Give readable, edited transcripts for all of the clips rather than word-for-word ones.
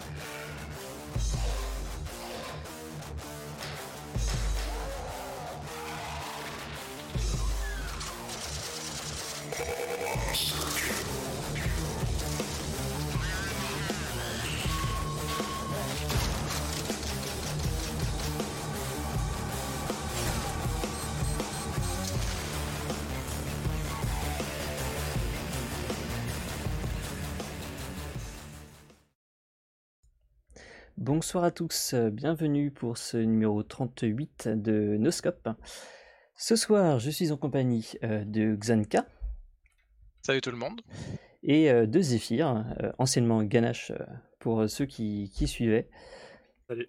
Bonsoir à tous, bienvenue pour ce numéro 38 de Noscope. Ce soir, je suis en compagnie de Xanka Salut tout le monde. et de Zephyr, anciennement Ganache pour ceux qui suivaient. Salut.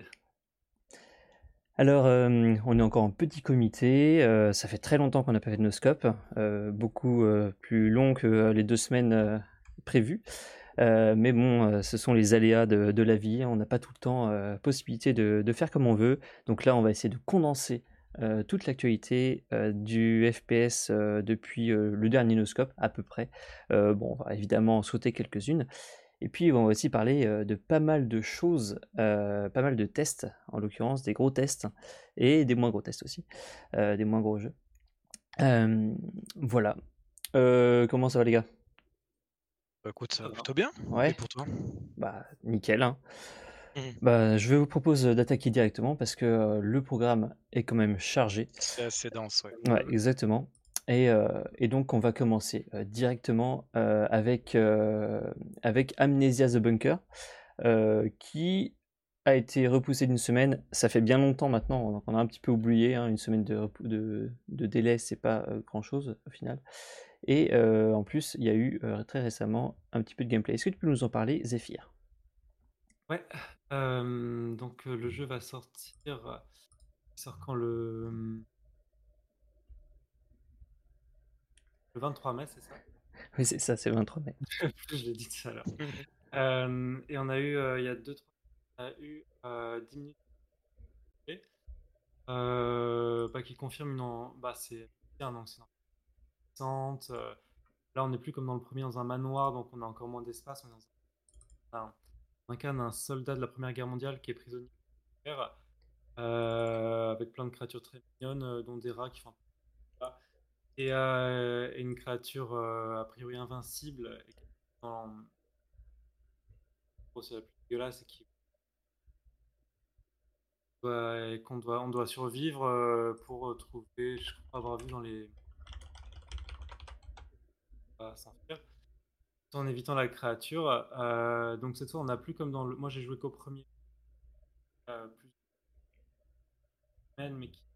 Alors, on est encore en petit comité, ça fait très longtemps qu'on n'a pas fait de Noscope, beaucoup plus long que les 2 semaines prévues. Mais bon, ce sont les aléas de la vie, on n'a pas tout le temps possibilité de faire comme on veut. Donc là, on va essayer de condenser toute l'actualité du FPS depuis le dernier Noscope, à peu près. Bon, on va évidemment en sauter quelques-unes. Et puis, on va aussi parler de pas mal de choses, pas mal de tests, en l'occurrence, des gros tests, et des moins gros tests aussi, des moins gros jeux. Voilà. Comment ça va, les gars? Écoute, ça va va. plutôt bien. Ouais. Et pour toi? Bah, nickel, hein. Mhm. Bah, je vous propose d'attaquer directement parce que le programme est quand même chargé. C'est assez dense, ouais. Ouais, exactement. Et donc, on va commencer directement avec Amnesia the Bunker, qui a été repoussé d'une semaine. Ça fait bien longtemps maintenant, donc on a un petit peu oublié, hein, une semaine de délai, c'est pas grand-chose au final. Et en plus, il y a eu très récemment un petit peu de gameplay. Est-ce que tu peux nous en parler, Zephyr? Ouais, donc le jeu va sortir, il sort quand le 23 mai, c'est ça? Oui, c'est ça, c'est le 23 mai. Je l'ai dit tout à l'heure. Mhm. Et on a eu, il y a 2-3 on a eu 10 minutes de gameplay, bah, qui confirme bah, c'est bien, donc c'est intéressante. Là, on n'est plus comme dans le premier dans un manoir, donc on a encore moins d'espace. On est on incarne un soldat de la Première Guerre mondiale qui est prisonnier de guerre, avec plein de créatures très mignonnes, dont des rats qui font un peu peur. Et une créature a priori invincible et qui est dans c'est la plus dégueulasse et on doit survivre pour trouver, je crois avoir vu dans les s'enfuir, tout en évitant la créature. Donc cette fois on n'a plus comme dans le. Moi j'ai joué qu'au premier, plus de semaines, mais qui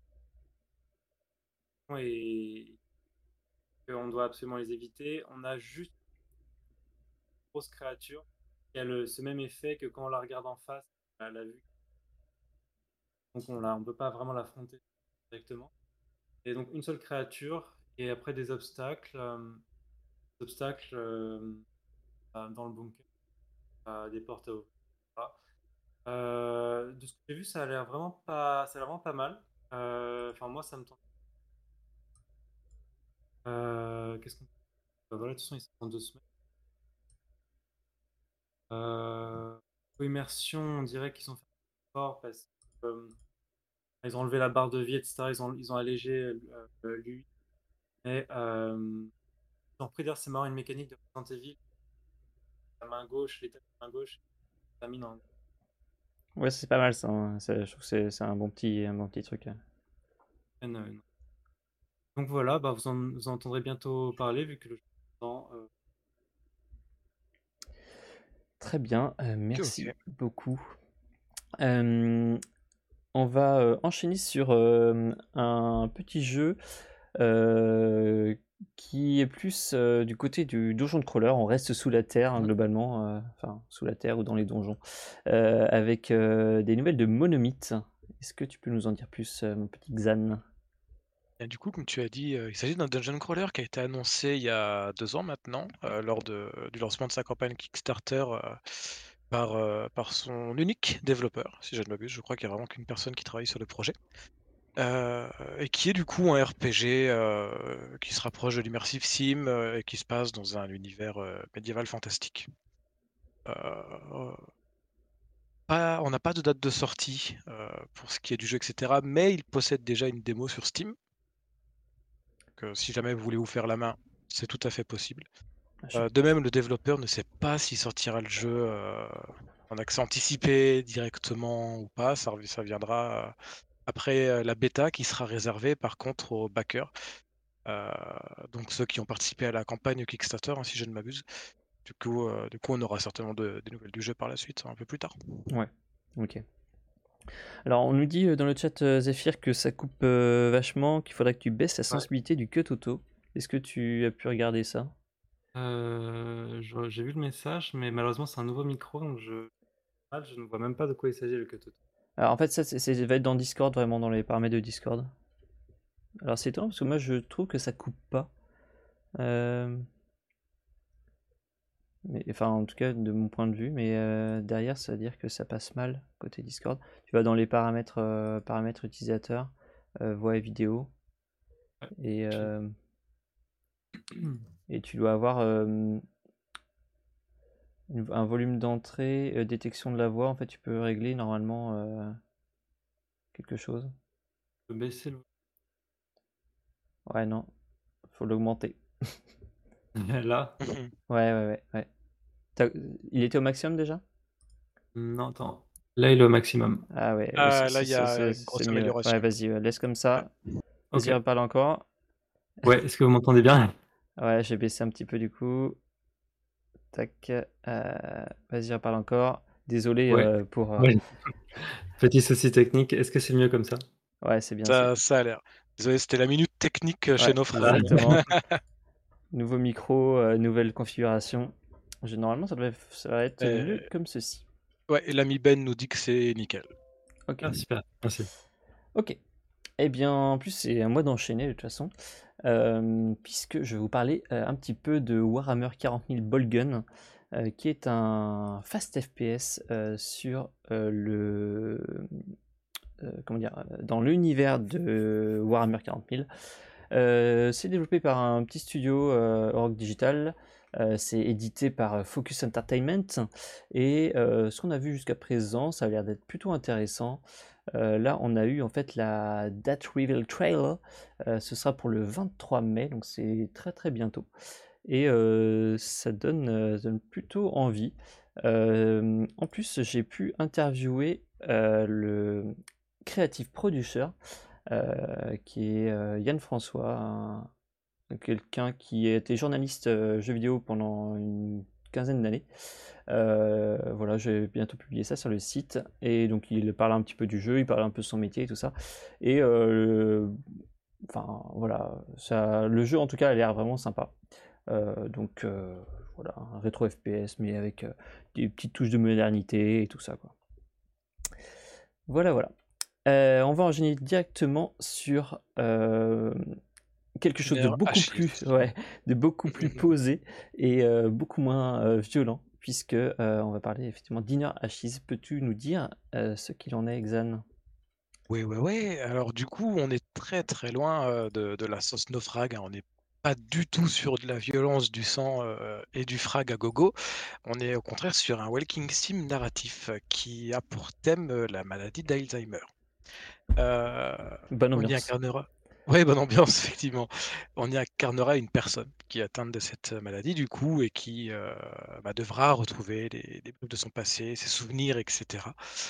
et on doit absolument les éviter. On a juste une grosse créature qui a ce même effet que quand on la regarde en face, à la vue. Donc on peut pas vraiment l'affronter directement. Et donc une seule créature et après des obstacles, dans le bunker, des portes à ouvrir. Voilà. De ce que j'ai vu, ça a l'air vraiment pas mal. Enfin moi ça me tente. Qu'est-ce qu'on voilà, de toute façon ils sont en 2 semaines. Immersion, on dirait qu'ils sont fait fort parce que ils ont enlevé la barre de vie, etc. Ils ont allégé lui. Mais en dire c'est marrant une mécanique de Resident Evil. La main gauche, l'état de la main gauche, ça mine en. Ouais, c'est pas mal ça, hein. Je trouve que c'est un bon petit truc. Non. Donc voilà, bah vous en entendrez bientôt parler vu que le jeu est dans, Très bien, Ok, merci ok. beaucoup. Euh, on va enchaîner sur un petit jeu qui est plus du côté du donjon de crawler. On reste sous la terre, hein, globalement, enfin sous la terre ou dans les donjons, avec des nouvelles de Monomyth. Est-ce que tu peux nous en dire plus, mon petit Xan? Et du coup, comme tu as dit, il s'agit d'un dungeon crawler qui a été annoncé il y a 2 ans maintenant, lors du lancement de sa campagne Kickstarter, par son unique développeur, si je ne m'abuse. Je crois qu'il n'y a vraiment qu'une personne qui travaille sur le projet. Et qui est du coup un RPG qui se rapproche de l'immersive sim et qui se passe dans un univers médiéval fantastique. Euh, on n'a pas de date de sortie pour ce qui est du jeu, etc. Mais il possède déjà une démo sur Steam. Donc, si jamais vous voulez vous faire la main, c'est tout à fait possible. De même, le développeur ne sait pas s'il sortira le jeu en accès anticipé directement ou pas. Ça viendra après la bêta qui sera réservée par contre aux backers. Donc ceux qui ont participé à la campagne Kickstarter, hein, si je ne m'abuse. Du coup, on aura certainement des nouvelles du jeu par la suite, un peu plus tard. Ouais, ok. Alors, on nous dit dans le chat, Zephyr, que ça coupe vachement, qu'il faudrait que tu baisses la sensibilité du cut auto. Est-ce que tu as pu regarder ça? J'ai vu le message, mais malheureusement, c'est un nouveau micro, donc je ne vois même pas de quoi il s'agit le cut auto. Alors, en fait, ça va être dans Discord, vraiment, dans les paramètres de Discord. Alors, c'est étonnant, parce que moi, je trouve que ça coupe pas. Mais, enfin, en tout cas, de mon point de vue, mais derrière, ça veut dire que ça passe mal côté Discord. Tu vas dans les paramètres, paramètres utilisateurs, voix et vidéo, et, et tu dois avoir un volume d'entrée, détection de la voix. En fait, tu peux régler normalement quelque chose. Je peux baisser le. Ouais, non, faut l'augmenter. Là? Ouais. Il était au maximum déjà? Non, attends. Là, il est au maximum. Ah ouais, Là, il y a une c'est grosse mieux. amélioration. Ouais, vas-y, laisse comme ça. Vas-y, Ok. reparle encore. Ouais, est-ce que vous m'entendez bien? Ouais, j'ai baissé un petit peu du coup. Tac. Vas-y, reparle encore. Désolé Ouais. pour. Ouais. Petit souci technique. Est-ce que c'est mieux comme ça? Ouais, c'est bien. Ça a l'air. Désolé, c'était la minute technique chez Ouais, nos frères. exactement. Nouveau micro, nouvelle configuration. Normalement, ça va être mieux comme ceci. Ouais, et l'ami Ben nous dit que c'est nickel. Ok. Ah, super. Merci. Ok. Eh bien, en plus, c'est à moi d'enchaîner de toute façon, puisque je vais vous parler un petit peu de Warhammer 40 000 Bolgun, qui est un fast FPS sur comment dire, dans l'univers de Warhammer 40 000. C'est développé par un petit studio Org Digital. C'est édité par Focus Entertainment. Et ce qu'on a vu jusqu'à présent, ça a l'air d'être plutôt intéressant. Là, on a eu en fait la date reveal trailer. Ce sera pour le 23 mai, donc c'est très très bientôt. Et ça donne plutôt envie. En plus, j'ai pu interviewer le creative producer, qui est Yann François, quelqu'un qui a été journaliste jeux vidéo pendant une quinzaine d'années. Voilà, j'ai bientôt publié ça sur le site. Et donc, il parle un petit peu du jeu, il parle un peu de son métier et tout ça. Et enfin, voilà, le jeu en tout cas a l'air vraiment sympa. Donc, voilà, un rétro FPS, mais avec des petites touches de modernité et tout ça, quoi. Voilà. On va enchaîner directement sur quelque chose de beaucoup plus posé et beaucoup moins violent, puisque on va parler effectivement d'Inner Ashes. Peux-tu nous dire ce qu'il en est, Xan? Ouais. Alors du coup, on est très très loin de la sauce naufrag, hein. On n'est pas du tout sur de la violence, du sang et du frag à gogo. On est au contraire sur un walking sim narratif qui a pour thème la maladie d'Alzheimer. Bonne On y ambiance. incarnera. Ouais, bonne ambiance, effectivement. On y incarnera une personne qui est atteinte de cette maladie, du coup, et qui devra retrouver les bribes de son passé, ses souvenirs, etc.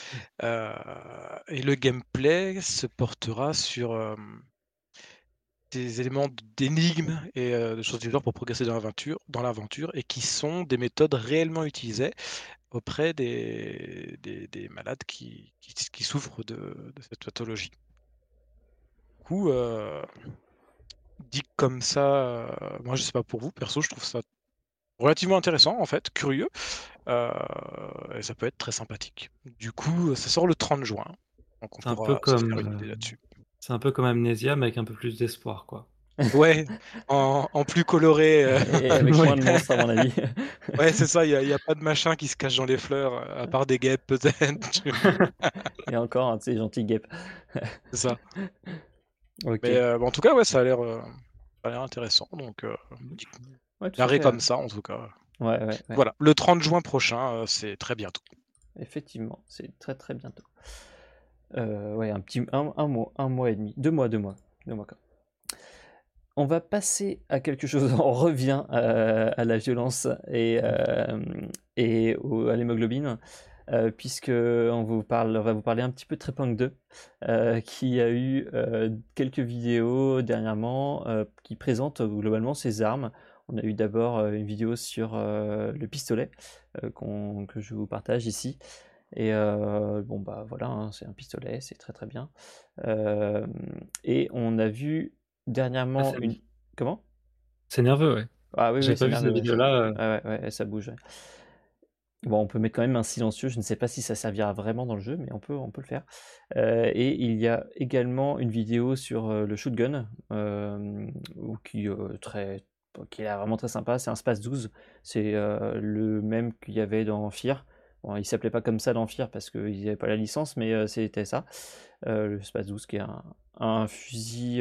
Et le gameplay se portera sur des éléments d'énigmes et de choses du genre pour progresser dans l'aventure, et qui sont des méthodes réellement utilisées auprès des malades qui souffrent de cette pathologie. Du coup, dit comme ça, moi je sais pas pour vous, perso, je trouve ça relativement intéressant en fait, curieux, et ça peut être très sympathique. Du coup, ça sort le 30 juin, donc on C'est un peu pourra se faire une comme, idée là-dessus. c'est un peu comme Amnesia, mais avec un peu plus d'espoir, quoi. Ouais, en plus coloré. Et avec moins de monstres, à mon avis. Ouais, c'est ça, il y a pas de machin qui se cache dans les fleurs, à part des guêpes peut-être. Et encore, hein, tu sais, gentil guêpe. C'est ça. Ok. Mais en tout cas, ouais, ça a l'air intéressant, donc Ouais, tout à carré fait. comme ça en tout cas. Ouais. Voilà, le 30 juin prochain, c'est très bientôt. effectivement, c'est très très bientôt. Ouais, un mois et demi, 2 mois, 2 mois, 2 mois quand même. On va passer à quelque chose, on revient à la violence à l'hémoglobine, puisque on va vous parler un petit peu de Trepang 2, qui a eu quelques vidéos dernièrement qui présentent globalement ses armes. On a eu d'abord une vidéo sur le pistolet que je vous partage ici. Et bon bah voilà, hein, c'est un pistolet, c'est très très bien. Et on a vu dernièrement une... Comment? C'est nerveux, ouais. Ah oui, J'avais oui, pas c'est vu cette nerveux, ouais. vidéo-là. Ouais, ça bouge. Ouais. Bon, on peut mettre quand même un silencieux, je ne sais pas si ça servira vraiment dans le jeu, mais on peut le faire. Et il y a également une vidéo sur le shotgun, qui est vraiment très sympa, c'est un Space 12, c'est le même qu'il y avait dans Fear. Bon, il s'appelait pas comme ça dans Fear parce qu'ils n'avaient pas la licence, mais c'était ça. Le Space 12 qui est un fusil,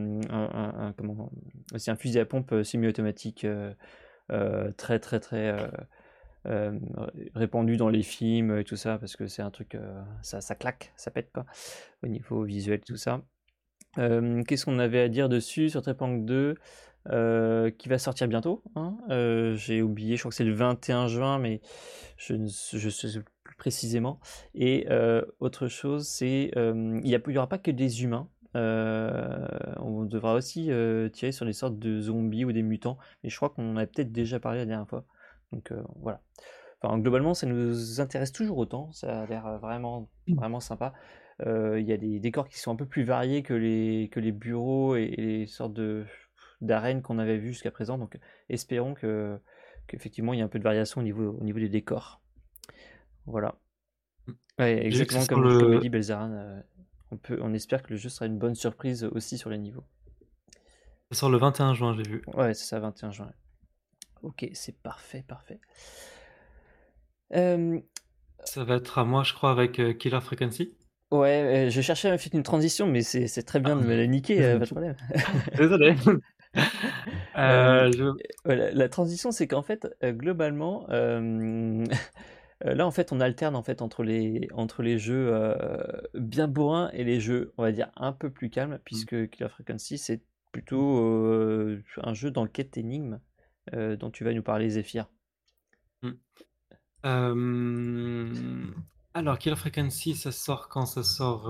c'est un fusil à pompe semi-automatique très très très euh, répandu dans les films et tout ça, parce que c'est un truc, ça claque, ça pète quoi, au niveau visuel, tout ça. Qu'est-ce qu'on avait à dire dessus sur Trepang 2 qui va sortir bientôt, hein. J'ai oublié, je crois que c'est le 21 juin, mais je sais plus précisément. Et autre chose, c'est il y aura pas que des humains. On devra aussi tirer sur des sortes de zombies ou des mutants, mais je crois qu'on en a peut-être déjà parlé la dernière fois. Donc voilà. Enfin, globalement, ça nous intéresse toujours autant. Ça a l'air vraiment, vraiment sympa. Il y a des décors qui sont un peu plus variés que les bureaux et les sortes d'arènes qu'on avait vues jusqu'à présent. Donc, espérons qu'effectivement, il y a un peu de variation au niveau des décors. Voilà. Ouais, J'ai vu que exactement c'est sur comme le le... dit Belzaran. On espère que le jeu sera une bonne surprise aussi sur les niveaux. ça sort le 21 juin, j'ai vu. Ouais, c'est ça, 21 juin. Ok, c'est parfait, parfait. Euh, Ça va être à moi, je crois, avec Killer Frequency. Ouais, je cherchais à faire une transition, mais c'est très bien de me la niquer, pas de problème. Désolé. Euh, Je... ouais, la transition, c'est qu'en fait, globalement, là, en fait, on alterne en fait entre les jeux bien bourrins et les jeux, on va dire, un peu plus calmes, puisque Killer Frequency, c'est plutôt un jeu d'enquête énigme dont tu vas nous parler, Zephyr. Alors, Killer Frequency, ça sort quand ça sort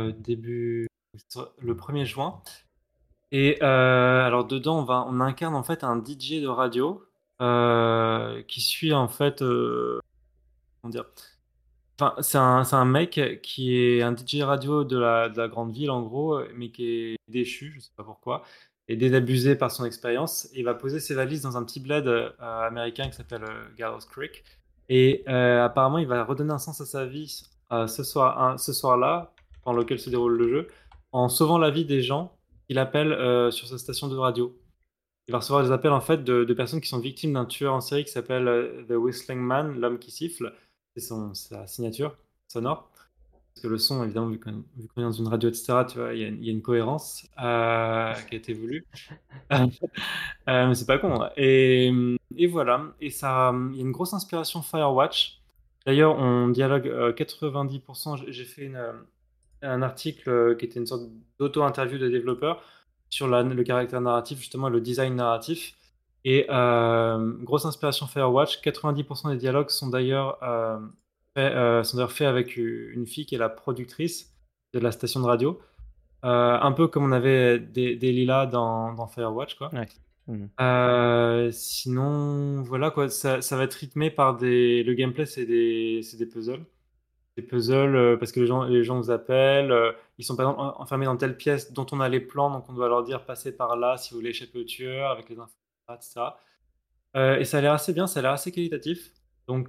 le 1er juin. Et alors, dedans, on incarne en fait un DJ de radio qui suit en fait. Comment dire? Enfin, c'est un mec qui est un DJ radio de la grande ville, en gros, mais qui est déchu, je sais pas pourquoi, et désabusé par son expérience. Il va poser ses valises dans un petit bled américain qui s'appelle Gallows Creek. Et apparemment, il va redonner un sens à sa vie ce soir-là, pendant lequel se déroule le jeu, en sauvant la vie des gens qu'il appelle sur sa station de radio. Il va recevoir des appels en fait de personnes qui sont victimes d'un tueur en série qui s'appelle The Whistling Man, l'homme qui siffle. Sa signature sonore. Parce que le son, évidemment, vu qu'on est dans une radio, etc., tu vois, il y a une cohérence qui a été voulue. Mais c'est pas con, hein. Et voilà. Et ça, il y a une grosse inspiration Firewatch. D'ailleurs, on dialogue 90%. J'ai fait un article qui était une sorte d'auto-interview de développeurs sur le caractère narratif, justement, le design narratif. Et grosse inspiration Firewatch. 90% des dialogues sont d'ailleurs faits avec une fille qui est la productrice de la station de radio. Un peu comme on avait des lilas dans Firewatch, quoi. Ouais. Mhm. Sinon, voilà quoi, ça va être rythmé par le gameplay, c'est des puzzles. Des puzzles parce que les gens nous appellent, ils sont par exemple enfermés dans telle pièce dont on a les plans, donc on doit leur dire passez par là si vous voulez échapper au tueur avec les infos, etc. Et ça a l'air assez bien, ça a l'air assez qualitatif. Donc,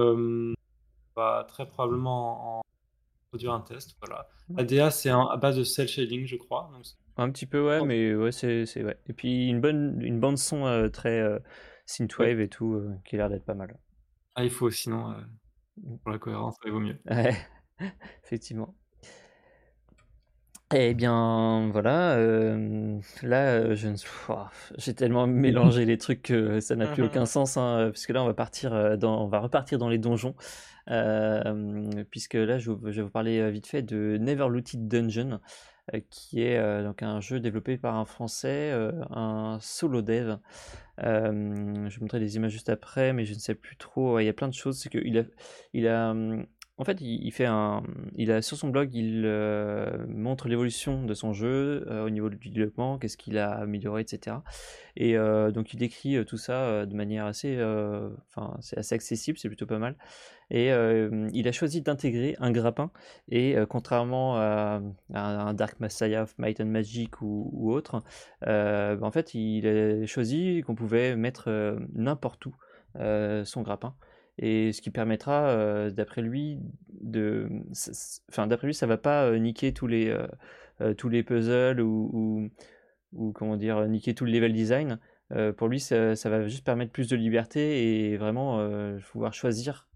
on va très probablement en produire un test. Voilà. ADA, c'est à base de cel shading, je crois. Donc, Un petit peu, ouais, mais ouais, ouais. Et puis une bande son très synthwave et tout, qui a l'air d'être pas mal. il faut sinon, pour la cohérence, il vaut mieux. Ouais, effectivement. Eh bien, voilà, là, ouah, j'ai tellement mélangé les trucs que ça n'a plus aucun sens, hein, puisque là, on va repartir dans les donjons, puisque là, je vais vous parler vite fait de Neverlooted Dungeon, qui est donc un jeu développé par un Français, un solo dev. Je vous montrerai des images juste après, mais je ne sais plus trop. Ouais, il y a plein de choses. C'est il a, en fait, il a sur son blog, il montre l'évolution de son jeu au niveau du développement, qu'est-ce qu'il a amélioré, etc. Et donc il décrit tout ça de manière assez, enfin, c'est assez accessible, c'est plutôt pas mal. Et il a choisi d'intégrer un grappin. Et contrairement à un Dark Messiah of Might and Magic ou autre, en fait, il a choisi qu'on pouvait mettre n'importe où son grappin. Et ce qui permettra, d'après lui, enfin, d'après lui, ça va pas niquer tous les puzzles ou comment dire, niquer tout le level design. Pour lui, ça va juste permettre plus de liberté et vraiment pouvoir choisir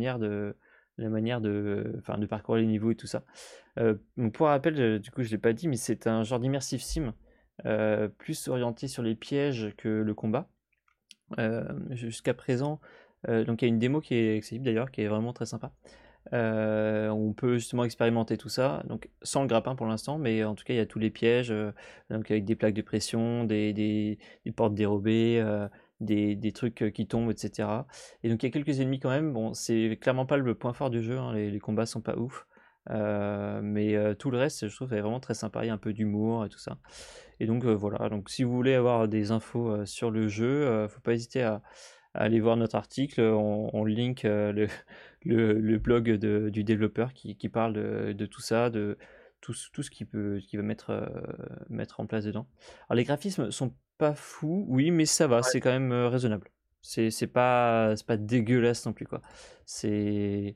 enfin, de parcourir les niveaux et tout ça. Donc pour rappel, du coup, je l'ai pas dit, mais c'est un genre d'immersive sim plus orienté sur les pièges que le combat. Jusqu'à présent, donc il y a une démo qui est accessible d'ailleurs, qui est vraiment très sympa. On peut justement expérimenter tout ça, donc sans le grappin pour l'instant, mais en tout cas il y a tous les pièges, donc avec des plaques de pression, des portes dérobées, des trucs qui tombent, etc. Et donc il y a quelques ennemis quand même. Bon, c'est clairement pas le point fort du jeu, hein, les combats sont pas ouf, mais tout le reste, je trouve, est vraiment très sympa. Il y a un peu d'humour et tout ça. Et donc voilà. Donc si vous voulez avoir des infos sur le jeu, faut pas hésiter à aller voir notre article. On link le blog du développeur qui parle de tout ça, de tout ce qu'il va mettre en place dedans. Alors les graphismes sont pas fous, oui, mais ça va, c'est quand même raisonnable. C'est pas dégueulasse non plus, quoi. C'est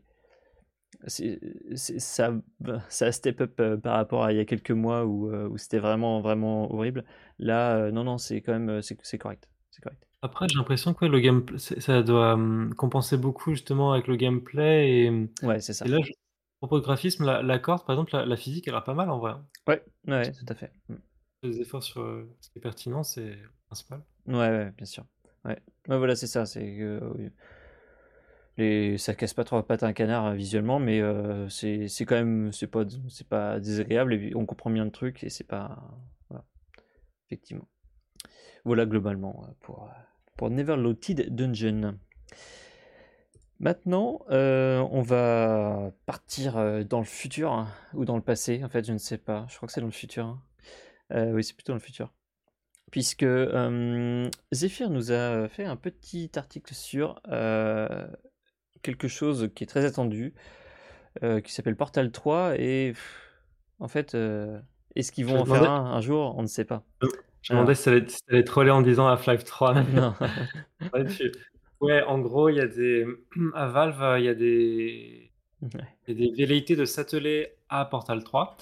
ça, ça step up par rapport à il y a quelques mois où c'était vraiment, vraiment horrible. Là, non, non, c'est quand même c'est correct. C'est correct. Après, j'ai l'impression que ouais, le gameplay, ça doit compenser beaucoup justement avec le gameplay. Ouais, c'est Et ça. là, à propos de graphisme, la corde, par exemple, la physique, elle a l'air pas mal en vrai, hein. Ouais, ouais, tout à fait. Les efforts sur ce qui est pertinent, c'est le principal. Ouais, ouais, bien sûr. Ouais, ouais, voilà, c'est ça. C'est que oui, ça casse pas trop la patte à un canard visuellement, mais c'est quand même c'est pas désagréable et puis on comprend bien le truc et c'est pas voilà, effectivement. Voilà globalement pour Neverlooted Dungeon. Maintenant, on va partir dans le futur hein, ou dans le passé. En fait, je ne sais pas. Je crois que c'est dans le futur, hein. Oui, c'est plutôt dans le futur. Puisque Zephyr nous a fait un petit article sur quelque chose qui est très attendu, qui s'appelle Portal 3. Et en fait, est-ce qu'ils Je vont me en faire demandais, un jour? On ne sait pas. je me demandais Alors, si t'allais troller en disant Half-Life 3. non. Ouais, ouais, en gros, il y a à Valve, Ouais. il y a des velléités de s'atteler à Portal 3.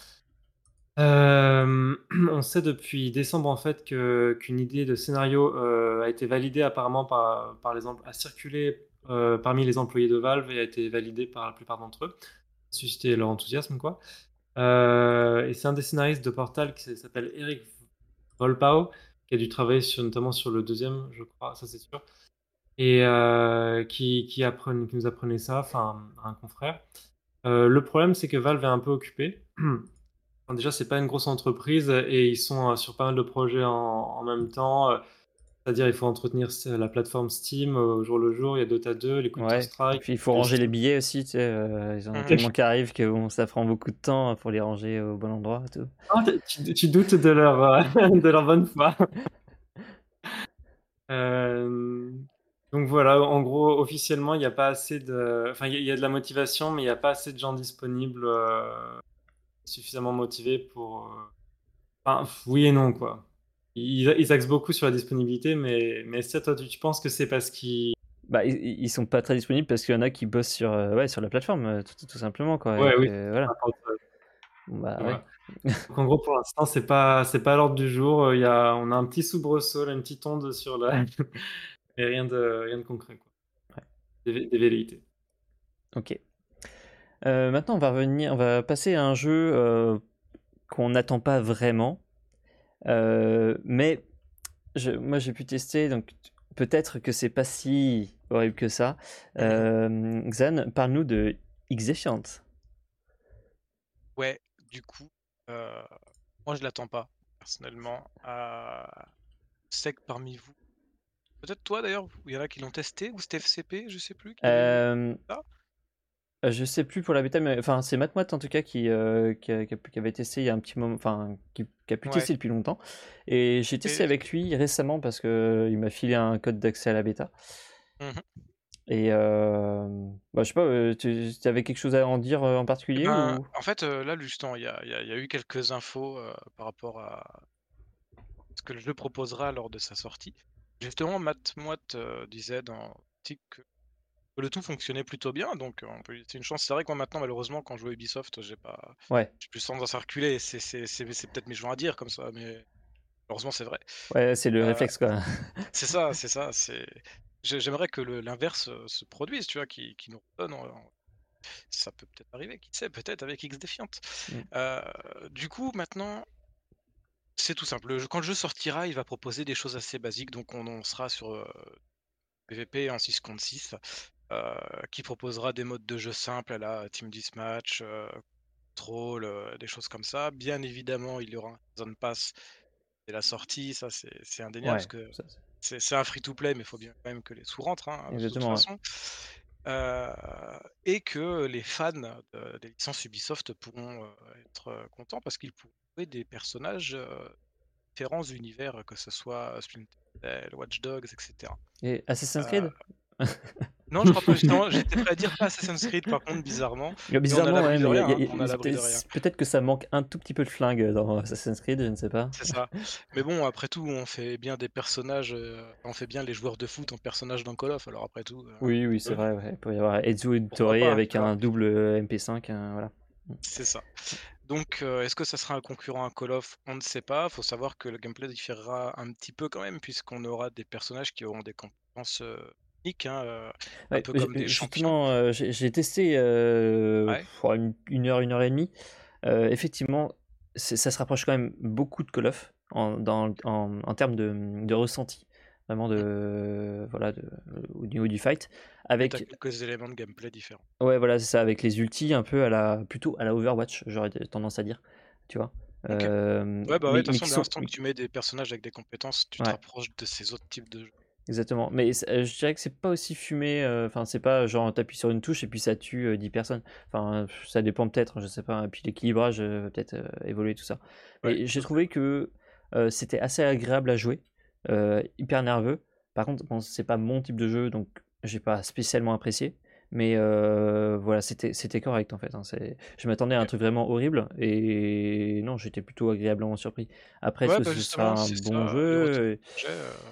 On sait depuis décembre en fait qu'une idée de scénario a été validée apparemment par a circulé parmi les employés de Valve et a été validée par la plupart d'entre eux, suscité leur enthousiasme quoi. Et c'est un des scénaristes de Portal qui s'appelle Eric Volpao, qui a dû travailler notamment sur le deuxième, je crois, ça c'est sûr, et qui nous apprenait ça, enfin un confrère. Le problème c'est que Valve est un peu occupé. Enfin, déjà, c'est pas une grosse entreprise et ils sont sur pas mal de projets en même temps. C'est-à-dire, il faut entretenir la plateforme Steam au jour le jour. Il y a Dota 2, les Ouais. Counter-Strike. Puis il faut les ranger les Steam- billets aussi, tu sais, ils en ont tellement qui arrivent que bon, ça prend beaucoup de temps pour les ranger au bon endroit et tout. Ah, tu doutes de leur, de leur bonne foi. Euh, donc voilà, en gros, officiellement, il n'y a pas assez de. Enfin, il y a de la motivation, mais il n'y a pas assez de gens disponibles suffisamment motivés pour. Enfin, oui et non, quoi. Ils axent beaucoup sur la disponibilité, mais est-ce que toi, tu penses que c'est parce qu'ils. Bah, ils sont pas très disponibles parce qu'il y en a qui bossent ouais, sur la plateforme, tout simplement, quoi. Et Ouais, oui, que, voilà. n'importe, Bah, ouais. voilà. Donc en gros, pour l'instant, c'est pas à l'ordre du jour. On a un petit soubresaut, là, une petite onde sur la. Mais rien de concret, quoi. Ouais. Des velléités. Ok. Maintenant, on va passer à un jeu qu'on n'attend pas vraiment. Mais moi, j'ai pu tester, donc peut-être que c'est pas si horrible que ça. Xan, parle-nous de Xdefiant. Ouais, du coup, moi je l'attends pas, personnellement. Je sais que parmi vous, peut-être toi d'ailleurs, il y en a qui l'ont testé, ou c'était FCP, je sais plus, qui avait Euh, ça. je sais plus pour la bêta, mais enfin, c'est Matmoat en tout cas qui avait testé il y a un petit moment, enfin, qui a pu Ouais. tester depuis longtemps. Et j'ai testé Et- avec lui récemment parce qu'il m'a filé un code d'accès à la bêta. Mhm. Et je sais pas, tu avais quelque chose à en dire en Eh particulier ben, ou? en fait, là, justement, il y a eu quelques infos par rapport à ce que le jeu proposera lors de sa sortie. Justement, Matt Moite disait dans Tic que le tout fonctionnait plutôt bien, donc c'est une chance. C'est vrai que moi maintenant, malheureusement, quand je joue à Ubisoft, Ouais, j'ai plus tendance à circuler. C'est peut-être méchant à dire comme ça, mais malheureusement c'est vrai. ouais, c'est le Euh, réflexe quoi. c'est ça, c'est ça. J'aimerais que l'inverse se produise, tu vois, qui nous redonne. Ça peut peut-être arriver, qui sait, peut-être avec X-Defiant. Mm. Du coup, maintenant, c'est tout simple. Quand le jeu sortira, il va proposer des choses assez basiques. Donc, on sera sur PvP en 6 contre 6, qui proposera des modes de jeu simples à la Team Deathmatch, Troll, des choses comme ça. Bien évidemment, il y aura un Zone Pass dès la sortie, ça c'est indéniable, parce Ouais, que ça, c'est un free-to-play, mais il faut bien quand même que les sous rentrent, hein, de toute exactement. Ouais. façon. Et que les fans des licences Ubisoft pourront être contents parce qu'ils pourront trouver des personnages différents univers, que ce soit Splinter Cell, Watch Dogs, etc. Et Assassin's Euh, Creed? non, je crois pas, justement, j'étais prêt à dire pas Assassin's Creed par contre, bizarrement, mais on a Bizarrement, ouais, l'abri de mais rien, hein, on a l'abri de rien. peut-être que ça manque un tout petit peu de flingue dans Assassin's Creed, je ne sais pas. C'est ça. Mais bon, après tout, on fait bien des personnages, on fait bien les joueurs de foot en personnages dans Call of, alors après tout, Oui, oui, c'est Ouais. vrai. Ouais. Il peut y avoir Ezio pourquoi Auditore pas, avec tu vois? un double MP5, voilà. C'est ça. Donc, est-ce que ça sera un concurrent à Call of? On ne sait pas. Faut savoir que le gameplay différera un petit peu quand même, puisqu'on aura des personnages qui auront des compétences uniques, hein, un Ouais, peu comme des champions. justement, j'ai testé Ouais. une heure et demie. Effectivement, ça se rapproche quand même beaucoup de Call of en termes de ressenti, vraiment Mm. voilà, au niveau du fight. Mais tu as Avec, quelques éléments de gameplay différents. ouais, voilà, c'est ça, avec les ultis un peu plutôt à la Overwatch, j'aurais tendance à dire, tu vois. Ok. Ouais, bah ouais, de toute Mais façon, qui dès sont, l'instant que tu mets des personnages avec des compétences, tu te ouais, rapproches de ces autres types de jeux. exactement. Mais je dirais que c'est pas aussi fumé. Enfin, c'est pas genre t'appuies sur une touche et puis ça tue 10 personnes. Enfin, ça dépend peut-être, je sais pas. Et puis l'équilibrage va peut-être évoluer tout ça. Ouais, Mais j'ai je sais. trouvé que c'était assez agréable à jouer, hyper nerveux. Par contre, bon, c'est pas mon type de jeu, donc j'ai pas spécialement apprécié. Mais voilà, c'était correct en fait. Hein. Je m'attendais à un Ok. truc vraiment horrible et non, j'étais plutôt agréablement surpris. Après, est-ce Ouais, que bah ce sera justement, un c'est bon ça, les retours jeu? que j'ai.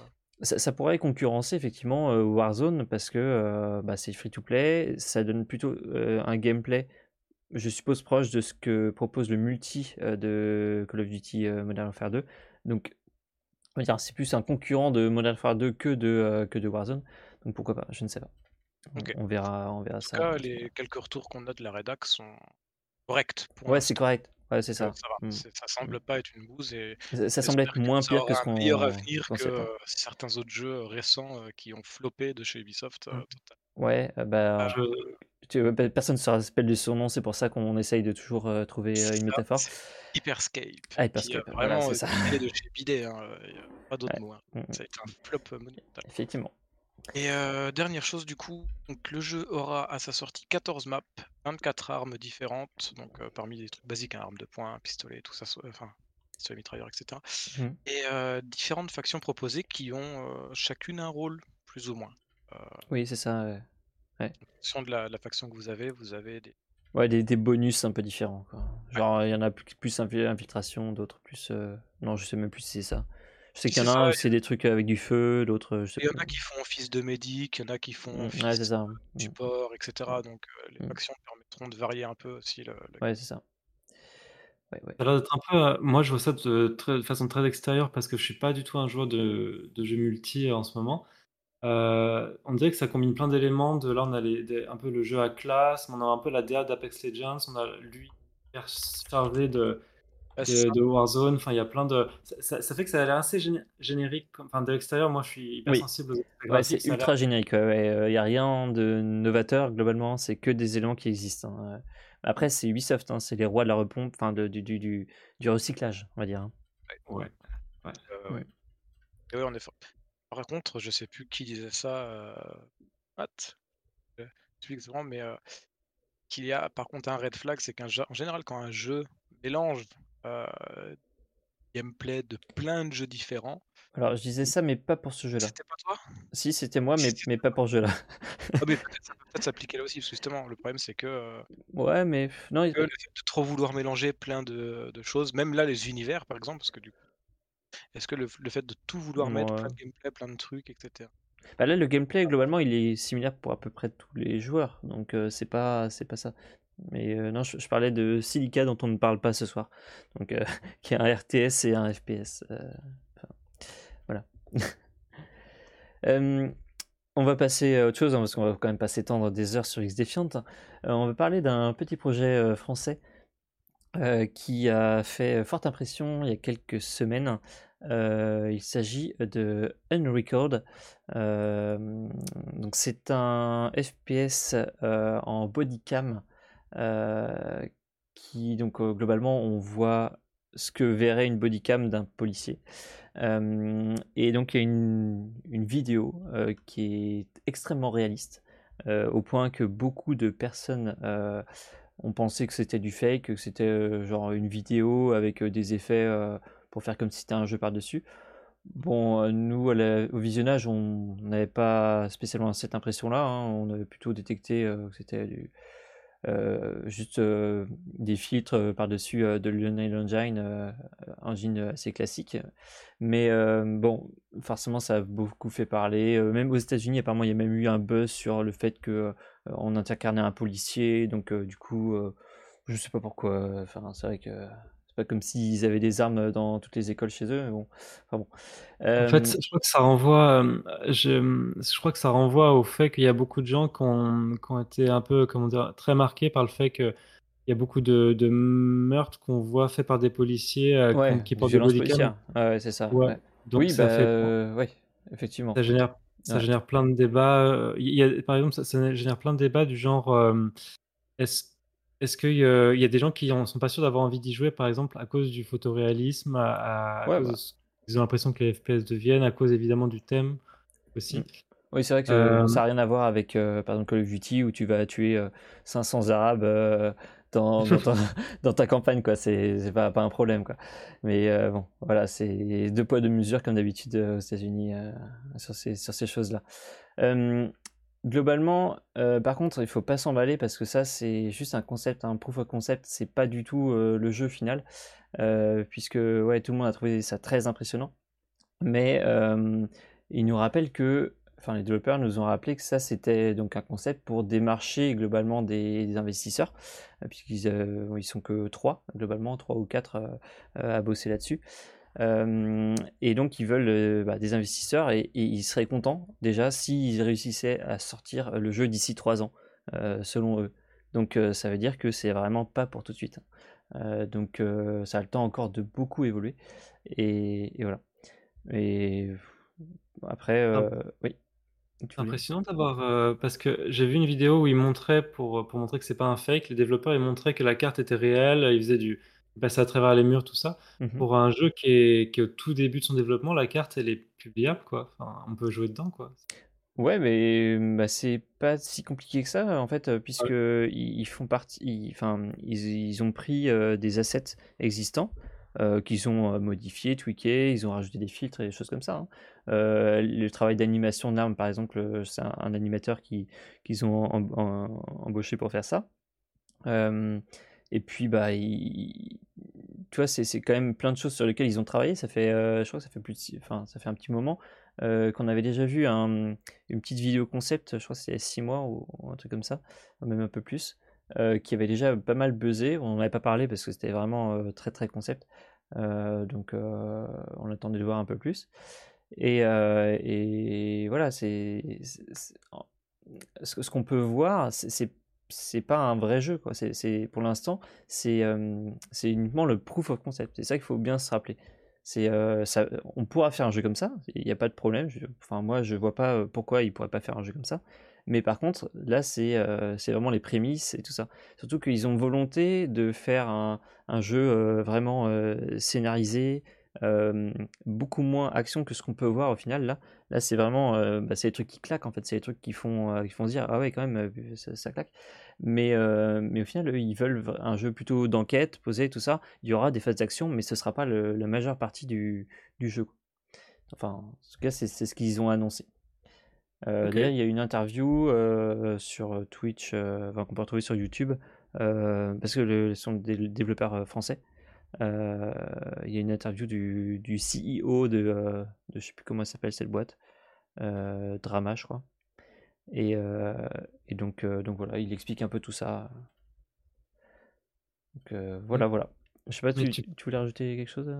Ça pourrait concurrencer effectivement Warzone parce que bah, c'est free to play, ça donne plutôt un gameplay, je suppose, proche de ce que propose le multi de Call of Duty Modern Warfare 2. Donc, on va dire, c'est plus un concurrent de Modern Warfare 2 que de Warzone. Donc pourquoi pas, je ne sais pas. Ok. On verra En tout ça cas, à ce moment-là. les quelques retours qu'on a de la rédac sont corrects pour Ouais, c'est l'instant. correct. Ouais, c'est Donc, ça. ça va. Mm. Ça Mm. semble pas être une bouse et Ça semble j'espère être que moins ça pire que aura ce un meilleur qu'on avenir que pensait, quoi. certains autres jeux récents qui ont floppé de chez Ubisoft. Mm. Total. Ouais, bah, Je... personne ne se rappelle de son nom, c'est pour ça qu'on essaye de toujours trouver C'est une ça, métaphore. c'est Hyperscape, Ah, qui a Hyperscape, voilà, vraiment c'est ça. bidé de chez bidé, hein, y a pas d'autre Ouais. mot, hein. Mm, Ça a été un flop monumental. effectivement. Et dernière chose du coup, donc le jeu aura à sa sortie 14 maps, 24 armes différentes, donc parmi les trucs basiques, hein, armes de poing, pistolet, tout ça, enfin pistolet mitrailleur, etc. Mhm. Et différentes factions proposées qui ont chacune un rôle, plus ou moins. Oui, c'est ça. Ouais. En fonction de la faction que vous avez des. Ouais, des bonus un peu différents, quoi. Ouais, Genre, il y en a plus infiltration, d'autres plus. Non, je sais même plus si c'est ça. Je sais si qu'il y c'est en a ça, un où c'est des trucs avec du feu, d'autres, je sais il y en plus. a qui font office de médic, il y en a qui font Ouais, c'est office ça. de support, etc. Donc les Mm. factions permettront de varier un peu aussi le Ouais, c'est ça. Ouais, ouais. Ça a l'air d'être un peu. Moi, je vois ça de façon très extérieure parce que je suis pas du tout un joueur de jeux multi en ce moment. On dirait que ça combine plein d'éléments. Là, on a un peu le jeu à classe, on a un peu la DA d'Apex Legends, on a lui hyper chargé Ouais, c'est ça. de Warzone. Enfin, il y a plein de. Ça fait que ça a l'air assez générique. Enfin, de l'extérieur, moi, je suis hyper Oui, sensible aux aspects ouais, graphiques. c'est Ça a l'air. ultra générique. Il n'y a rien de novateur globalement, c'est que des éléments qui existent, hein. Après, c'est Ubisoft, hein, c'est les rois de la repompe, enfin du recyclage, on va dire, hein. Ouais. Ouais. Ouais. Mm. Et ouais, en effet. Par contre, je sais plus qui disait ça, what? Je sais plus exactement, mais qu'il y a par contre un red flag, c'est en général, quand un jeu mélange, heu, gameplay de plein de jeux différents. Alors, je disais ça, mais pas pour ce jeu-là. C'était pas toi? Si, c'était moi, Si, mais c'était pas pour ce jeu-là. ah mais peut-être ça peut peut-être s'appliquer là aussi, parce que justement le problème c'est Ouais, mais non, que le fait de trop vouloir mélanger plein de choses, même là les univers par exemple, parce que du coup, est-ce que le fait de tout vouloir mettre, plein moi, de gameplay, plein de trucs et cetera. bah là, le gameplay, globalement, il est similaire pour à peu près tous les joueurs, donc c'est pas ça. Mais non, je parlais de Silica dont on ne parle pas ce soir, donc qui est un RTS et un FPS. Enfin, voilà. Euh, on va passer à autre chose, hein, parce qu'on va quand même pas s'étendre des heures sur X-Defiant. On va parler d'un petit projet français qui a fait forte impression il y a quelques semaines. Il s'agit de Unrecord. Donc c'est un FPS en bodycam qui donc globalement on voit ce que verrait une bodycam d'un policier. Et donc il y a une vidéo qui est extrêmement réaliste, au point que beaucoup de personnes ont pensé que c'était du fake, que c'était genre une vidéo avec des effets pour faire comme si c'était un jeu par-dessus. Bon, nous, au visionnage, on n'avait pas spécialement cette impression-là, hein. On avait plutôt détecté que c'était juste des filtres par-dessus de l'Unreal Engine, engine assez classique. Mais bon, forcément, ça a beaucoup fait parler. Même aux États-Unis, apparemment, il y a même eu un buzz sur le fait que on incarnait un policier. Donc, du coup, je sais pas pourquoi. Enfin, c'est vrai que c'est pas comme s'ils avaient des armes dans toutes les écoles chez eux. Mais bon, enfin bon. En fait, je crois que ça renvoie, je crois que ça renvoie au fait qu'il y a beaucoup de gens qui ont été un peu, comment dire, très marqués par le fait qu'il y a beaucoup de meurtres qu'on voit faits par des policiers Ouais, qui du portent des violence bodycams. policière. Ouais, c'est ça. Ouais. Ouais. Donc Oui, bah, ça fait, ouais, effectivement. ça Ouais. génère plein de débats. Il y a, par exemple, ça génère plein de débats du genre, est-ce, est-ce qu'il il y a des gens qui ne sont pas sûrs d'avoir envie d'y jouer, par exemple, à cause du photoréalisme, à Ouais, cause de bah. ce qu'ils ont l'impression que les FPS deviennent, à cause évidemment du thème Mm. aussi. Oui, c'est vrai que bon, Euh, ça n'a rien à voir avec, par exemple, Call of Duty où tu vas tuer 500 Arabes dans ta campagne, quoi. C'est pas un problème, quoi. Mais bon, voilà, c'est deux poids, deux mesures, comme d'habitude aux États-Unis sur ces choses-là. Euh, Globalement, par contre, il faut pas s'emballer parce que ça, c'est juste un concept, un proof of concept, c'est pas du tout le jeu final, puisque ouais, tout le monde a trouvé ça très impressionnant. Mais il nous rappelle que, enfin, les développeurs nous ont rappelé que ça, c'était donc un concept pour démarcher globalement des investisseurs, puisqu'ils ils sont que trois, globalement, trois ou quatre à bosser là-dessus. Et donc, ils veulent bah, des investisseurs et ils seraient contents déjà s'ils réussissaient à sortir le jeu d'ici 3 ans, selon eux. Donc, ça veut dire que c'est vraiment pas pour tout de suite. Donc, ça a le temps encore de beaucoup évoluer. Et voilà. Et après, oui, tu C'est voulais? impressionnant d'avoir, parce que j'ai vu une vidéo où ils montraient, pour montrer que c'est pas un fake, les développeurs, ils montraient que la carte était réelle, ils passaient à travers les murs, tout ça. Mhm. Pour un jeu qui est au tout début de son développement, la carte, elle est publiable, quoi. Enfin, on peut jouer dedans, quoi. Ouais, mais bah, c'est pas si compliqué que ça, en fait, puisque Ouais. ils font partie, enfin, ils ont pris des assets existants qu'ils ont modifiés, tweakés, ils ont rajouté des filtres et des choses comme ça, hein. Le travail d'animation d'armes, par exemple, c'est un animateur qu'ils ont embauché pour faire ça. Euh, et puis, bah, tu vois, c'est quand même plein de choses sur lesquelles ils ont travaillé. Ça fait, je crois que ça fait enfin, ça fait un petit moment qu'on avait déjà vu une petite vidéo concept. Je crois que c'était 6 mois ou un truc comme ça, même un peu plus, qui avait déjà pas mal buzzé. On n'en avait pas parlé parce que c'était vraiment très très concept. Donc, on attendait de voir un peu plus. Et voilà, ce qu'on peut voir, c'est pas un vrai jeu, quoi. Pour l'instant, c'est uniquement le proof of concept. C'est ça qu'il faut bien se rappeler. On pourra faire un jeu comme ça, il n'y a pas de problème. Enfin, moi, je vois pas pourquoi il pourrait pas faire un jeu comme ça. Mais par contre, là, c'est vraiment les prémices et tout ça. Surtout qu'ils ont volonté de faire un jeu vraiment scénarisé, beaucoup moins action que ce qu'on peut voir au final. Là c'est vraiment c'est les trucs qui claquent en fait, c'est les trucs qui font se dire ah ouais quand même ça claque. Mais au final eux, ils veulent un jeu plutôt d'enquête, posé, tout ça. Il y aura des phases d'action, mais ce sera pas la majeure partie du jeu, quoi. Enfin, en tout cas, c'est ce qu'ils ont annoncé. Ok. D'ailleurs, il y a une interview sur Twitch, enfin, qu'on peut retrouver sur YouTube, parce que ce sont des développeurs français. Il y a une interview du CEO de je sais plus comment ça s'appelle cette boîte, Drama, je crois. Et, euh, et donc voilà, il explique un peu tout ça. Donc voilà. Je sais pas, Mais tu voulais rajouter quelque chose?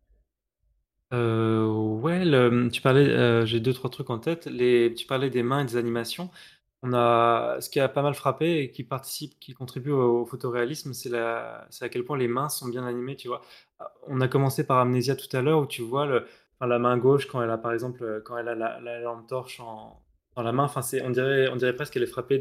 ouais, tu parlais, j'ai deux trois trucs en tête. Tu parlais des mains et des animations. Ce qui a pas mal frappé et qui contribue au photoréalisme, c'est à quel point les mains sont bien animées, tu vois. On a commencé par Amnésia tout à l'heure où tu vois enfin, la main gauche quand elle a, par exemple, quand elle a la lampe torche dans la main. Enfin, on dirait presque qu'elle est frappée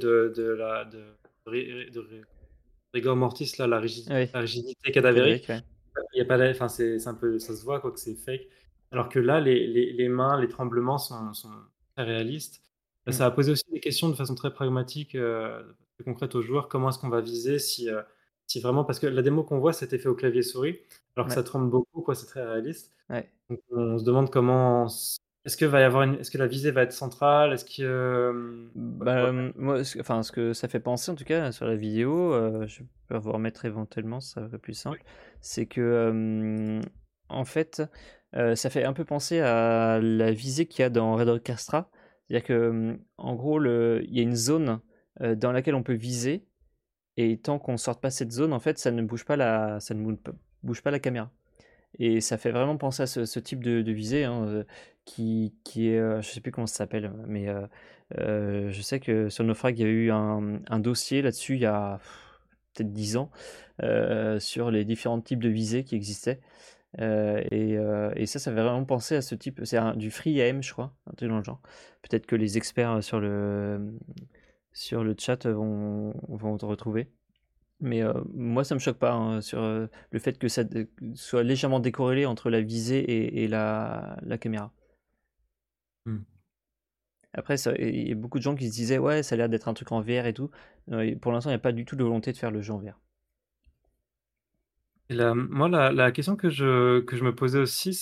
de rigor mortis, là, Oui, la rigidité cadavérique. Cadavérique, ouais. Il y a pas enfin, c'est un peu, ça se voit quoi que c'est fake. Alors que là, les mains, les tremblements sont très réalistes. Mm, Ça a posé aussi des questions de façon très pragmatique, très concrète aux joueurs. Comment est-ce qu'on va viser si vraiment, parce que la démo qu'on voit, c'était fait au clavier souris, alors que ouais, ça tremble beaucoup, quoi, c'est très réaliste. ouais. Donc on se demande est-ce que la visée va être centrale, est-ce que, Moi, enfin, ce que ça fait penser, en tout cas, sur la vidéo, je peux vous remettre éventuellement, ça serait plus oui. simple, c'est que, en fait, ça fait un peu penser à la visée qu'il y a dans Red Orchestra. C'est-à-dire que, en gros, il y a une zone dans laquelle on peut viser, et tant qu'on ne sort pas cette zone, en fait, ça ne bouge pas la caméra. Et ça fait vraiment penser à ce type de visée, hein, qui est, je sais plus comment ça s'appelle, mais je sais que sur Naufrag, il y a eu un dossier là-dessus il y a peut-être 10 ans, sur les différents types de visées qui existaient. Et ça fait vraiment penser à ce type. C'est du free AM, je crois, un truc dans le genre. Peut-être que les experts sur le chat vont te retrouver. Mais moi, ça me choque pas, hein, sur le fait que ça soit légèrement décorrélé entre la visée et la caméra. Hmm. Après, il y a beaucoup de gens qui se disaient, ouais, ça a l'air d'être un truc en VR et tout. Et pour l'instant, il n'y a pas du tout de volonté de faire le jeu en VR. Et moi, la question que je me posais aussi,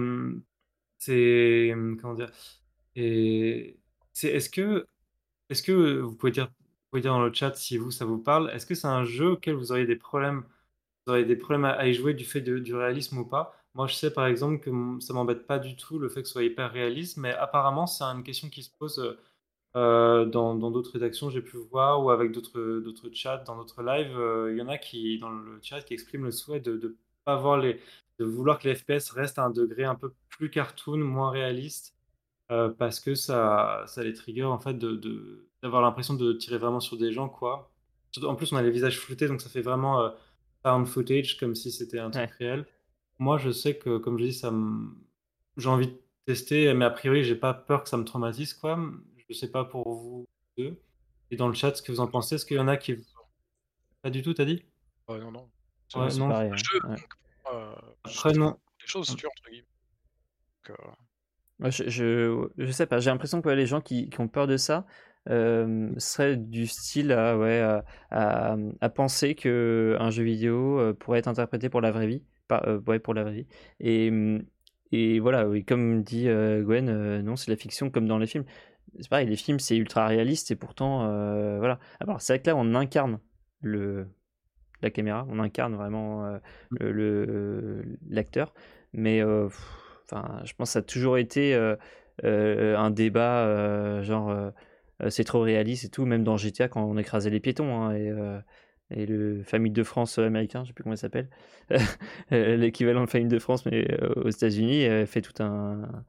comment dire, et c'est est-ce que vous pouvez dire dans le chat si ça vous parle, est-ce que c'est un jeu auquel vous auriez des problèmes à y jouer du fait du réalisme ou pas? Moi, je sais par exemple que ça m'embête pas du tout le fait que ce soit hyper réaliste, mais apparemment, c'est une question qui se pose dans d'autres rédactions, j'ai pu voir, ou avec d'autres chats, dans d'autres lives. Il y en a qui, dans le chat, qui expriment le souhait de pas voir de vouloir que les FPS restent à un degré un peu plus cartoon, moins réaliste, parce que ça les trigger en fait d'avoir l'impression de tirer vraiment sur des gens, quoi. En plus, on a les visages floutés, donc ça fait vraiment found footage, comme si c'était un truc Ouais. réel. Moi, je sais que, comme je dis, j'ai envie de tester, mais a priori, j'ai pas peur que ça me traumatise, quoi. Je sais pas pour vous deux. Et dans le chat, ce que vous en pensez, est-ce qu'il y en a qui... Pas du tout, t'as dit? Non, non. Ouais, Ouais, c'est non. pareil, Le ouais. jeu, Ouais. donc, je Après, trouve non. des choses, tu vois, entre guillemets. Donc, Moi, je sais pas, j'ai l'impression que ouais, les gens qui ont peur de ça seraient du style ouais, à penser que un jeu vidéo pourrait être interprété pour la vraie vie, ouais, pour la vraie vie. Et, et voilà, oui, comme dit Gwen, non, c'est la fiction comme dans les films. C'est pareil, les films c'est ultra réaliste et pourtant, voilà. Alors c'est vrai que là on incarne le, la caméra, on incarne vraiment l'acteur, mais enfin, je pense que ça a toujours été un débat genre c'est trop réaliste et tout, même dans GTA quand on écrasait les piétons, hein, et le Famille de France américain, je sais plus comment il s'appelle, l'équivalent de Famille de France mais aux États-Unis, fait tout un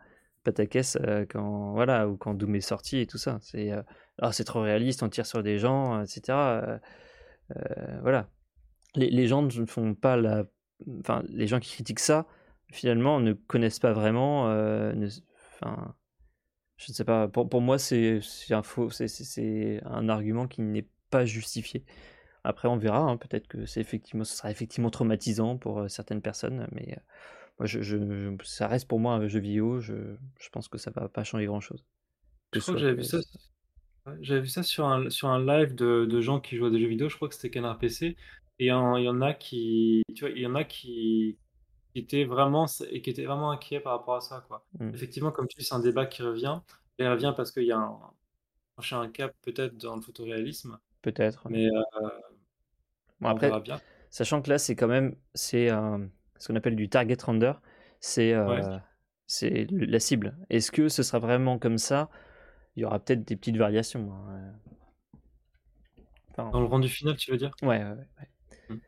pataquès quand, voilà, ou quand Doom est sorti et tout ça. C'est trop réaliste, on tire sur des gens, etc. Voilà. Les gens ne font pas enfin, les gens qui critiquent ça, finalement, ne connaissent pas vraiment. Enfin, je ne sais pas. Pour moi, c'est un faux, c'est un argument qui n'est pas justifié. Après, on verra. Hein, peut-être que ce sera effectivement traumatisant pour certaines personnes, mais moi, ça reste pour moi un jeu vidéo. Je pense que ça va pas changer grand-chose. Je crois que j'avais vu ça. Ouais, j'avais vu ça sur un live de gens qui jouent à des jeux vidéo. Je crois que c'était Canard PC. Et il y en a qui, tu vois, il y en a qui étaient vraiment et qui étaient vraiment inquiets par rapport à ça, quoi. Mm. Effectivement, comme tu dis, c'est un débat qui revient. Et il revient parce qu'il y a un cap peut-être dans le photoréalisme, Peut-être. mais Bon, on après, verra bien. sachant que là, c'est quand même ce qu'on appelle du target render. C'est Ouais. la cible. Est-ce que ce sera vraiment comme ça? Il y aura peut-être des petites variations. Hein. Enfin, Dans le rendu final, tu veux dire? ouais. Mm.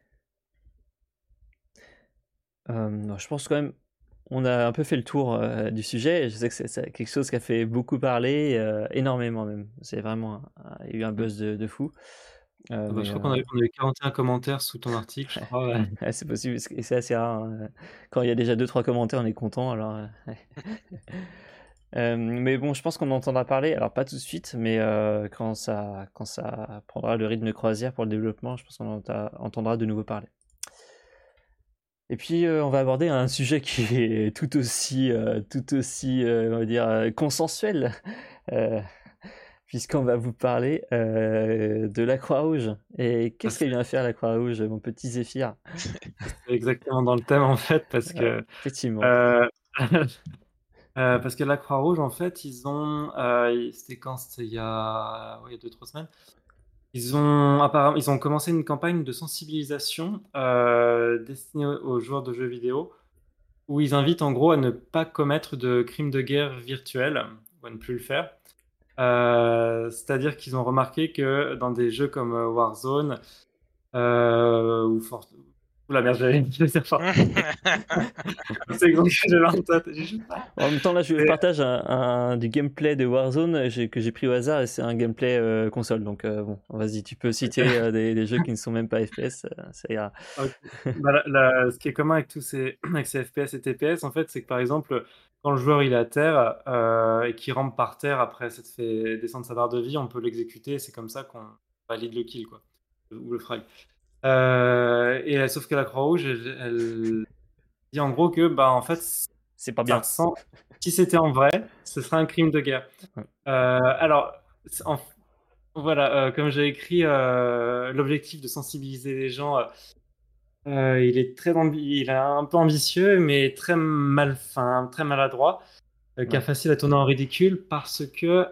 Non, je pense quand même, on a un peu fait le tour du sujet. Je sais que c'est quelque chose qui a fait beaucoup parler, énormément même. C'est vraiment, il y a eu un buzz de fou. Ah bah, je crois on avait 41 commentaires sous ton article, je crois. Ouais. Ouais, c'est possible, et c'est assez rare. Hein. Quand il y a déjà 2-3 commentaires, on est content. Alors, ouais. Mais bon, je pense qu'on entendra parler, alors pas tout de suite, mais quand ça prendra le rythme de croisière pour le développement, je pense qu'on entendra de nouveau parler. Et puis on va aborder un sujet qui est tout aussi on va dire, consensuel, puisqu'on va vous parler de la Croix-Rouge. Et qu'est-ce qu'elle vient faire, la Croix-Rouge, mon petit Zéphyr? C'est exactement dans le thème, en fait, parce que Effectivement. parce que la Croix-Rouge, en fait, c'était quand? C'était il y a 2-3 semaines. Ils ont commencé une campagne de sensibilisation destinée aux joueurs de jeux vidéo, où ils invitent en gros à ne pas commettre de crimes de guerre virtuels, ou à ne plus le faire. C'est-à-dire qu'ils ont remarqué que dans des jeux comme Warzone ou Oula merde, j'allais dire fort. C'est exemple que j'avais en tête. En même temps, là, je Et- partage du gameplay de Warzone que j'ai pris au hasard, et c'est un gameplay console. Donc, bon, vas-y, tu peux citer des jeux qui ne sont même pas FPS, ça ira. Ok. Bah, ce qui est commun avec avec ces FPS et TPS, en fait, c'est que par exemple, quand le joueur il est à terre et qu'il rampe par terre après ça te fait descendre sa barre de vie, on peut l'exécuter. C'est comme ça qu'on valide le kill, quoi, ou le frag. Sauf que la Croix-Rouge, elle dit en gros que bah en fait, C'est pas ça bien. ressemble. Si c'était en vrai, ce serait un crime de guerre. Ouais. Alors, voilà, comme j'ai écrit, l'objectif de sensibiliser les gens. Il il est un peu ambitieux, mais très maladroit, qui est Ouais. facile à tourner en ridicule parce que,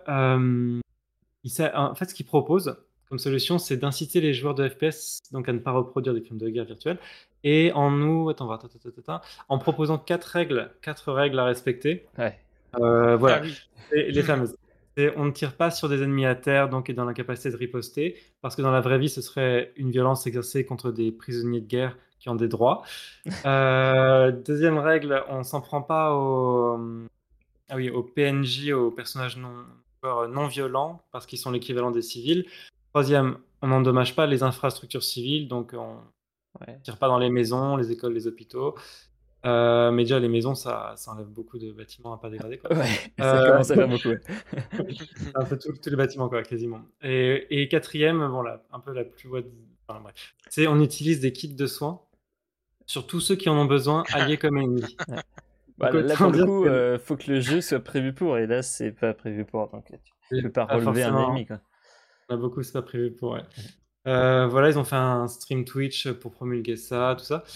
en fait, ce qu'il propose comme solution, c'est d'inciter les joueurs de FPS donc à ne pas reproduire des crimes de guerre virtuels et en proposant quatre règles à respecter. Ah Voilà, oui. les fameuses. On ne tire pas sur des ennemis à terre, donc est dans l'incapacité de riposter, parce que dans la vraie vie, ce serait une violence exercée contre des prisonniers de guerre qui ont des droits. Deuxième règle, on s'en prend pas aux PNJ, aux personnages non violents, parce qu'ils sont l'équivalent des civils. Troisième, on n'endommage pas les infrastructures civiles, donc on Ouais. tire pas dans les maisons, les écoles, les hôpitaux. Mais déjà, les maisons, ça enlève beaucoup de bâtiments à pas dégrader, quoi. Ouais, ça commence à faire beaucoup. Ouais. Un peu tous les bâtiments, quoi, quasiment. Et quatrième, bon, là, un peu la plus enfin, bref. C'est on utilise des kits de soins sur tous ceux qui en ont besoin, alliés comme ennemis. Ouais. Donc, Là, autant pour le dire coup, que faut que le jeu soit prévu pour, et là, c'est pas prévu pour. Donc, tu peux c'est pas pas relever un forcément. ennemi, quoi. On a beaucoup, c'est pas prévu pour, ouais. Voilà, ils ont fait un stream Twitch pour promulguer ça, tout ça.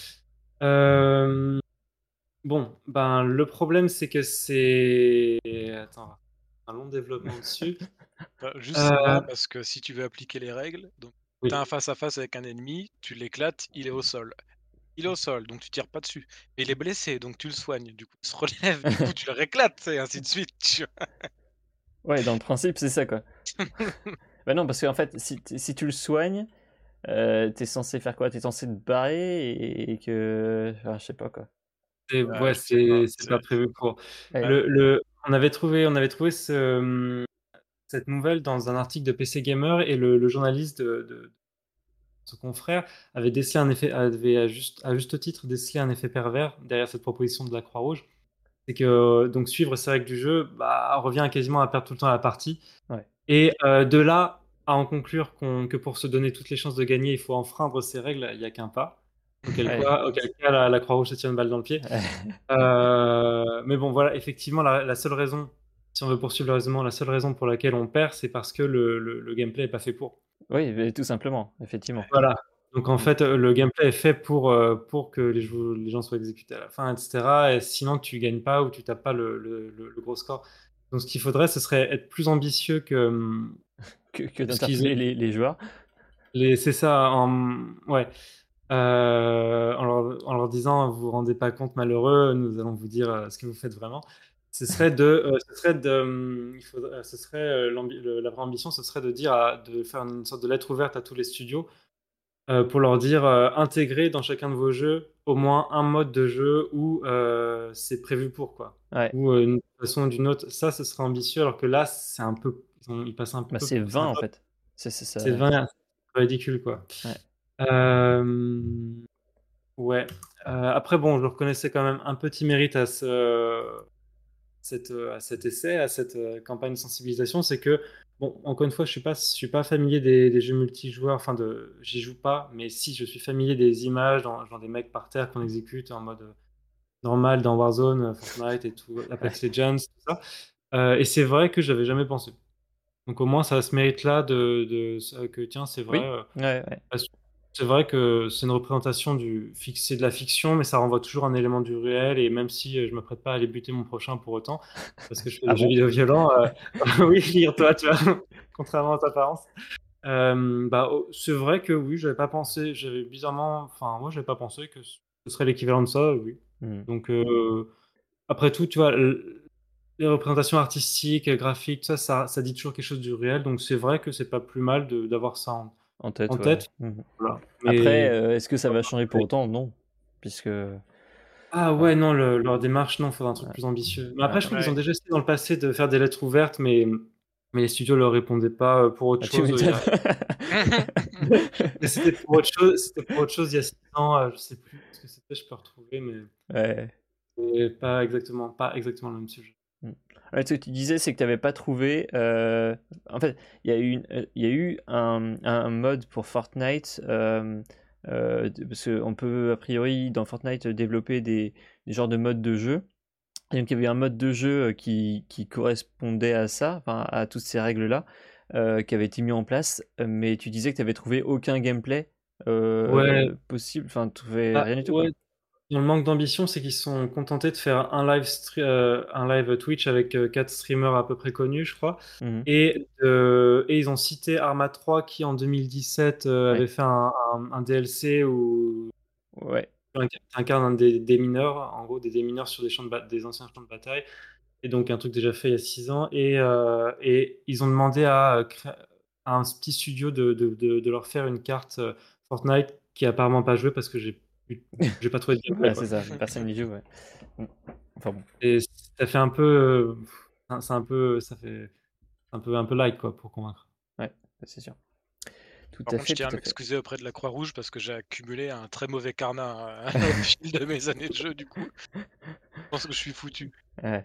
Bon, ben, le problème, c'est que c'est. Attends, un long développement dessus. Juste Euh, ça, parce que si tu veux appliquer les règles, donc tu as oui. un face-à-face avec un ennemi, tu l'éclates, il est au sol. Il est au sol, donc tu tires pas dessus. Mais il est blessé, donc tu le soignes. Du coup, il se relève, du coup, tu le réclates, et ainsi de suite. Ouais, dans le principe, c'est ça, quoi. Bah non, parce qu'en fait, si tu le soignes, t'es censé faire quoi? T'es censé te barrer et que. Enfin, je sais pas, quoi. Ouais, Je sais pas. c'est pas prévu pour. Ouais. Le on avait trouvé cette nouvelle dans un article de PC Gamer et le journaliste de ce confrère avait décelé un effet, avait à juste titre décelé un effet pervers derrière cette proposition de la Croix-Rouge. C'est que donc suivre ces règles du jeu revient quasiment à perdre tout le temps la partie. Ouais. Et de là à en conclure que pour se donner toutes les chances de gagner, il faut enfreindre ces règles, il n'y a qu'un pas. Ouais. Auquel cas la Croix-Rouge se tire une balle dans le pied. Mais bon, voilà, effectivement, la seule raison, si on veut poursuivre le raisonnement, la seule raison pour laquelle on perd, c'est parce que le gameplay n'est pas fait pour. Oui, mais tout simplement, effectivement. Voilà. Donc en Mm. fait, le gameplay est fait pour que les gens soient exécutés à la fin, etc. Et sinon, tu gagnes pas ou tu tapes pas le gros score. Donc ce qu'il faudrait, ce serait être plus ambitieux Que que ce qu'ils d'interpeller les joueurs. c'est ça, ouais. En leur disant, vous vous rendez pas compte, malheureux, nous allons vous dire ce que vous faites vraiment. La vraie ambition, ce serait de dire, de faire une sorte de lettre ouverte à tous les studios pour leur dire, intégrer dans chacun de vos jeux au moins un mode de jeu où c'est prévu pour quoi, Ouais. ou d'une façon ou d'une autre. Ça, ce serait ambitieux, alors que là, c'est un peu, ils passent un Bah, peu, c'est 20 en peu, fait. C'est ça. c'est 20, c'est ridicule quoi. Ouais. Euh, Ouais. Après, bon, je reconnaissais quand même un petit mérite à cet essai, à cette campagne de sensibilisation, c'est que, bon, encore une fois, je suis pas familier des jeux multijoueurs, j'y joue pas, mais si, je suis familier des images, genre des mecs par terre qu'on exécute en mode normal dans Warzone, Fortnite et tout, Ouais. Apex Legends, tout ça. Et c'est vrai que j'avais jamais pensé. Donc au moins, ça a ce mérite-là que, tiens, c'est vrai. Oui. Ouais. C'est vrai que c'est une représentation c'est de la fiction, mais ça renvoie toujours un élément du réel. Et même si je me prête pas à aller buter mon prochain pour autant, parce que je fais Ah des jeux bon? vidéo violents, oui, lire-toi, tu vois, contrairement à ta apparence. C'est vrai que oui, j'avais pas pensé, j'avais bizarrement, enfin, moi, j'avais pas pensé que ce serait l'équivalent de ça, oui. Mm. Donc, après tout, tu vois, les représentations artistiques, graphiques, ça dit toujours quelque chose du réel. Donc, c'est vrai que c'est pas plus mal d'avoir ça En tête, en ouais. tête. Mhm. Voilà. Après, Mais. est-ce que ça va changer pour autant? Non. Puisque. Ah Voilà. ouais, non, leur démarche, non, il faudra un truc Ouais. plus ambitieux. Mais Ouais. après, je crois qu'ils ont Ouais. déjà essayé dans le passé de faire des lettres ouvertes, mais les studios leur répondaient pas pour autre Ah, tu chose. m'étonnes. Mais c'était pour autre chose il y a 6 ans, je sais plus ce que c'était, je peux retrouver, mais Ouais. c'est pas exactement le même sujet. Mm. Ouais, ce que tu disais, c'est que tu n'avais pas trouvé. En fait, il y a eu un mode pour Fortnite. Parce qu'on peut, a priori, dans Fortnite, développer des genres de modes de jeu. Et donc, il y avait un mode de jeu qui correspondait à ça, enfin, à toutes ces règles-là, qui avait été mis en place. Mais tu disais que tu n'avais trouvé aucun gameplay Ouais, possible. Enfin, tu trouvais rien du tout, quoi. ouais. Dans le manque d'ambition, c'est qu'ils se sont contentés de faire un live Twitch avec 4 streamers à peu près connus, je crois. Mhm. Et ils ont cité Arma 3 qui, en 2017, Ouais. avait fait un DLC où Ouais. tu incarnes des mineurs, en gros des démineurs sur des anciens champs de bataille. Et donc un truc déjà fait il y a 6 ans. Et ils ont demandé à un petit studio de leur faire une carte Fortnite qui a apparemment pas joué parce que j'ai pas trouvé de gameplay, Voilà, c'est quoi. ça. Personne n'y joue, ouais. Mm. Enfin bon. Et ça fait un peu, c'est un peu light, quoi, pour convaincre. Ouais, c'est sûr. Tout Par à contre, je fait, tiens tout à à fait. m'excuser auprès de la Croix-Rouge parce que j'ai accumulé un très mauvais karma au fil de mes années de jeu, du coup. Je pense que je suis foutu. Ouais.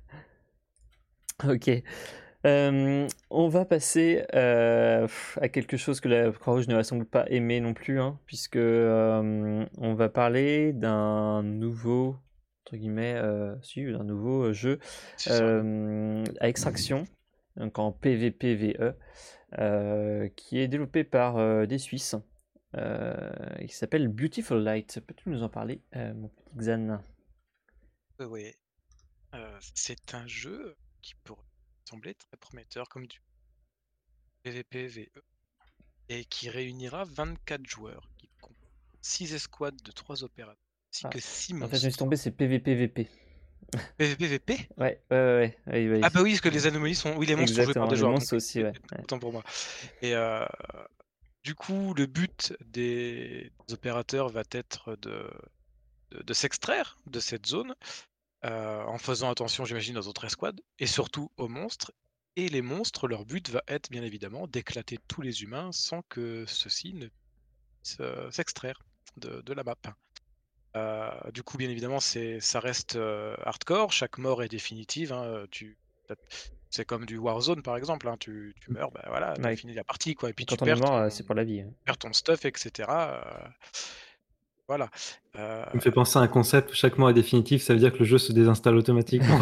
Ok. On va passer à quelque chose que la Croix-Rouge ne va sans doute pas aimer non plus, hein, puisque on va parler d'un nouveau, entre guillemets, d'un nouveau jeu C'est ça. à extraction, donc en PvPvE, qui est développé par des Suisses, et qui s'appelle Beautiful Light. Peux-tu nous en parler, mon petit Xan? Ouais. C'est un jeu qui pourrait sembler très prometteur comme du PvP-VE et qui réunira 24 joueurs qui comptent 6 escouades de 3 opérateurs ainsi Ah, que 6 en fait, je me suis monstres. tombé, c'est PvPvP. PvP-VP? Ouais, oui. Ah bah oui, parce que les anomalies sont... Oui, les monstres sont joués par Exactement, des les joueurs, donc monstres aussi, ouais. autant pour moi. Et du coup, le but des opérateurs va être de s'extraire de cette zone en faisant attention, j'imagine, aux autres escouades et surtout aux monstres. Et les monstres, leur but va être bien évidemment d'éclater tous les humains sans que ceux-ci ne puissent s'extraire de la map. Du coup, bien évidemment, ça reste hardcore. Chaque mort est définitive. Hein, c'est comme du Warzone, par exemple. Hein, tu meurs, bah voilà, t'as Ouais. fini la partie, quoi. Et puis tu Quand on est perds mort, c'est pour la vie. perds ton stuff, etc. Voilà. Ça me fait penser à un concept où chaque mort est définitif, ça veut dire que le jeu se désinstalle automatiquement.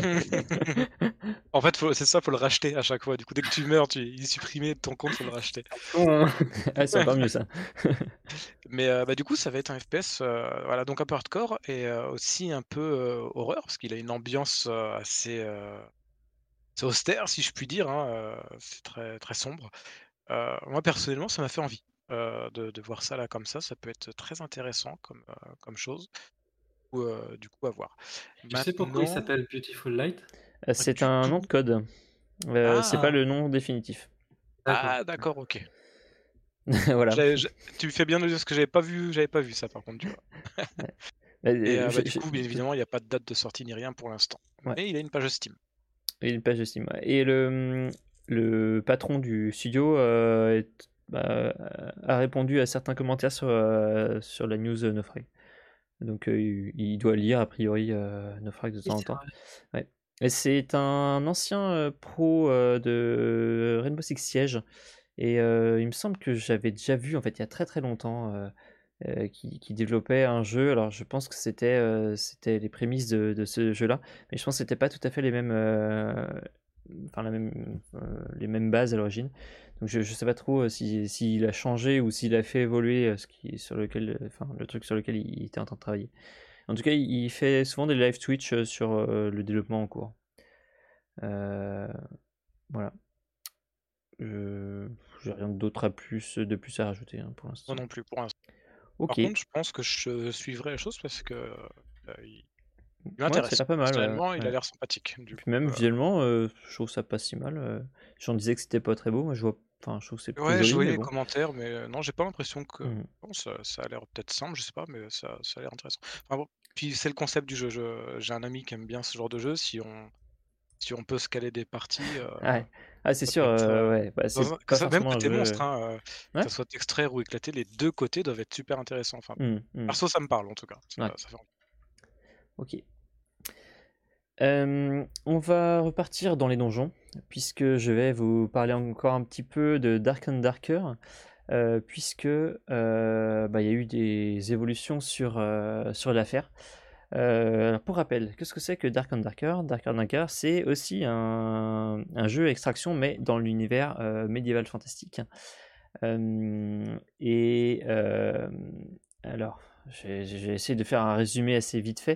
En fait, c'est ça, faut le racheter à chaque fois. Du coup, dès que tu meurs, il est supprimé de ton compte, faut le racheter. Ah, c'est encore mieux ça. Mais du coup, ça va être un FPS, voilà, donc un peu hardcore et aussi un peu horreur, parce qu'il a une ambiance assez c'est austère, si je puis dire. Hein, c'est très, très sombre. Moi, personnellement, ça m'a fait envie de voir ça là comme ça peut être très intéressant comme chose. Ou, du coup, à voir. Tu sais pourquoi il Maintenant, s'appelle Beautiful Light? C'est du un nom de tout. code. C'est pas Ah! le nom définitif. D'accord. Ah d'accord, OK. Voilà. Tu fais bien de dire ce que j'avais pas vu ça par contre, tu vois? Et du coup, bien évidemment, il y a pas de date de sortie ni rien pour l'instant. Ouais. Mais il a une page Steam. Et une page de Steam. Ouais. Et le patron du studio a répondu à certains commentaires sur la news Naufrag. Donc il doit lire a priori Naufrag de temps en temps. Ouais. Et c'est un ancien pro de Rainbow Six Siege. Et il me semble que j'avais déjà vu en fait il y a très très longtemps qui développait un jeu. Alors je pense que c'était les prémices de ce jeu-là, mais je pense que c'était pas tout à fait les mêmes, les mêmes bases à l'origine. Donc je sais pas trop s'il a changé ou s'il a fait évoluer le truc sur lequel il était en train de travailler. En tout cas, il fait souvent des live Twitch sur le développement en cours. Voilà. J'ai rien d'autre de plus à rajouter pour l'instant. Moi non plus, pour l'instant. Ok. Par contre, je pense que je suivrai la chose parce que il Ouais, ça a m'intéresse. l'air pas mal. Personnellement, il a Ouais. l'air sympathique. Et puis même visuellement, je trouve ça pas si mal. J'en disais que c'était pas très beau, moi je trouve que c'est plutôt Ouais, je joli, voyais mais les bon. commentaires, mais non, j'ai pas l'impression que Mhm. bon, ça a l'air peut-être simple, je sais pas, mais ça a l'air intéressant. Enfin bon, puis c'est le concept du jeu. J'ai un ami qui aime bien ce genre de jeu. Si on peut se caler des parties, Ouais. Ah, c'est ça sûr, peut être, ouais. Bah, c'est que pas ça même forcément un côté monstre, jeu. hein, Ouais. que ça soit t'extraire ou éclater, les 2 côtés doivent être super intéressants. Enfin, Mhm, mhm. perso, ça me parle en tout cas. Ouais. Ça fait envie. Ok. On va repartir dans les donjons, puisque je vais vous parler encore un petit peu de Dark and Darker, puisque il y a eu des évolutions sur l'affaire. Alors pour rappel, qu'est-ce que c'est que Dark and Darker? Dark and Darker, c'est aussi un jeu extraction, mais dans l'univers médiéval fantastique. Alors, j'ai essayé de faire un résumé assez vite fait.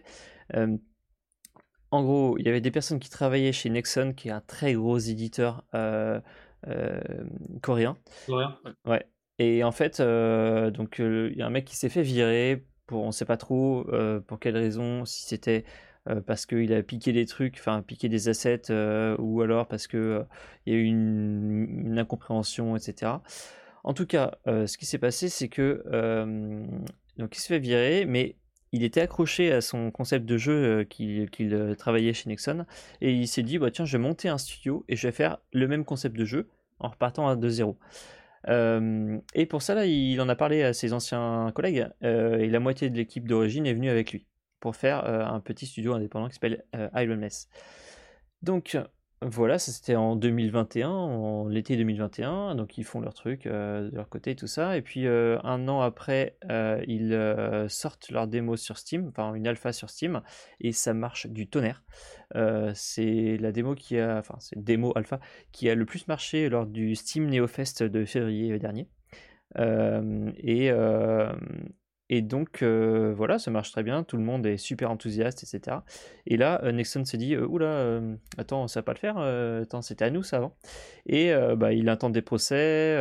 En gros, il y avait des personnes qui travaillaient chez Nexon, qui est un très gros éditeur euh, coréen. Coréen. Ouais. Et en fait, donc il y a un mec qui s'est fait virer on ne sait pas trop pour quelle raison, si c'était parce qu'il a piqué des trucs, enfin piqué des assets, ou alors parce que il y a eu une incompréhension, etc. En tout cas, ce qui s'est passé, c'est que donc il se fait virer, mais il était accroché à son concept de jeu qu'il travaillait chez Nexon, et il s'est dit bah tiens, je vais monter un studio et je vais faire le même concept de jeu en repartant de zéro. Et pour ça, là, il en a parlé à ses anciens collègues, et la moitié de l'équipe d'origine est venue avec lui pour faire un petit studio indépendant qui s'appelle Ironless. Donc voilà, ça c'était en 2021, en l'été 2021, donc ils font leur truc de leur côté, tout ça, et puis un an après, ils sortent leur démo sur Steam, enfin une alpha sur Steam, et ça marche du tonnerre. C'est la démo c'est démo alpha qui a le plus marché lors du Steam NeoFest de février dernier. Euh, et, euh, et donc voilà, ça marche très bien, tout le monde est super enthousiaste, etc. Et là, Nexon s'est dit, oula, attends, ça va pas le faire, attends, c'était à nous ça avant. Et il intente des procès,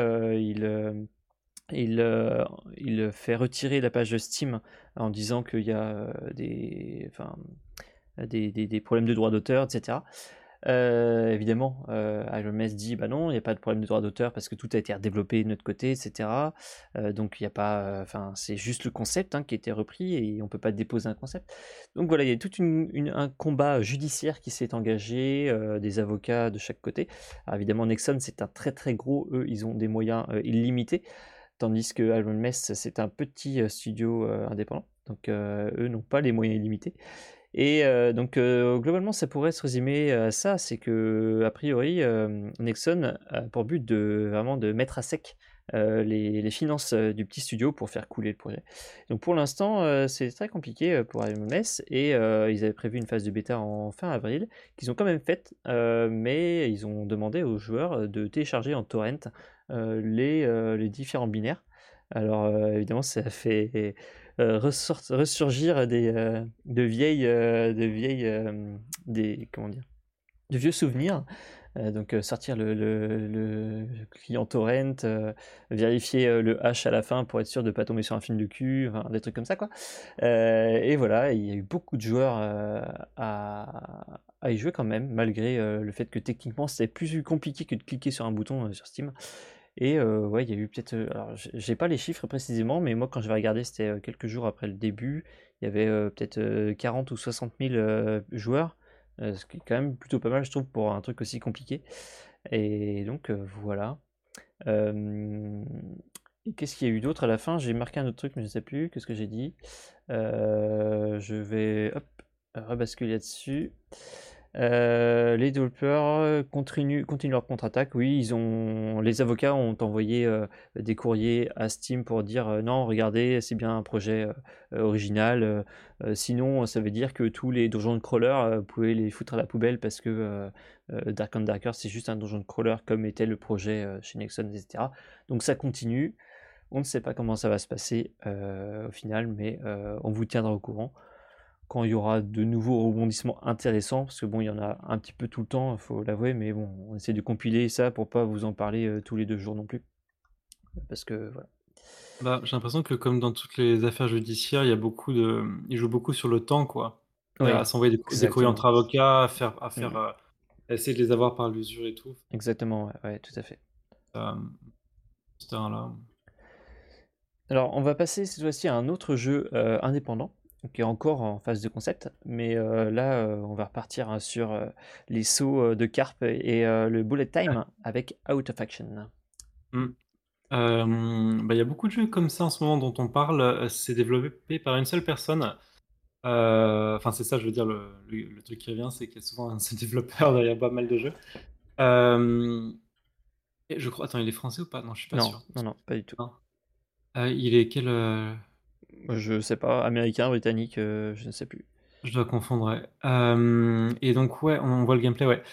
il fait retirer la page de Steam en disant qu'il y a des problèmes de droit d'auteur, etc. Évidemment, Iron Mace dit bah non, il n'y a pas de problème de droit d'auteur parce que tout a été redéveloppé de notre côté, etc. Donc il y a pas, enfin c'est juste le concept qui a été repris et on peut pas déposer un concept. Donc voilà, il y a tout un combat judiciaire qui s'est engagé, des avocats de chaque côté. Alors évidemment, Nexon c'est un très très gros, eux ils ont des moyens illimités, tandis que Iron Mace c'est un petit studio indépendant. Donc eux n'ont pas les moyens illimités. Et donc globalement, ça pourrait se résumer à ça, c'est que a priori, Nexon a pour but de vraiment de mettre à sec les finances du petit studio pour faire couler le projet. Donc pour l'instant, c'est très compliqué pour IMS et ils avaient prévu une phase de bêta en fin avril, qu'ils ont quand même faite, mais ils ont demandé aux joueurs de télécharger en torrent les différents binaires. Alors évidemment, ça fait ressurgir comment dire, de vieux souvenirs. Donc sortir le client torrent, vérifier le hash à la fin pour être sûr de ne pas tomber sur un film de cul, enfin, des trucs comme ça quoi. Et voilà, il y a eu beaucoup de joueurs à y jouer quand même, malgré le fait que techniquement c'était plus compliqué que de cliquer sur un bouton sur Steam. Et ouais, il y a eu peut-être, alors j'ai pas les chiffres précisément, mais moi quand j'avais regardé, c'était quelques jours après le début, il y avait peut-être 40 ou 60 000 joueurs, ce qui est quand même plutôt pas mal, je trouve, pour un truc aussi compliqué. Et donc voilà. Et qu'est-ce qu'il y a eu d'autre à la fin? J'ai marqué un autre truc, mais je ne sais plus. Qu'est-ce que j'ai dit? Je vais hop, rebasculer là-dessus. Les développeurs continuent leur contre-attaque. Oui, les avocats ont envoyé des courriers à Steam pour dire non, regardez, c'est bien un projet original. Sinon, ça veut dire que tous les donjons de crawler, vous pouvez les foutre à la poubelle parce que Dark and Darker, c'est juste un donjon de crawler comme était le projet chez Nexon, etc. Donc ça continue. On ne sait pas comment ça va se passer au final, mais on vous tiendra au courant quand il y aura de nouveaux rebondissements intéressants, parce que bon, il y en a un petit peu tout le temps, il faut l'avouer, mais bon, on essaie de compiler ça pour pas vous en parler tous les 2 jours non plus. Parce que voilà. Bah, j'ai l'impression que comme dans toutes les affaires judiciaires, ils jouent beaucoup sur le temps, quoi. Oui, À s'envoyer des courriers exactement. entre avocats, Mhm. à essayer de les avoir par l'usure et tout. Exactement, ouais, tout à fait. Ce terrain-là. Alors, on va passer cette fois-ci à un autre jeu indépendant, qui est encore en phase de concept, mais là, on va repartir sur les sauts de carpe et le bullet time avec Out of Action. Mmh. Bah, il y a beaucoup de jeux comme ça en ce moment dont on parle, c'est développé par une seule personne. Enfin, c'est ça, je veux dire, le truc qui revient, c'est qu'il y a souvent un seul développeur derrière pas mal de jeux. Et je crois, attends, il est français ou pas? Non, je suis pas sûr. Non, pas du tout. Non. Il est quel, Je sais pas, américain, britannique, je ne sais plus. Je dois confondre, ouais. Et donc, ouais, on voit le gameplay, ouais.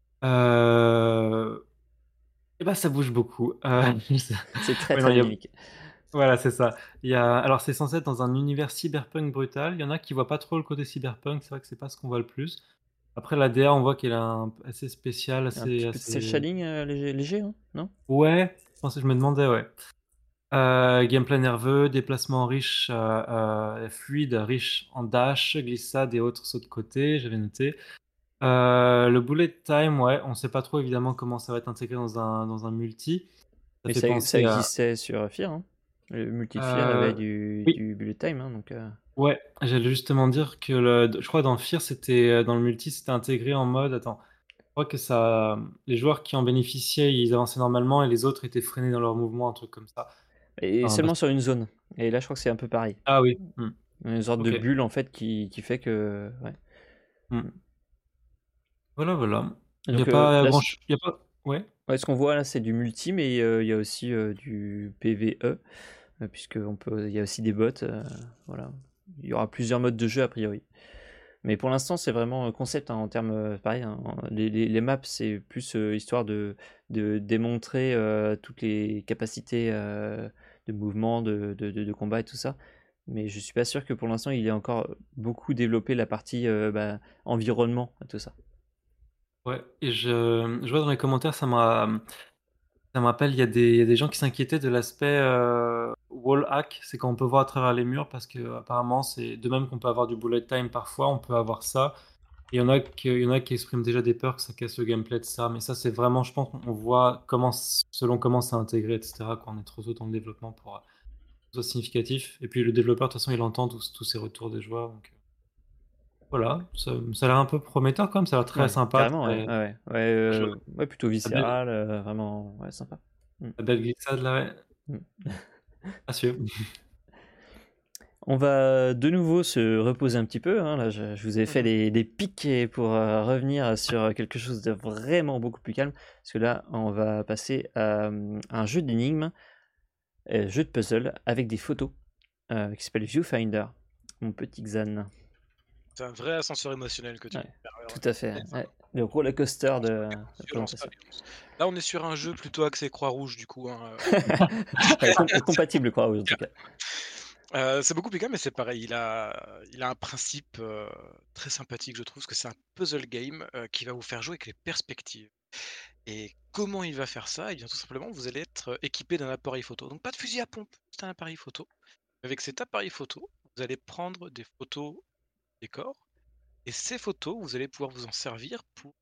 Et bah, ça bouge beaucoup. C'est très Ouais, non, très dynamique. voilà, c'est ça. Alors, c'est censé être dans un univers cyberpunk brutal. Il y en a qui voient pas trop le côté cyberpunk. C'est vrai que c'est pas ce qu'on voit le plus. Après, la DA, on voit qu'elle est assez spéciale, Un petit peu de cel shading léger, hein, non? Ouais, je me demandais, ouais. Gameplay nerveux, déplacement riche, fluide, riche en dash, glissade et autres sauts de côté, j'avais noté. Le bullet time, ouais, on sait pas trop évidemment comment ça va être intégré dans un multi. Ça Mais fait ça penser à existait sur Fear, hein. Le multi-Fear avait oui, du bullet time, hein, donc ouais, j'allais justement dire que je crois dans Fear, dans le multi, c'était intégré en mode attends, je crois que ça les joueurs qui en bénéficiaient, ils avançaient normalement et les autres étaient freinés dans leurs mouvements, un truc comme ça. et Enfin, seulement sur une zone. Et là, je crois que c'est un peu pareil. ah oui, mmh, Une sorte de OK. bulle, en fait, qui fait que ouais. Mmh. Voilà, voilà. Et Il y a donc pas là, grand ch il y a pas ouais? ouais, ce qu'on voit là, c'est du multi, mais il y a aussi du PvE, il y a aussi des bots, voilà. Il y aura plusieurs modes de jeu a priori. Mais pour l'instant, c'est vraiment concept en termes, pareil, hein, les maps, c'est plus histoire de démontrer toutes les capacités de mouvement, de combat et tout ça. Mais je suis pas sûr que pour l'instant, il ait encore beaucoup développé la partie environnement et tout ça. Ouais et je vois dans les commentaires, ça me rappelle, il y a des gens qui s'inquiétaient de l'aspect, wall hack. C'est quand on peut voir à travers les murs parce qu'apparemment c'est de même qu'on peut avoir du bullet time parfois, on peut avoir ça Il y en a qui expriment déjà des peurs que ça casse le gameplay de ça, mais ça c'est vraiment, je pense, on voit selon comment c'est intégré, etc. Quand on est trop tôt dans le développement pour que ce soit significatif. Et puis le développeur, de toute façon, il entend tous ces retours des joueurs. Donc, voilà, ça a l'air un peu prometteur quand même, ça a l'air très Ouais, sympa, carrément, ouais. Ouais, plutôt viscéral, vraiment, ouais, sympa. la belle glissade là, ouais. Mm. À suivre. On va de nouveau se reposer un petit peu. Hein. Là, je vous ai fait des pics pour revenir sur quelque chose de vraiment beaucoup plus calme. Parce que là, on va passer à un jeu d'énigmes, jeu de puzzle avec des photos qui s'appelle Viewfinder. Mon petit Xan. C'est un vrai ascenseur émotionnel que tu Ouais, peux faire. tout à fait. Ouais. Le roller coaster de présentation. Là, on est sur un jeu plutôt axé Croix-Rouge, du coup. Hein. Compatible Croix-Rouge, en tout cas. C'est beaucoup plus calme, mais c'est pareil. Il a un principe très sympathique, je trouve, parce que c'est un puzzle game qui va vous faire jouer avec les perspectives. Et comment il va faire ça? Eh bien, tout simplement, vous allez être équipé d'un appareil photo. Donc, pas de fusil à pompe, c'est un appareil photo. Avec cet appareil photo, vous allez prendre des photos décors. Et ces photos, vous allez pouvoir vous en servir pour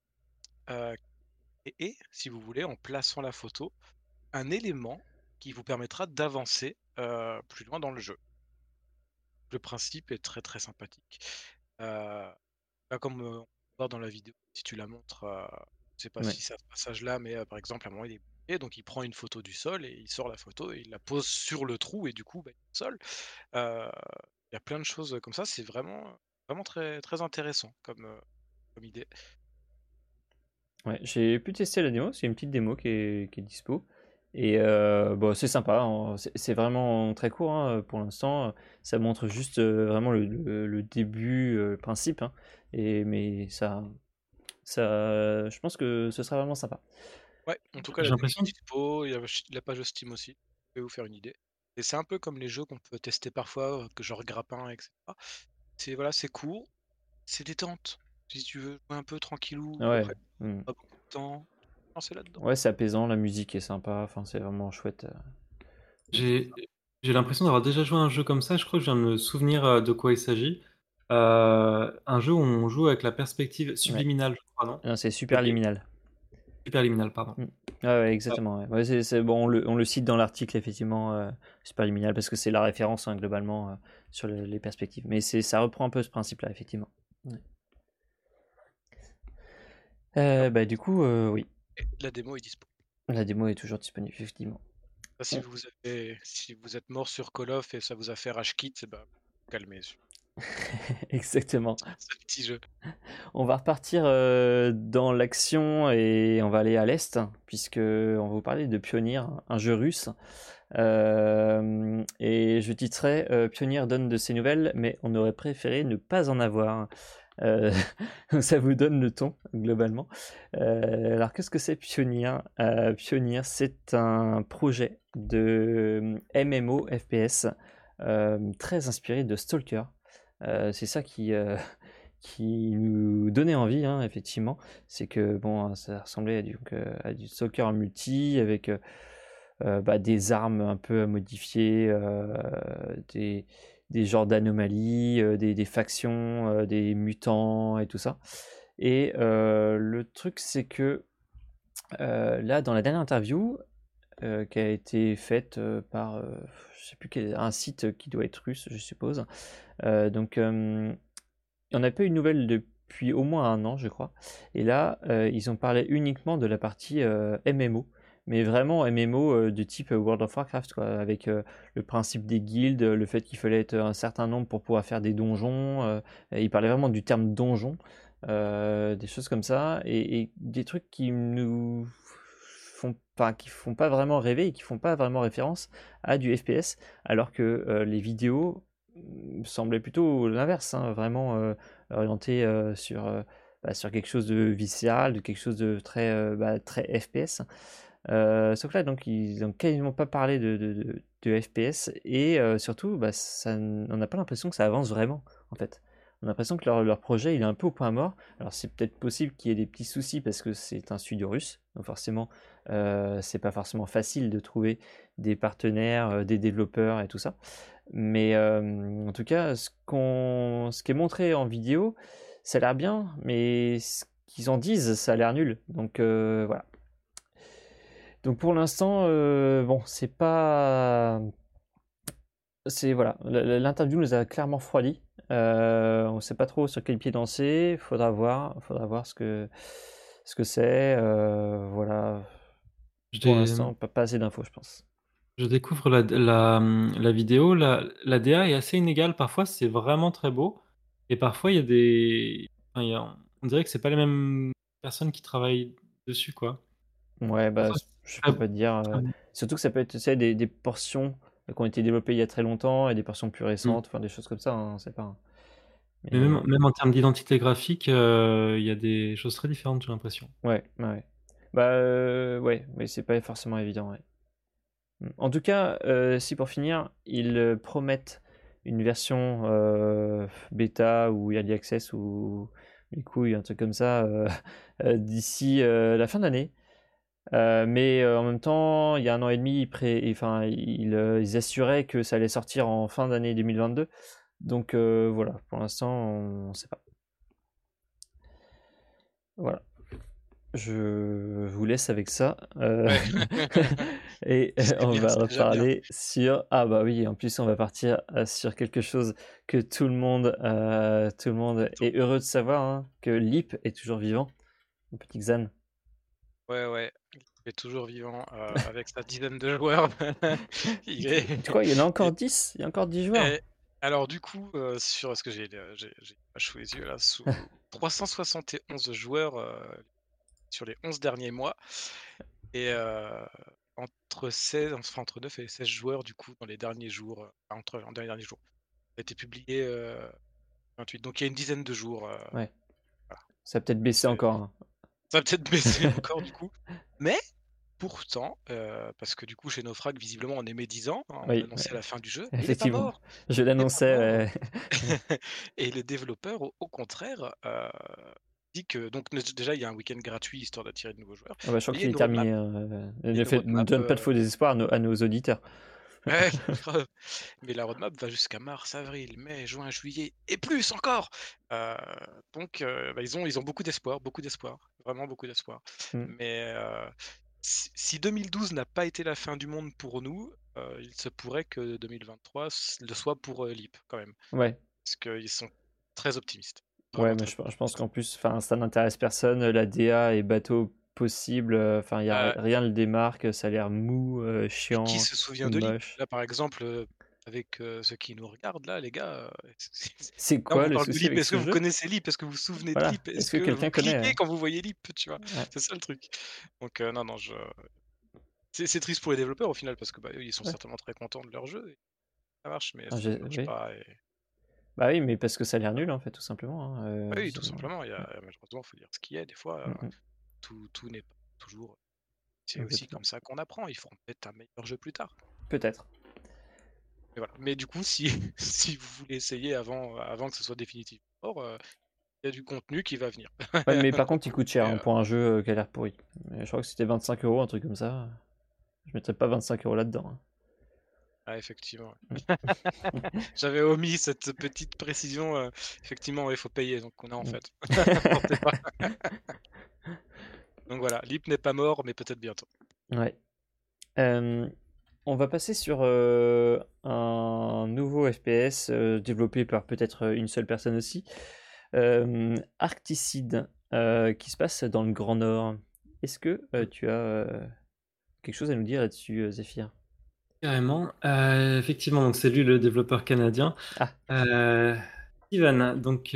si vous voulez, en plaçant la photo, un élément qui vous permettra d'avancer plus loin dans le jeu. Le principe est très très sympathique. Là, comme on peut voir dans la vidéo, si tu la montres, je sais pas si c'est à ce passage-là, mais par exemple, à un moment, il est bloqué, donc il prend une photo du sol et il sort la photo et il la pose sur le trou et du coup, il y a le sol. Il y a plein de choses comme ça, c'est vraiment, vraiment très, très intéressant comme idée. Ouais, j'ai pu tester la démo, c'est une petite démo qui est dispo. Et bon, c'est sympa, hein. C'est vraiment très court hein, pour l'instant. Ça montre juste vraiment le début, le principe. Hein. Mais je pense que ce sera vraiment sympa. Ouais, en tout cas, J'ai la démo l'impression est dispo, il y a la page Steam aussi, ça peut vous faire une idée. Et c'est un peu comme les jeux qu'on peut tester parfois, que genre Grappin, etc. C'est voilà, c'est court, c'est détente. Si tu veux jouer un peu tranquillou, Ouais, après pas beaucoup de temps, lancer là-dedans. ouais, c'est apaisant, la musique est sympa, enfin, c'est vraiment chouette. j'ai l'impression d'avoir déjà joué à un jeu comme ça, je crois que je viens de me souvenir de quoi il s'agit. Un jeu où on joue avec la perspective subliminale, je crois, non? Non, c'est Superliminal. Superliminal, pardon. Ouais, exactement. Ouais. Ouais, c'est bon, on le cite dans l'article, effectivement, Superliminal, parce que c'est la référence hein, globalement sur les perspectives. Mais ça reprend un peu ce principe-là, effectivement. Ouais. Bah, du coup, oui. Et la démo est dispo. La démo est toujours disponible, effectivement. Si vous êtes mort sur Call of et ça vous a fait rage quit, bah, calmez. Exactement. C'est un petit jeu. On va repartir dans l'action et on va aller à l'est, puisque on va vous parler de Pionnier, un jeu russe. Et je titrerai Pionnier donne de ses nouvelles, mais on aurait préféré ne pas en avoir. Ça vous donne le ton, globalement. Alors, qu'est-ce que c'est Pionnier? Pionnier, c'est un projet de MMO FPS très inspiré de Stalker. C'est ça qui nous donnait envie, hein, effectivement. C'est que bon, ça ressemblait à du Stalker en multi avec des armes un peu modifiées, des genres d'anomalies, des factions, des mutants et tout ça. Et le truc, c'est que là, dans la dernière interview qui a été faite par, je sais plus un site qui doit être russe, je suppose. Donc, on n'a pas eu de nouvelles depuis au moins un an, je crois. Et là, ils ont parlé uniquement de la partie MMO. Mais vraiment MMO du type World of Warcraft, quoi, avec le principe des guildes, le fait qu'il fallait être un certain nombre pour pouvoir faire des donjons. Ils parlaient vraiment du terme donjon, des choses comme ça, et des trucs qui font pas vraiment rêver et qui font pas vraiment référence à du FPS, alors que les vidéos semblait plutôt l'inverse, hein, vraiment orienté sur quelque chose de viscéral, de quelque chose de très FPS. Sauf que là, donc, ils n'ont quasiment pas parlé de FPS et surtout, on n'a pas l'impression que ça avance vraiment, en fait. On a l'impression que leur projet, il est un peu au point mort. Alors, c'est peut-être possible qu'il y ait des petits soucis parce que c'est un studio russe, donc forcément, c'est pas forcément facile de trouver des partenaires, des développeurs et tout ça. Mais en tout cas, ce qui est montré en vidéo, ça a l'air bien, mais ce qu'ils en disent, ça a l'air nul. Donc voilà. Donc pour l'instant, bon, c'est pas. Voilà, l'interview nous a clairement refroidi. On ne sait pas trop sur quel pied danser. Faudra voir ce que c'est. Voilà. Pour l'instant, pas assez d'infos, je pense. Je découvre la vidéo. La DA est assez inégale. Parfois, c'est vraiment très beau. Et parfois, il y a des. Enfin, on dirait que c'est pas les mêmes personnes qui travaillent dessus, quoi. Ouais, bah, Parfois, je c'est peux pas te dire. Surtout que ça peut être, tu sais, des portions qui ont été développées il y a très longtemps et des portions plus récentes, enfin des choses comme ça, hein, on sait pas. Mais Mais même en termes d'identité graphique, il y a des choses très différentes, j'ai l'impression. ouais, ouais. Bah ouais, mais c'est pas forcément évident, ouais. En tout cas, si pour finir, ils promettent une version bêta ou early access ou les couilles, un truc comme ça, d'ici la fin de l'année. Mais en même temps, il y a 1 an et demi, enfin, ils assuraient que ça allait sortir en fin d'année 2022. Donc voilà, pour l'instant, on ne sait pas. Voilà. Je vous laisse avec ça. Ouais. Et C'est on bien, va c'est déjà bien. reparler sur... Ah bah oui, en plus on va partir sur quelque chose que tout le monde est heureux de savoir, hein, que Lip est toujours vivant, mon petit Xan. Ouais, il est toujours vivant avec sa dizaine de joueurs. Il est... Tu crois, il y en a il- encore 10? Il y a encore 10 joueurs? et alors du coup, sur ce que j'ai une page sous les yeux là, sous 371 joueurs sur les 11 derniers mois et entre 9 et 16 joueurs du coup dans les derniers jours, en derniers jours. Ça a été publié 28, donc il y a une dizaine de jours. Ouais, Voilà. ça a peut-être baissé C'est- encore, hein. Ça va peut-être baisser encore du coup, mais pourtant, parce que du coup chez Naufrag visiblement on est médisant, hein, on Oui, annonçait la fin du jeu, mais il est pas effectivement. mort! Je Il est pas l'annonçais, mort! ouais. Et le développeur au contraire, dit que donc déjà il y a un week-end gratuit histoire d'attirer de nouveaux joueurs, Ah bah, je crois mais il y a qu'il est une roadmap. terminé, hein, Il y a une ne roadmap, donne pas de faux espoirs à nos auditeurs. ouais, grave, mais la roadmap va jusqu'à mars, avril, mai, juin, juillet et plus encore! Heu, donc bah, ils ont beaucoup d'espoir, vraiment beaucoup d'espoir. Mm. Mais si 2012 n'a pas été la fin du monde pour nous, il se pourrait que 2023 le soit pour, Leap quand même. Ouais. Parce qu'ils sont très optimistes, Ouais, vraiment mais très je pense optimistes. qu'en plus, enfin, ça n'intéresse personne. La DA est bateau possible. Enfin, Heu, rien ne le démarque. Ça a l'air mou, mais qui chiant, se souvient de Leap? moche. Là, par exemple, avec, ceux qui nous regardent là, les gars, C'est là, on quoi vous le parle de souci Leap. avec Est-ce que ce vous jeu? connaissez Leap? Est-ce que vous vous souvenez de Voilà. Leap? Est-ce Est-ce que que vous quelqu'un connaît? cliquez quand vous voyez Leap, tu vois? Ouais. C'est ça le truc. Donc non, non, c'est triste pour les développeurs au final parce que, bah, eux, ils sont Ouais. certainement très contents de leur jeu et ça marche, mais Ah, ça ne marche oui. pas et Bah oui, mais parce que ça a l'air nul, en fait, tout simplement, hein, bah oui, tout visiblement. simplement, il y a malheureusement, faut dire ce qui est. Des fois, Mm, mm. tout n'est pas toujours c'est aussi Exactement. comme ça qu'on apprend. Ils feront peut-être un meilleur jeu plus tard. Peut-être. Mais voilà. Mais du coup, si si vous voulez essayer avant que ce soit définitivement mort, il y a du contenu qui va venir. Ouais, mais par Donc contre, il coûte cher, et hein, pour un jeu qui a l'air pourri. Je crois que c'était 25 euros, un truc comme ça. Je mettrais pas 25 euros là-dedans, hein. ah effectivement, Mm. ouais. J'avais omis cette petite précision, effectivement, il faut payer, donc on a en Mm. fait. On sait pas. Donc voilà, Leap n'est pas mort, mais peut-être bientôt. Ouais. On va passer sur un nouveau FPS développé par peut-être une seule personne aussi, Arcticide, qui se passe dans le Grand Nord. Est-ce que tu as quelque chose à nous dire là-dessus, Zéphyr? Carrément. Effectivement, donc c'est lui le développeur canadien. Ah, Steven, donc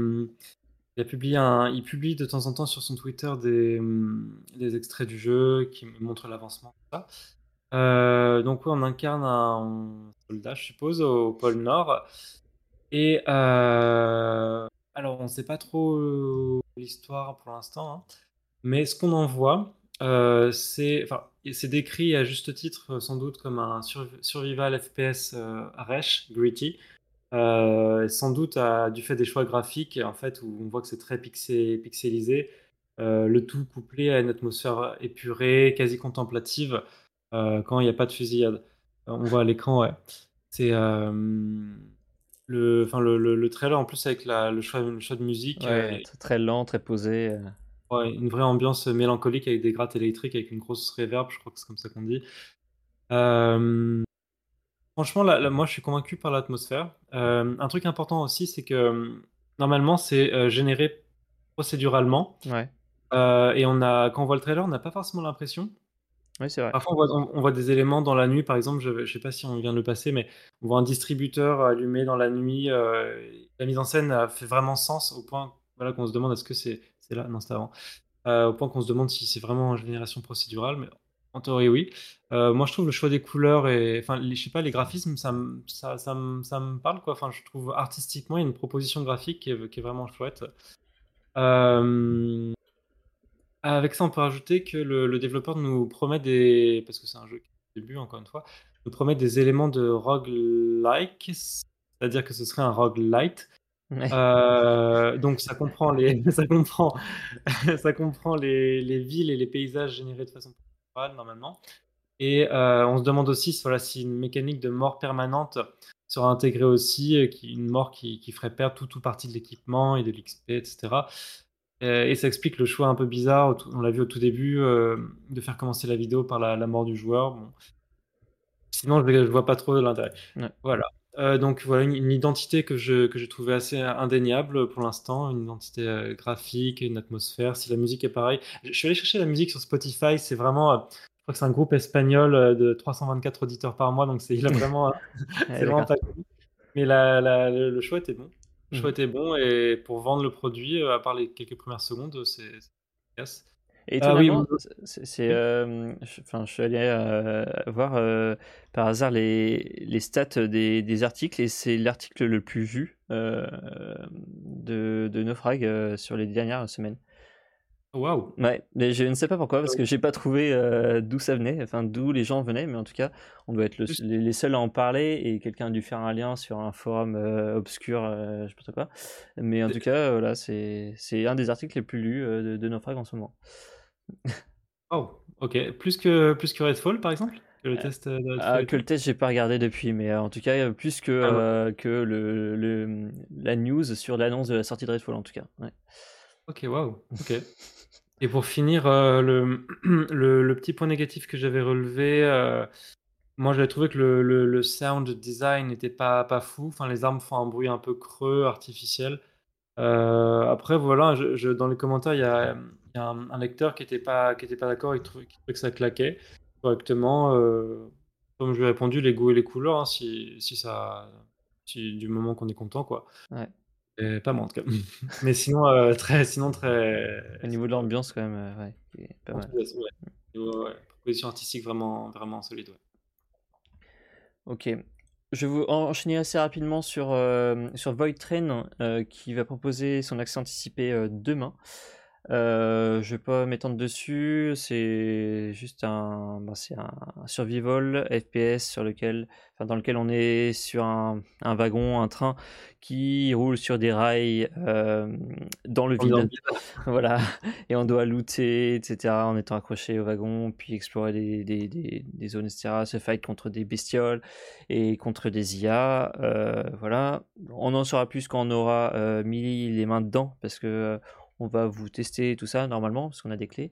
il publie de temps en temps sur son Twitter des extraits du jeu qui montrent l'avancement, tout ça. Donc oui, on incarne un soldat, je suppose, au pôle Nord. Et alors, on ne sait pas trop l'histoire pour l'instant, hein. Mais ce qu'on en voit, c'est décrit à juste titre, sans doute, comme un survival FPS rech, gritty. Sans doute du fait des choix graphiques, en fait, où on voit que c'est très pixelisé, le tout couplé à une atmosphère épurée, quasi contemplative, quand il n'y a pas de fusillade. On voit à l'écran, ouais. C'est le trailer en plus avec le choix de musique, Ouais, très lent, très posé. ouais, une vraie ambiance mélancolique avec des grattes électriques, avec une grosse reverb, je crois que c'est comme ça qu'on dit. Euh, Franchement, moi, je suis convaincu par l'atmosphère. Un truc important aussi, c'est que normalement, c'est généré procéduralement. Ouais, Et quand on voit le trailer, on n'a pas forcément l'impression. oui, c'est vrai. Parfois, on voit des éléments dans la nuit, par exemple, je ne sais pas si on vient de le passer, mais on voit un distributeur allumé dans la nuit. La mise en scène fait vraiment sens au point voilà, qu'on se demande est-ce que c'est là? Non, c'était avant. Au point qu'on se demande si c'est vraiment en génération procédurale, mais en théorie, oui. Moi, je trouve le choix des couleurs et, enfin, je sais pas, les graphismes, ça me parle, quoi. Enfin, je trouve artistiquement, il y a une proposition graphique qui est vraiment chouette. Euh, Avec ça, on peut rajouter que le développeur nous promet parce que c'est un jeu qui est au début, encore une fois, nous promet des éléments de roguelike, c'est-à-dire que ce serait un roguelite. Ouais. Donc ça comprend ça comprend les villes et les paysages générés de façon procédurale normalement. Et on se demande aussi voilà, si une mécanique de mort permanente sera intégrée aussi, une mort qui ferait perdre tout partie de l'équipement et de l'XP, etc. Et ça explique le choix un peu bizarre, on l'a vu au tout début, de faire commencer la vidéo par la mort du joueur. Bon. Sinon, je vois pas trop l'intérêt. Ouais. Voilà. Donc voilà, une identité que je trouvais assez indéniable pour l'instant, une identité graphique, une atmosphère. Si la musique est pareille, je suis allé chercher la musique sur Spotify. C'est vraiment, je crois que c'est un groupe espagnol de 324 auditeurs par mois, donc il a vraiment, Ouais, c'est vraiment d'accord. pas cool. Mais le choix était bon. Le choix Mhm. était bon et pour vendre le produit, à part les quelques premières secondes, c'est efficace. Et Ah oui, étonnamment, oui. enfin, je suis allé voir par hasard les stats des articles et c'est l'article le plus vu de Naufrag sur les dernières semaines. Waouh. Ouais, mais je ne sais pas pourquoi, parce que j'ai pas trouvé d'où ça venait, enfin d'où les gens venaient, mais en tout cas, on doit être Juste- les seuls à en parler et quelqu'un a dû faire un lien sur un forum obscur, je sais pas trop quoi. Mais en tout cas, voilà, c'est un des articles les plus lus de Naufrag en ce moment. Waouh. Ok. Plus que Redfall, par exemple? Que le test de Redfall et Que le tout? test, j'ai pas regardé depuis, mais en tout cas, plus Ah, ok. que la news sur l'annonce de la sortie de Redfall, en tout cas. Ouais. Ok, waouh. Ok. Et pour finir, le petit point négatif que j'avais relevé, moi j'avais trouvé que le sound design n'était pas fou. Enfin, les armes font un bruit un peu creux, artificiel. Après, voilà, dans les commentaires, il y a un lecteur qui était pas d'accord, qui trouvait que ça claquait correctement. Comme je lui ai répondu, les goûts et les couleurs, hein, si du moment qu'on est content, quoi. Ouais. Et pas moi en tout cas. Mais sinon, Au niveau de l'ambiance, quand même, ouais, c'est pas mal. enthousiasme, ouais. Ouais, ouais. Proposition artistique vraiment, vraiment solide, ouais. Ok. Je vais vous enchaîner assez rapidement sur Void Train, qui va proposer son accès anticipé demain. Je vais pas m'étendre dessus, c'est juste c'est un survival FPS dans lequel on est sur un wagon, un train qui roule sur des rails dans le Ambiance vide. Voilà, et on doit looter, etc., en étant accroché au wagon, puis explorer des zones, etc., se fight contre des bestioles et contre des IA. Voilà, on en saura plus quand on aura mis les mains dedans, parce que on va vous tester tout ça normalement, parce qu'on a des clés.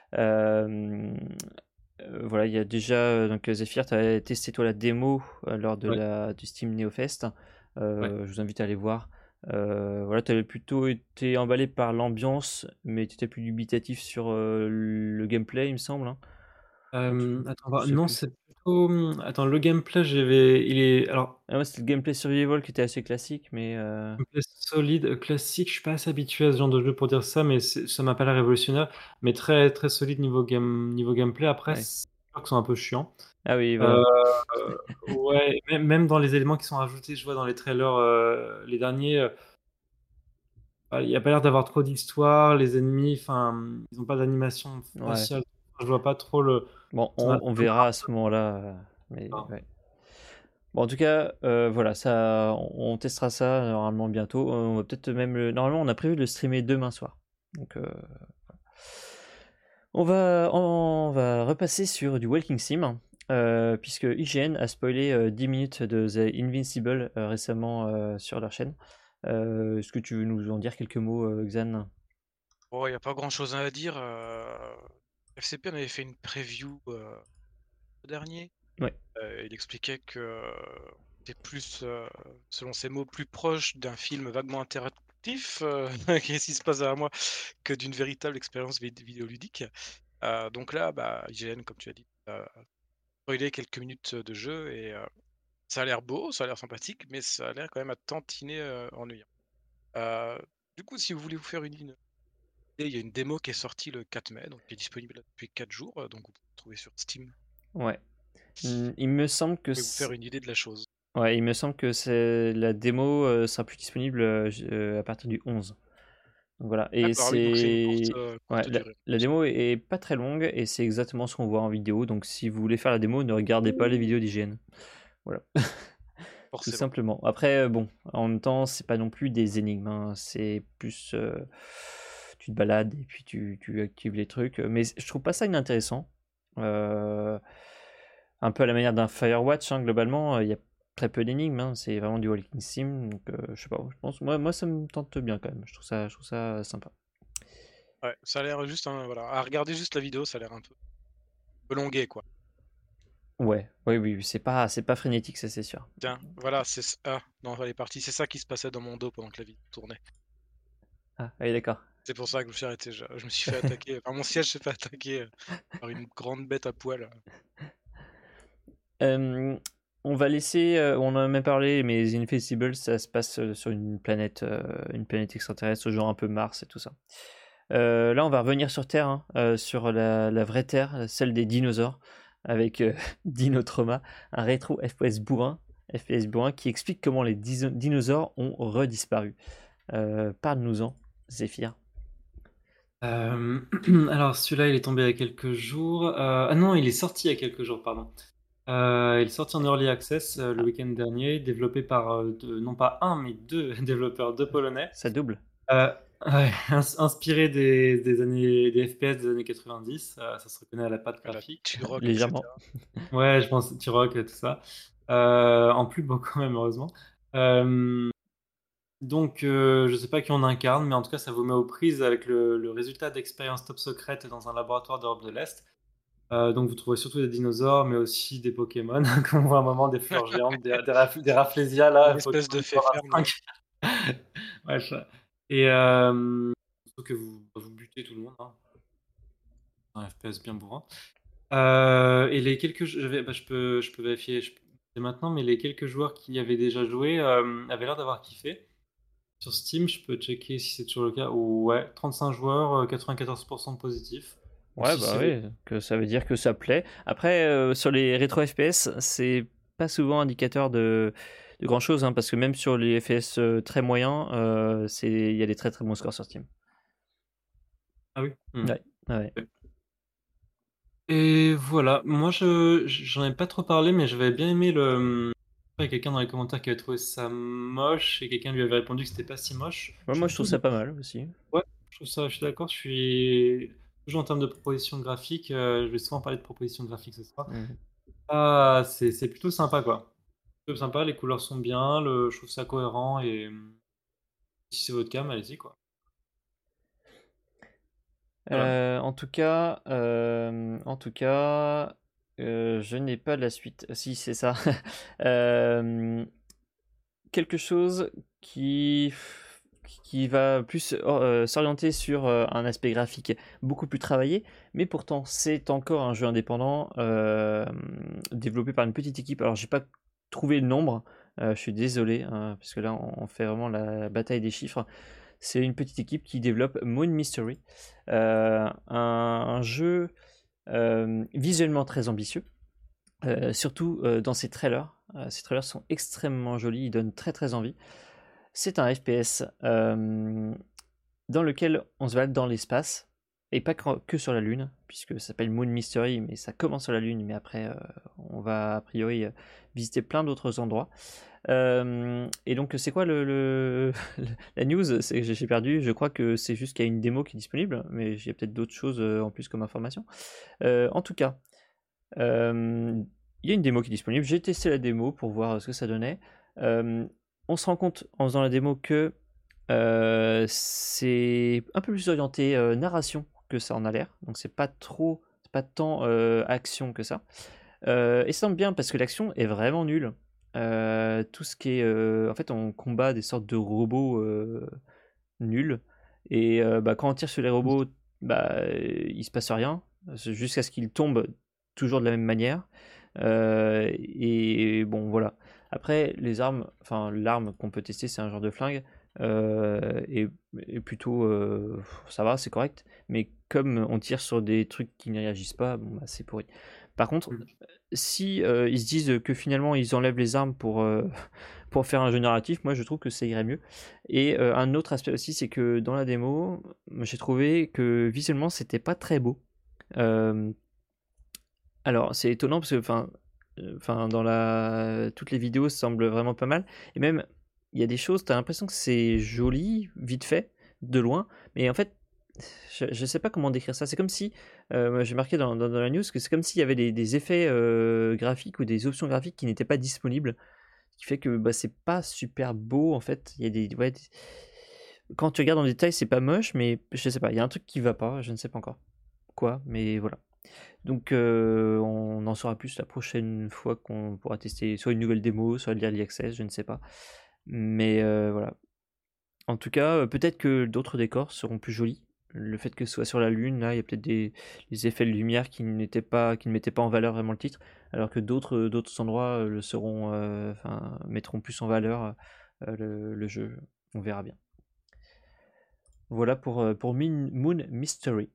Voilà, il y a déjà, donc Zephyr, tu as testé toi la démo lors Ouais, du Steam NeoFest. ouais. Je vous invite à aller voir. Voilà, tu avais plutôt été emballé par l'ambiance, mais tu étais plus dubitatif sur le gameplay, il me semble, hein. Attends, Je sais non, plus. c'est plutôt. Attends, le gameplay, il est. Alors, Ah ouais, c'était le gameplay survival qui était assez classique, mais gameplay solide, classique, je suis pas assez habitué à ce genre de jeu pour dire ça, mais ça m'a pas l'air révolutionnaire, mais très, très solide niveau gameplay. Après, ouais. c'est sûr qu'ils sont un peu chiants. Ah oui, Euh, voilà. ouais, même dans les éléments qui sont rajoutés, je vois dans les trailers, les derniers, il n'y a pas l'air d'avoir trop d'histoire, les ennemis, enfin, ils n'ont pas d'animation Ouais. faciale. Je vois pas trop le. Bon, Ça m'a- on verra à ce moment-là, mais ouais. Bon, en tout cas, voilà, ça, on testera ça normalement bientôt. On va peut-être même normalement, on a prévu de le streamer demain soir. Donc, on va repasser sur du Walking Sim. puisque IGN a spoilé 10 minutes de The Invincible récemment sur leur chaîne. Est-ce que tu veux nous en dire quelques mots, Xan? Bon, il n'y a pas grand-chose à dire. FCP, on avait fait une preview le dernier. Ouais. Il expliquait que c'était plus, selon ses mots, plus proche d'un film vaguement interactif, qu'est-ce qui se passe derrière moi, que d'une véritable expérience vidéoludique. Donc là, IGN, comme tu as dit, spoilé quelques minutes de jeu et ça a l'air beau, ça a l'air sympathique, mais ça a l'air quand même à tantiner ennuyant. Du coup, si vous voulez vous faire une idée, il y a une démo qui est sortie le 4 mai, donc qui est disponible depuis 4 jours, donc vous pouvez le trouver sur Steam. Ouais. Il me semble que Vous pouvez vous faire une idée de la chose. ouais, il me semble que la démo sera plus disponible à partir du 11. Donc voilà. Et D'accord, oui, donc c'est une c'est courte durée. la démo est pas très longue et c'est exactement ce qu'on voit en vidéo. Donc si vous voulez faire la démo, ne regardez pas les vidéos d'IGN. Voilà. Tout Forcément. simplement. Après, bon, en même temps, c'est pas non plus des énigmes, hein. C'est plus tu te balades et puis tu actives les trucs. Mais je trouve pas ça inintéressant. Un peu à la manière d'un Firewatch, hein, globalement, il y a très peu d'énigmes, hein. C'est vraiment du walking sim. Donc je sais pas, je pense, moi ça me tente bien quand même. Je trouve ça sympa. Ouais, ça a l'air juste, voilà, à regarder juste la vidéo, ça a l'air un peu longué, quoi. Ouais, oui, c'est pas frénétique, ça c'est sûr. Tiens, voilà, non, elle est partie. C'est ça qui se passait dans mon dos pendant que la vidéo tournait. Ah, oui, d'accord. C'est pour ça que je me suis arrêté. Je me suis fait attaquer. Enfin, mon siège s'est fait attaquer par une grande bête à poil. On va laisser, on en a même parlé, mais The Invincible, ça se passe sur une planète extraterrestre, genre un peu Mars et tout ça. Là, on va revenir sur Terre, hein, sur la vraie Terre, celle des dinosaures, avec Dino Trauma, un rétro FPS bourrin qui explique comment les dinosaures ont redisparu. Parle-nous-en, Zéphyr. Alors celui-là, il est tombé il y a quelques jours. Ah non, il est sorti il y a quelques jours, pardon. Il est sorti en Early Access le week-end dernier, développé par non pas un, mais deux développeurs, deux Polonais. Ça double. Ouais, inspiré des FPS des années 90, ça se reconnaît à la patte graphique. Turok, Légèrement. etc. Ouais, je pense Turok, tout ça. En plus beau quand même, heureusement. Donc, je sais pas qui on incarne, mais en tout cas, ça vous met aux prises avec le résultat d'expériences top secrètes dans un laboratoire d'Europe de l'Est. Donc, vous trouvez surtout des dinosaures, mais aussi des Pokémon, comme on voit à un moment des fleurs géantes, des Rafflesia, là, Une espèce de Pokémon fait ferme. Ouais, et surtout que vous butez tout le monde, hein. Un FPS bien bourrin. Et les quelques, je peux vérifier maintenant, mais les quelques joueurs qui avaient déjà joué avaient l'air d'avoir kiffé. Sur Steam, je peux checker si c'est toujours le cas. Ouais, 35 joueurs, 94% de positifs. Ouais, Si bah c'est oui, que ça veut dire que ça plaît. Après, sur les rétro FPS, c'est pas souvent indicateur de grand chose, hein, parce que même sur les FPS très moyens, il y a des très très bons scores sur Steam. Ah oui. Ouais. Et voilà, moi j'en ai pas trop parlé, mais j'avais bien aimé il y a quelqu'un dans les commentaires qui avait trouvé ça moche et quelqu'un lui avait répondu que c'était pas si moche. Ouais, moi je trouve ça pas mal aussi. Ouais, je suis d'accord. Je suis toujours en termes de propositions graphiques. Je vais souvent parler de propositions graphiques ce soir. Mhm. Ah, c'est plutôt sympa quoi. Plutôt sympa, les couleurs sont bien, je trouve ça cohérent et si c'est votre cam, allez-y quoi. Voilà. En tout cas, je n'ai pas la suite. Si, c'est ça. Quelque chose qui va plus s'orienter sur un aspect graphique beaucoup plus travaillé, mais pourtant c'est encore un jeu indépendant développé par une petite équipe. Alors j'ai pas trouvé le nombre, je suis désolé, hein, parce que là on fait vraiment la bataille des chiffres. C'est une petite équipe qui développe Moon Mystery, un jeu visuellement très ambitieux, surtout dans ses trailers. Ces trailers sont extrêmement jolis, ils donnent très très envie. C'est un FPS dans lequel on se balade dans l'espace, et pas que sur la Lune, puisque ça s'appelle Moon Mystery, mais ça commence sur la Lune, mais après on va a priori visiter plein d'autres endroits. Et donc c'est quoi la news? C'est que j'ai perdu, je crois que c'est juste qu'il y a une démo qui est disponible, mais il y a peut-être d'autres choses en plus comme information. En tout cas, il y a une démo qui est disponible. J'ai testé la démo pour voir ce que ça donnait. On se rend compte en faisant la démo que c'est un peu plus orienté narration que ça en a l'air. Donc c'est pas tant action que ça. Et ça semble bien parce que l'action est vraiment nulle. Tout ce qui est... en fait, on combat des sortes de robots nuls. Et quand on tire sur les robots, il se passe rien. Jusqu'à ce qu'ils tombent toujours de la même manière. Et bon, voilà. Après, les armes, enfin, l'arme qu'on peut tester, c'est un genre de flingue. Et plutôt, ça va, c'est correct. Mais comme on tire sur des trucs qui ne réagissent pas, bon, c'est pourri. Par contre, si ils se disent que finalement ils enlèvent les armes pour faire un jeu narratif, moi je trouve que ça irait mieux. Et un autre aspect aussi, c'est que dans la démo, j'ai trouvé que visuellement c'était pas très beau. Alors c'est étonnant parce que dans toutes les vidéos ça semble vraiment pas mal. Et même il y a des choses, t'as l'impression que c'est joli, vite fait, de loin, mais en fait je sais pas comment décrire ça. C'est comme si, j'ai marqué dans la news que c'est comme s'il y avait des effets graphiques ou des options graphiques qui n'étaient pas disponibles. Ce qui fait que c'est pas super beau en fait. Il y a quand tu regardes en détail, c'est pas moche, mais je sais pas, il y a un truc qui va pas, je ne sais pas encore quoi, mais voilà. Donc on en saura plus la prochaine fois qu'on pourra tester soit une nouvelle démo, soit de l'Early Access, je ne sais pas. Mais voilà. En tout cas, peut-être que d'autres décors seront plus jolis. Le fait que ce soit sur la Lune, là, il y a peut-être des effets de lumière qui ne mettaient pas en valeur vraiment le titre, alors que d'autres endroits le seront, mettront plus en valeur le jeu. On verra bien. Voilà pour Moon Mystery.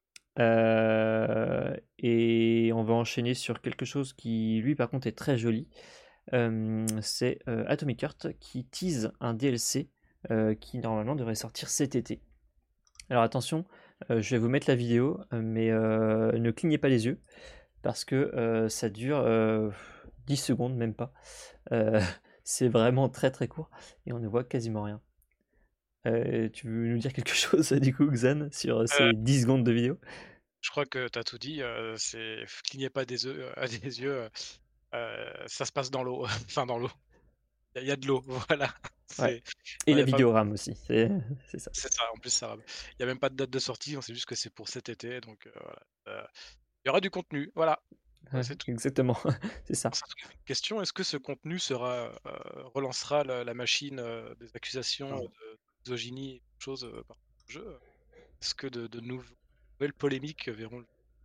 Et on va enchaîner sur quelque chose qui, lui, par contre, est très joli. C'est Atomic Heart qui tease un DLC qui normalement devrait sortir cet été. Alors attention, je vais vous mettre la vidéo, mais ne clignez pas les yeux parce que ça dure 10 secondes, même pas. C'est vraiment très très court et on ne voit quasiment rien. Tu veux nous dire quelque chose du coup, Xan, sur ces 10 secondes de vidéo? Je crois que tu as tout dit, c'est clignez pas des yeux, ça se passe dans l'eau, enfin dans l'eau. Il y a de l'eau, voilà. Ouais. C'est Et non, la y a pas vidéo RAM aussi, c'est ça. c'est ça, en plus ça rame. Il y a même pas de date de sortie, on sait juste que c'est pour cet été, donc voilà. Il y aura du contenu, voilà, Ouais, c'est tout. exactement, c'est ça. Ça soulève une question, est-ce que ce contenu relancera la machine, des accusations, de misogynie et d'autres choses, par rapport au jeu? Est-ce que de nouvelles polémiques verront le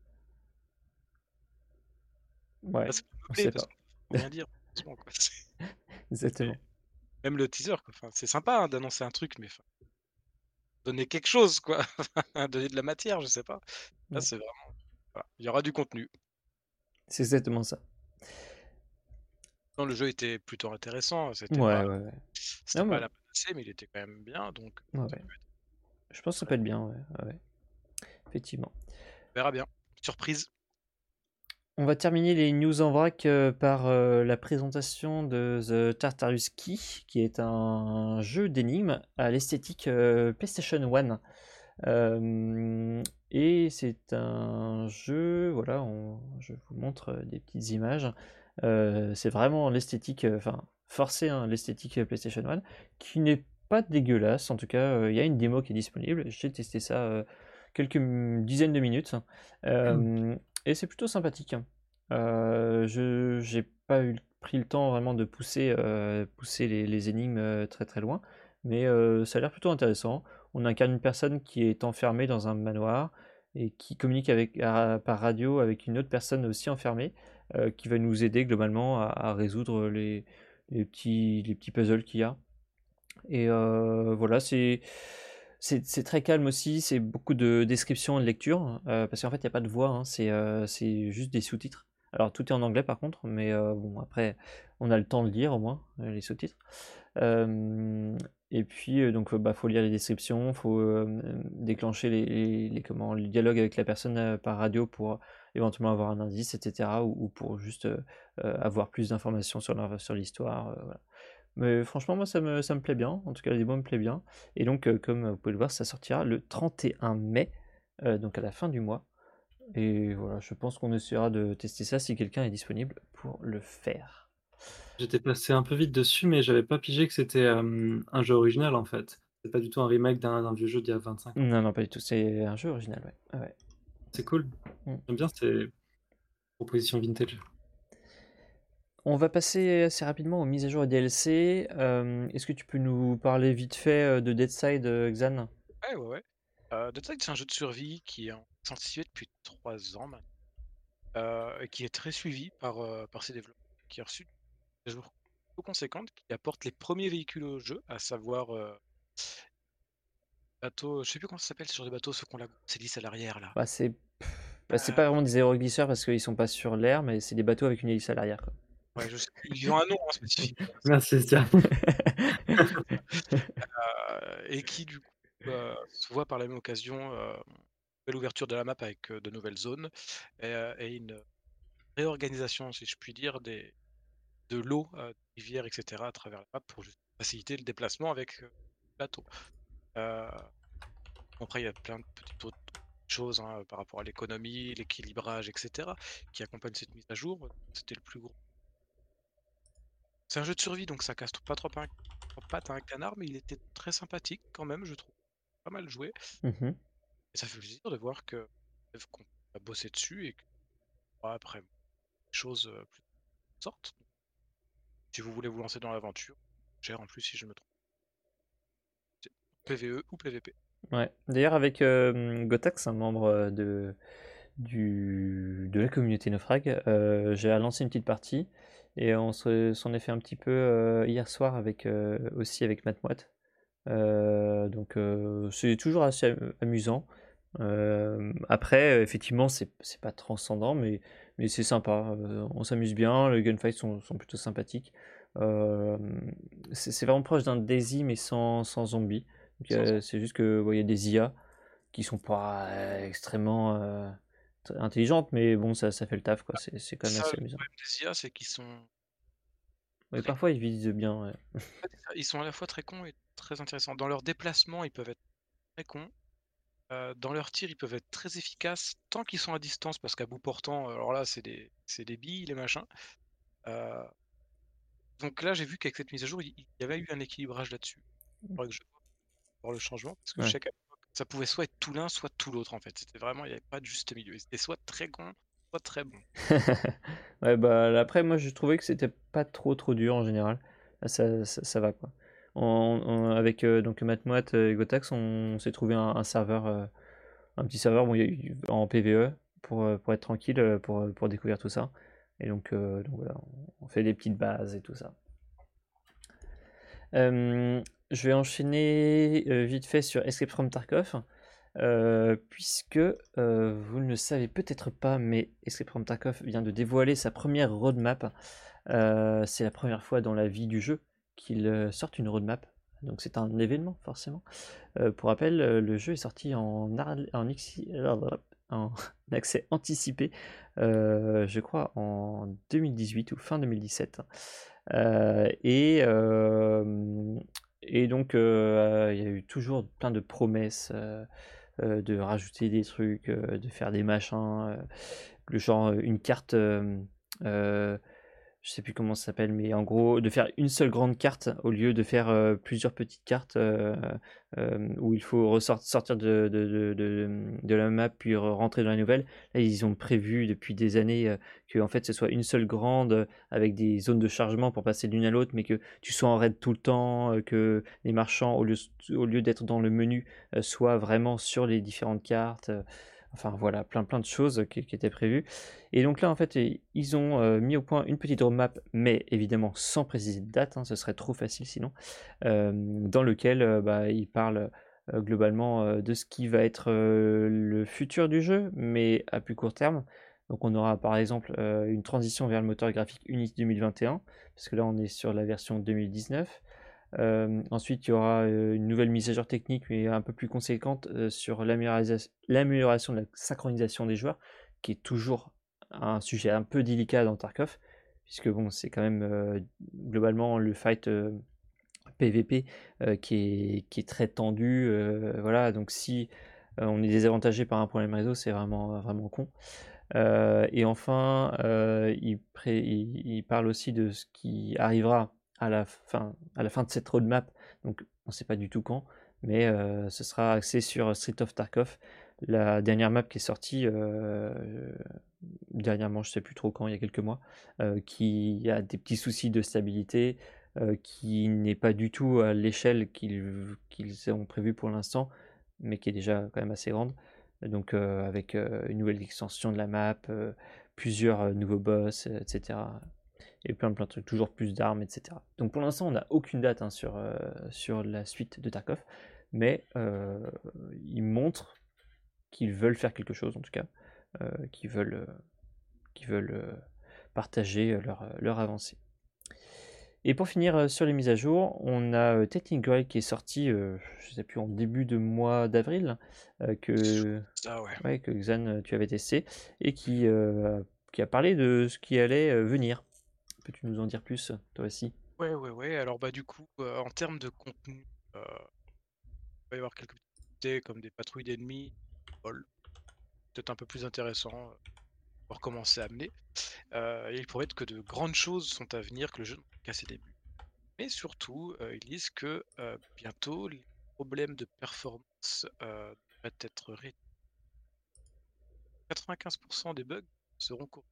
Ouais, là, c'est pas on meublé sait parce pas. qu'on peut rien dire, malheureusement, quoi. Exactement. Même le teaser, quoi, enfin, c'est sympa, hein, d'annoncer un truc, mais enfin, donner quelque chose, quoi, donner de la matière, je sais pas. Là, Ouais. c'est vraiment voilà, il y aura du contenu. C'est exactement ça. Non, le jeu était plutôt intéressant, Ouais. c'était Non, pas mais la panacée, mais il était quand même bien, donc ça ouais. peut être Je pense que ça peut être bien, ouais. Effectivement. on verra bien. Surprise. On va terminer les news en vrac par la présentation de The Tartarus Key, qui est un jeu d'énigmes à l'esthétique PlayStation 1. Et c'est un jeu, voilà, je vous montre des petites images. C'est vraiment l'esthétique, forcé, hein, l'esthétique PlayStation 1, qui n'est pas dégueulasse. En tout cas, il y a une démo qui est disponible. J'ai testé ça quelques dizaines de minutes. Et c'est plutôt sympathique. Je j'ai pas pris le temps vraiment de pousser les énigmes très très loin, mais ça a l'air plutôt intéressant. On incarne une personne qui est enfermée dans un manoir et qui communique par radio avec une autre personne aussi enfermée, qui va nous aider globalement à résoudre les petits puzzles qu'il y a. Et voilà, c'est très calme aussi, c'est beaucoup de descriptions et de lecture, parce qu'en fait, il n'y a pas de voix, hein, c'est juste des sous-titres. Alors, tout est en anglais par contre, mais bon, après, on a le temps de lire au moins les sous-titres. Et puis, donc, faut lire les descriptions, faut déclencher le dialogue avec la personne par radio pour éventuellement avoir un indice, etc. Ou pour juste avoir plus d'informations sur l'histoire. Voilà. Mais franchement, moi, ça me plaît bien. En tout cas, la démo me plaît bien. Et donc, comme vous pouvez le voir, ça sortira le 31 mai, donc à la fin du mois. Et voilà, je pense qu'on essaiera de tester ça si quelqu'un est disponible pour le faire. J'étais passé un peu vite dessus, mais j'avais pas pigé que c'était, un jeu original, en fait. C'est pas du tout un remake d'un vieux jeu d'il y a 25 ans. Non, non, pas du tout. C'est un jeu original, ouais. Ah ouais. C'est cool. Mm. J'aime bien ces propositions vintage. On va passer assez rapidement aux mises à jour et DLC. Est-ce que tu peux nous parler vite fait de Deadside, Xan? Ouais, ouais, ouais. Dead Cells, c'est un jeu de survie qui est en intensifié depuis 3 ans maintenant, et qui est très suivi par ses développeurs, qui a reçu des jours conséquentes, qui apportent les premiers véhicules au jeu, à savoir bateau, je sais plus comment ça s'appelle ce genre de bateau, ceux qu'on la c'est lisse à l'arrière là. Bah, c'est pas vraiment des aéroglisseurs parce qu'ils sont pas sur l'air, mais c'est des bateaux avec une hélice à l'arrière, quoi. Ouais, je sais, ils ont un nom spécifique. Merci, Sia. Et qui du coup se voit par la même occasion nouvelle ouverture de la map avec de nouvelles zones et une réorganisation, si je puis dire, de l'eau, des rivières, etc. à travers la map pour juste faciliter le déplacement avec bateau. Euh, Après, il y a plein de petites autres choses par rapport à l'économie, l'équilibrage, etc. qui accompagnent cette mise à jour. C'était le plus gros. C'est un jeu de survie, donc ça casse pas trop trois pattes à un canard, mais il était très sympathique quand même, je trouve. Pas mal joué. Mhm. Et ça fait plaisir de voir qu'on a bossé dessus et que après, les choses plus sortent. Si vous voulez vous lancer dans l'aventure, gère en plus si je me trompe. C'est PVE ou PVP. Ouais. D'ailleurs, avec Gotax, un membre de la communauté Naufrag, j'ai lancé une petite partie et s'en est fait un petit peu hier soir aussi avec Matmoite. Donc c'est toujours assez amusant. Après, effectivement, c'est pas transcendant, mais c'est sympa. On s'amuse bien, les gunfights sont plutôt sympathiques. Euh, c'est vraiment proche d'un DayZ, mais sans zombies. Donc, c'est juste que il y a des IA qui sont pas extrêmement intelligentes, mais bon, ça fait le taf, quoi. C'est quand même Ça, assez le amusant. problème des IA, c'est qu'ils sont Mais très parfois, ils visent bien. Ouais. ils sont à la fois très cons et très intéressants. Dans leur déplacement, ils peuvent être très cons. Dans leur tir, ils peuvent être très efficaces tant qu'ils sont à distance, parce qu'à bout portant, alors là, c'est des billes, les machins. Euh, donc là, j'ai vu qu'avec cette mise à jour, il y avait eu un équilibrage là-dessus. Il faudrait que je voir le changement, parce que je Ouais. sais qu'à l'époque, ça pouvait soit être tout l'un, soit tout l'autre, en fait. C'était vraiment, il n'y avait pas de juste milieu. C'était soit très con, soit très bon. Ouais, bah après, moi je trouvais que c'était pas trop dur en général. Ça va quoi. Avec donc Matmoat et Gotax, on s'est trouvé un serveur, un petit serveur bon, en PvE pour être tranquille, pour découvrir tout ça. Et donc voilà, on fait des petites bases et tout ça. Je vais enchaîner vite fait sur Escape from Tarkov. Puisque vous ne le savez peut-être pas, mais Escape from Tarkov vient de dévoiler sa première roadmap. C'est la première fois dans la vie du jeu qu'il sorte une roadmap. Donc c'est un événement forcément. Pour rappel, le jeu est sorti en accès anticipé, je crois en 2018 ou fin 2017. Euh, et, euh, et donc il y a eu toujours plein de promesses de rajouter des trucs, de faire des machins, le genre une carte, je sais plus comment ça s'appelle, mais en gros de faire une seule grande carte au lieu de faire plusieurs petites cartes où il faut sortir de la map puis rentrer dans la nouvelle. Là, ils ont prévu depuis des années que en fait ce soit une seule grande avec des zones de chargement pour passer d'une à l'autre, mais que tu sois en raid tout le temps, que les marchands au lieu d'être dans le menu soient vraiment sur les différentes cartes. Enfin voilà, plein de choses qui étaient prévues. Et donc là, en fait, ils ont mis au point une petite roadmap, mais évidemment sans préciser de date, hein, ce serait trop facile sinon, dans lequel bah, ils parlent globalement de ce qui va être le futur du jeu, mais à plus court terme. Donc on aura par exemple une transition vers le moteur graphique Unity 2021, parce que là on est sur la version 2019. Ensuite, il y aura une nouvelle mise à jour technique, mais un peu plus conséquente sur l'amélioration de la synchronisation des joueurs, qui est toujours un sujet un peu délicat dans Tarkov, puisque bon, c'est quand même globalement le fight PVP qui est très tendu. Voilà, donc si on est désavantagé par un problème réseau, c'est vraiment, vraiment con. Et enfin, il parle aussi de ce qui arrivera à la fin de cette roadmap. Donc, on ne sait pas du tout quand, mais ce sera axé sur Street of Tarkov, la dernière map qui est sortie dernièrement, je ne sais plus trop quand, il y a quelques mois, qui a des petits soucis de stabilité, qui n'est pas du tout à l'échelle qu'ils ont prévu pour l'instant, mais qui est déjà quand même assez grande. Donc avec une nouvelle extension de la map, plusieurs nouveaux boss, etc. Et plein de trucs, toujours plus d'armes, etc. Donc pour l'instant, on n'a aucune date hein, sur la suite de Tarkov, mais ils montrent qu'ils veulent faire quelque chose en tout cas, qu'ils veulent partager leur avancée. Et pour finir sur les mises à jour, on a Tainted Grail qui est sorti, je ne sais plus, en début de mois d'avril, que Xan, tu avais testé, et qui a parlé de ce qui allait venir. Peux-tu nous en dire plus, toi aussi? Ouais. Alors du coup, en termes de contenu, il va y avoir quelques petites comme des patrouilles d'ennemis, peut-être un peu plus intéressant pour commencer à amener. Et il pourrait être que de grandes choses sont à venir, que le jeu n'est qu'à ses débuts. Mais surtout, ils disent que bientôt, les problèmes de performance devraient être réduits. 95% des bugs seront corrigés.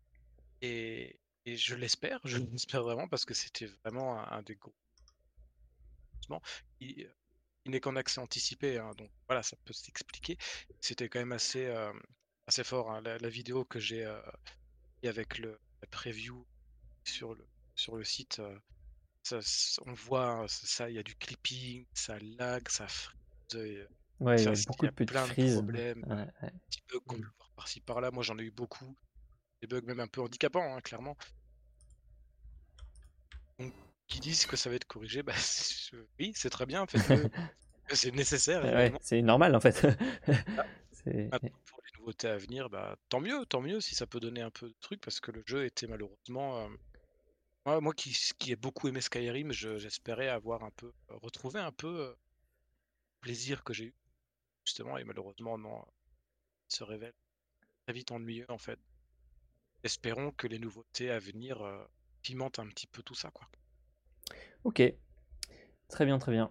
Et je l'espère, je l'espère vraiment, parce que c'était vraiment un des gros changements. Il n'est qu'en accès anticipé, hein, donc voilà, ça peut s'expliquer. C'était quand même assez fort, hein, la vidéo que j'ai avec la preview sur le site. On voit ça, il y a du clipping, ça lag, ça freeze, Ouais, il y a il beaucoup y de a petits plein de freezes. problèmes, petits bugs qu'on peut voir par-ci par-là. Moi, j'en ai eu beaucoup, des bugs même un peu handicapants, hein, clairement. Donc, qui disent que ça va être corrigé, bah, oui, c'est très bien, faites-le. C'est nécessaire Ouais, également. c'est normal en fait. Maintenant, pour les nouveautés à venir, bah, tant mieux si ça peut donner un peu de trucs, parce que le jeu était malheureusement. Moi qui ai beaucoup aimé Skyrim, j'espérais avoir un peu, retrouver un peu plaisir que j'ai eu, justement, et malheureusement, non, il se révèle très vite ennuyeux en fait. Espérons que les nouveautés à venir pimentent un petit peu tout ça, quoi. Ok, très bien, très bien.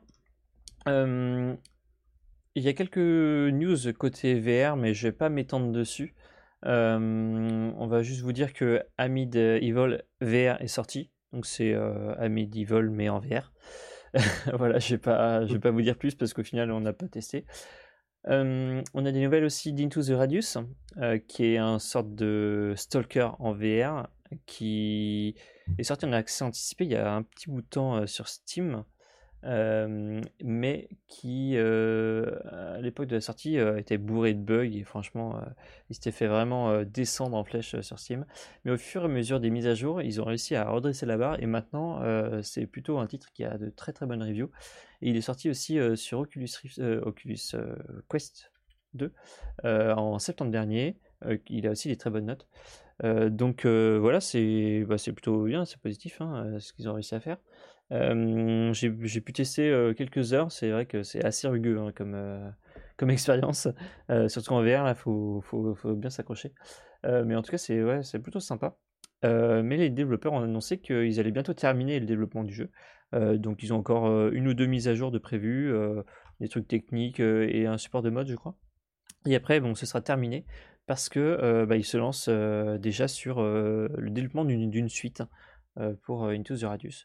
Il y a quelques news côté VR, mais je vais pas m'étendre dessus. On va juste vous dire que Amid Evil VR est sorti. Donc c'est Amid Evil mais en VR. Voilà, je vais pas vous dire plus parce qu'au final on n'a pas testé. On a des nouvelles aussi d'Into the Radius, qui est un sorte de stalker en VR qui est sorti en accès anticipé il y a un petit bout de temps sur Steam. Mais qui, à l'époque de la sortie, était bourré de bugs et franchement, il s'était fait vraiment descendre en flèche sur Steam. Mais au fur et à mesure des mises à jour, ils ont réussi à redresser la barre et maintenant, c'est plutôt un titre qui a de très très bonnes reviews. Et il est sorti aussi sur Oculus Quest 2 en septembre dernier. Il a aussi des très bonnes notes. Donc voilà, c'est plutôt bien, c'est positif hein, ce qu'ils ont réussi à faire. J'ai pu tester quelques heures, c'est vrai que c'est assez rugueux hein, comme expérience, surtout en VR, là, faut bien s'accrocher. Mais en tout cas, c'est plutôt sympa. Mais les développeurs ont annoncé qu'ils allaient bientôt terminer le développement du jeu. Donc ils ont encore une ou deux mises à jour de prévues, des trucs techniques et un support de mode, je crois. Et après, bon, ce sera terminé parce que ils se lancent déjà sur le développement d'une suite pour Into the Radius.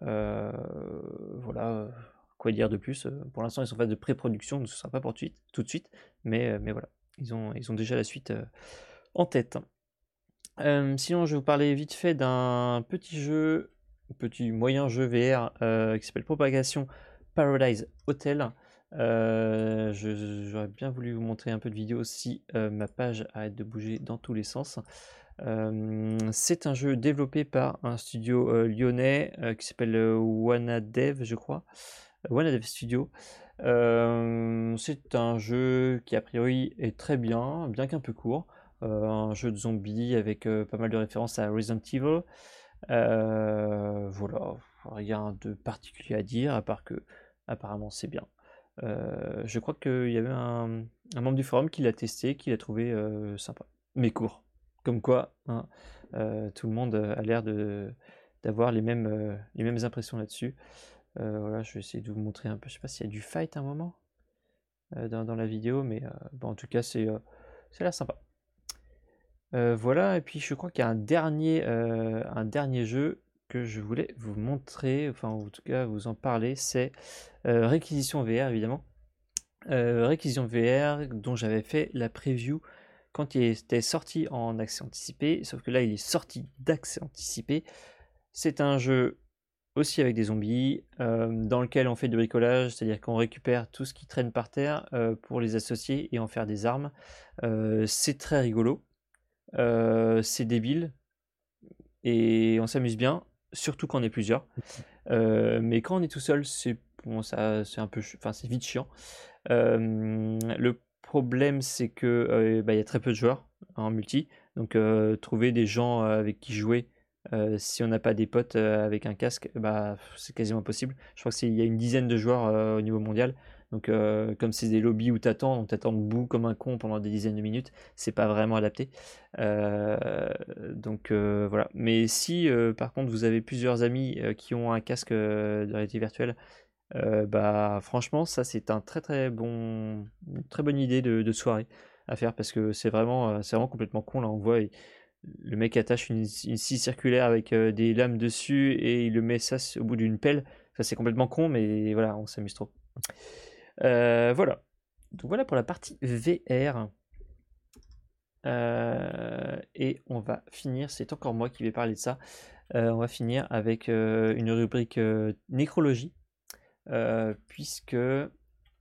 Voilà, quoi dire de plus. Pour l'instant, ils sont en phase de pré-production, donc ce ne sera pas pour tout de suite, mais voilà, ils ont déjà la suite en tête. Sinon, je vais vous parler vite fait d'un petit moyen jeu VR qui s'appelle Propagation Paradise Hotel. J'aurais bien voulu vous montrer un peu de vidéo si ma page arrête de bouger dans tous les sens. C'est un jeu développé par un studio lyonnais qui s'appelle Wanadev, je crois. Wanadev Studio. C'est un jeu qui a priori est très bien, bien qu'un peu court. Un jeu de zombies avec pas mal de références à Resident Evil. Voilà, rien de particulier à dire, à part que apparemment c'est bien. Je crois qu'il y avait un membre du forum qui l'a testé, qui l'a trouvé sympa, mais court. Comme quoi, hein, tout le monde a l'air d'avoir les mêmes impressions là-dessus. Voilà, je vais essayer de vous montrer un peu. Je sais pas s'il y a du fight à un moment dans la vidéo, mais bon, en tout cas, ça a l'air sympa. Voilà, et puis je crois qu'il y a un dernier jeu que je voulais vous montrer, enfin en tout cas vous en parler, c'est Réquisition VR évidemment. Réquisition VR dont j'avais fait la preview quand il était sorti en accès anticipé, sauf que là il est sorti d'accès anticipé. C'est un jeu aussi avec des zombies, dans lequel on fait du bricolage, c'est-à-dire qu'on récupère tout ce qui traîne par terre pour les associer et en faire des armes. C'est très rigolo. C'est débile et on s'amuse bien, surtout quand on est plusieurs. Mais quand on est tout seul, c'est bon, c'est un peu, enfin c'est vite chiant. Le problème, c'est que il y a très peu de joueurs en multi, donc trouver des gens avec qui jouer. Si on n'a pas des potes avec un casque, c'est quasiment impossible. Je crois qu'il y a une dizaine de joueurs au niveau mondial. Donc, comme c'est des lobbies où t'attends debout comme un con pendant des dizaines de minutes, c'est pas vraiment adapté. Donc voilà. Mais si par contre vous avez plusieurs amis qui ont un casque de réalité virtuelle, franchement, ça c'est une très bonne idée de soirée à faire parce que c'est vraiment complètement con. Là, on voit le mec attache une scie circulaire avec des lames dessus et il le met ça au bout d'une pelle. Ça c'est complètement con, mais voilà, on s'amuse trop. Voilà. Donc voilà pour la partie VR. Et on va finir, c'est encore moi qui vais parler de ça. On va finir avec une rubrique nécrologie. Puisque je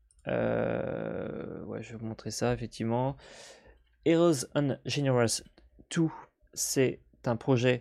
vais vous montrer ça effectivement. Heroes on Generals 2, c'est un projet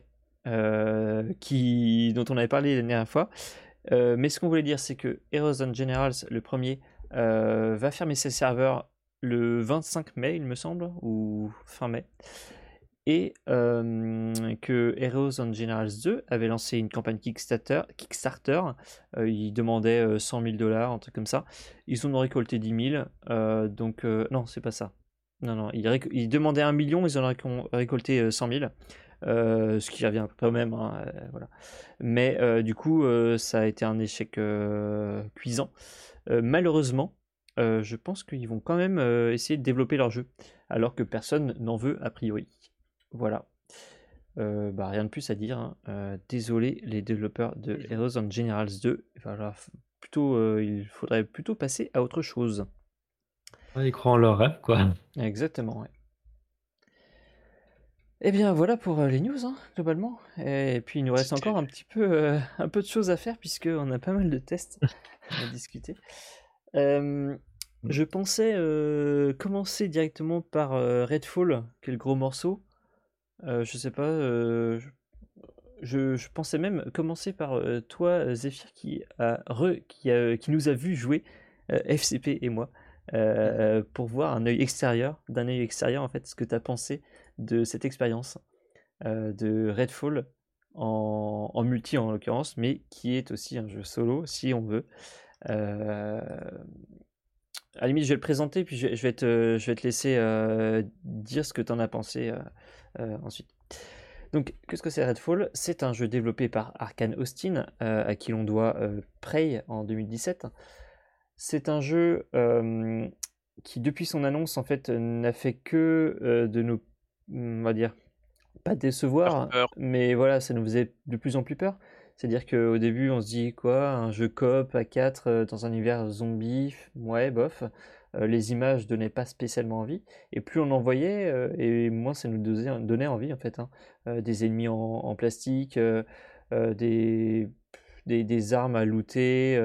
dont on avait parlé la dernière fois. Mais ce qu'on voulait dire, c'est que Heroes on Generals, le premier, va fermer ses serveurs le 25 mai, il me semble, ou fin mai. Et que Heroes on Generals 2 avait lancé une campagne Kickstarter. Ils demandaient 100 000 $, un truc comme ça. Ils en ont récolté 10 000. Donc, non, c'est pas ça. Non, ils demandaient 1 million, ils en ont récolté 100 000. Ce qui revient à peu près au même. Hein, voilà. Mais du coup, ça a été un échec cuisant. Malheureusement, je pense qu'ils vont quand même essayer de développer leur jeu, alors que personne n'en veut a priori. Voilà. Rien de plus à dire. Hein. Désolé les développeurs de Heroes on Generals 2. Voilà, il faudrait plutôt passer à autre chose. Ils croient en leur rêve, quoi. Exactement, ouais. Et bien voilà pour les news, hein, globalement. Et puis il nous reste encore un peu de choses à faire puisqu'on a pas mal de tests à discuter. Je pensais commencer directement par Redfall, qui est le gros morceau. Je sais pas, je pensais même commencer par toi, Zephyr, qui nous a vu jouer FCP et moi, pour voir d'un œil extérieur en fait, ce que tu as pensé de cette expérience de Redfall en multi en l'occurrence, mais qui est aussi un jeu solo si on veut. À la limite, je vais le présenter, puis je vais te laisser dire ce que tu en as pensé ensuite. Donc, qu'est-ce que c'est Redfall? C'est un jeu développé par Arkane Austin, à qui l'on doit Prey en 2017. C'est un jeu qui, depuis son annonce, en fait, n'a fait que de nous, on va dire, pas décevoir, mais voilà, ça nous faisait de plus en plus peur. C'est-à-dire qu'au début, on se dit quoi, un jeu coop à 4 dans un univers zombie, ouais, bof. Les images donnaient pas spécialement envie, et plus on en voyait, et moins ça nous donnait envie en fait. Hein. Des ennemis en plastique, des armes à looter,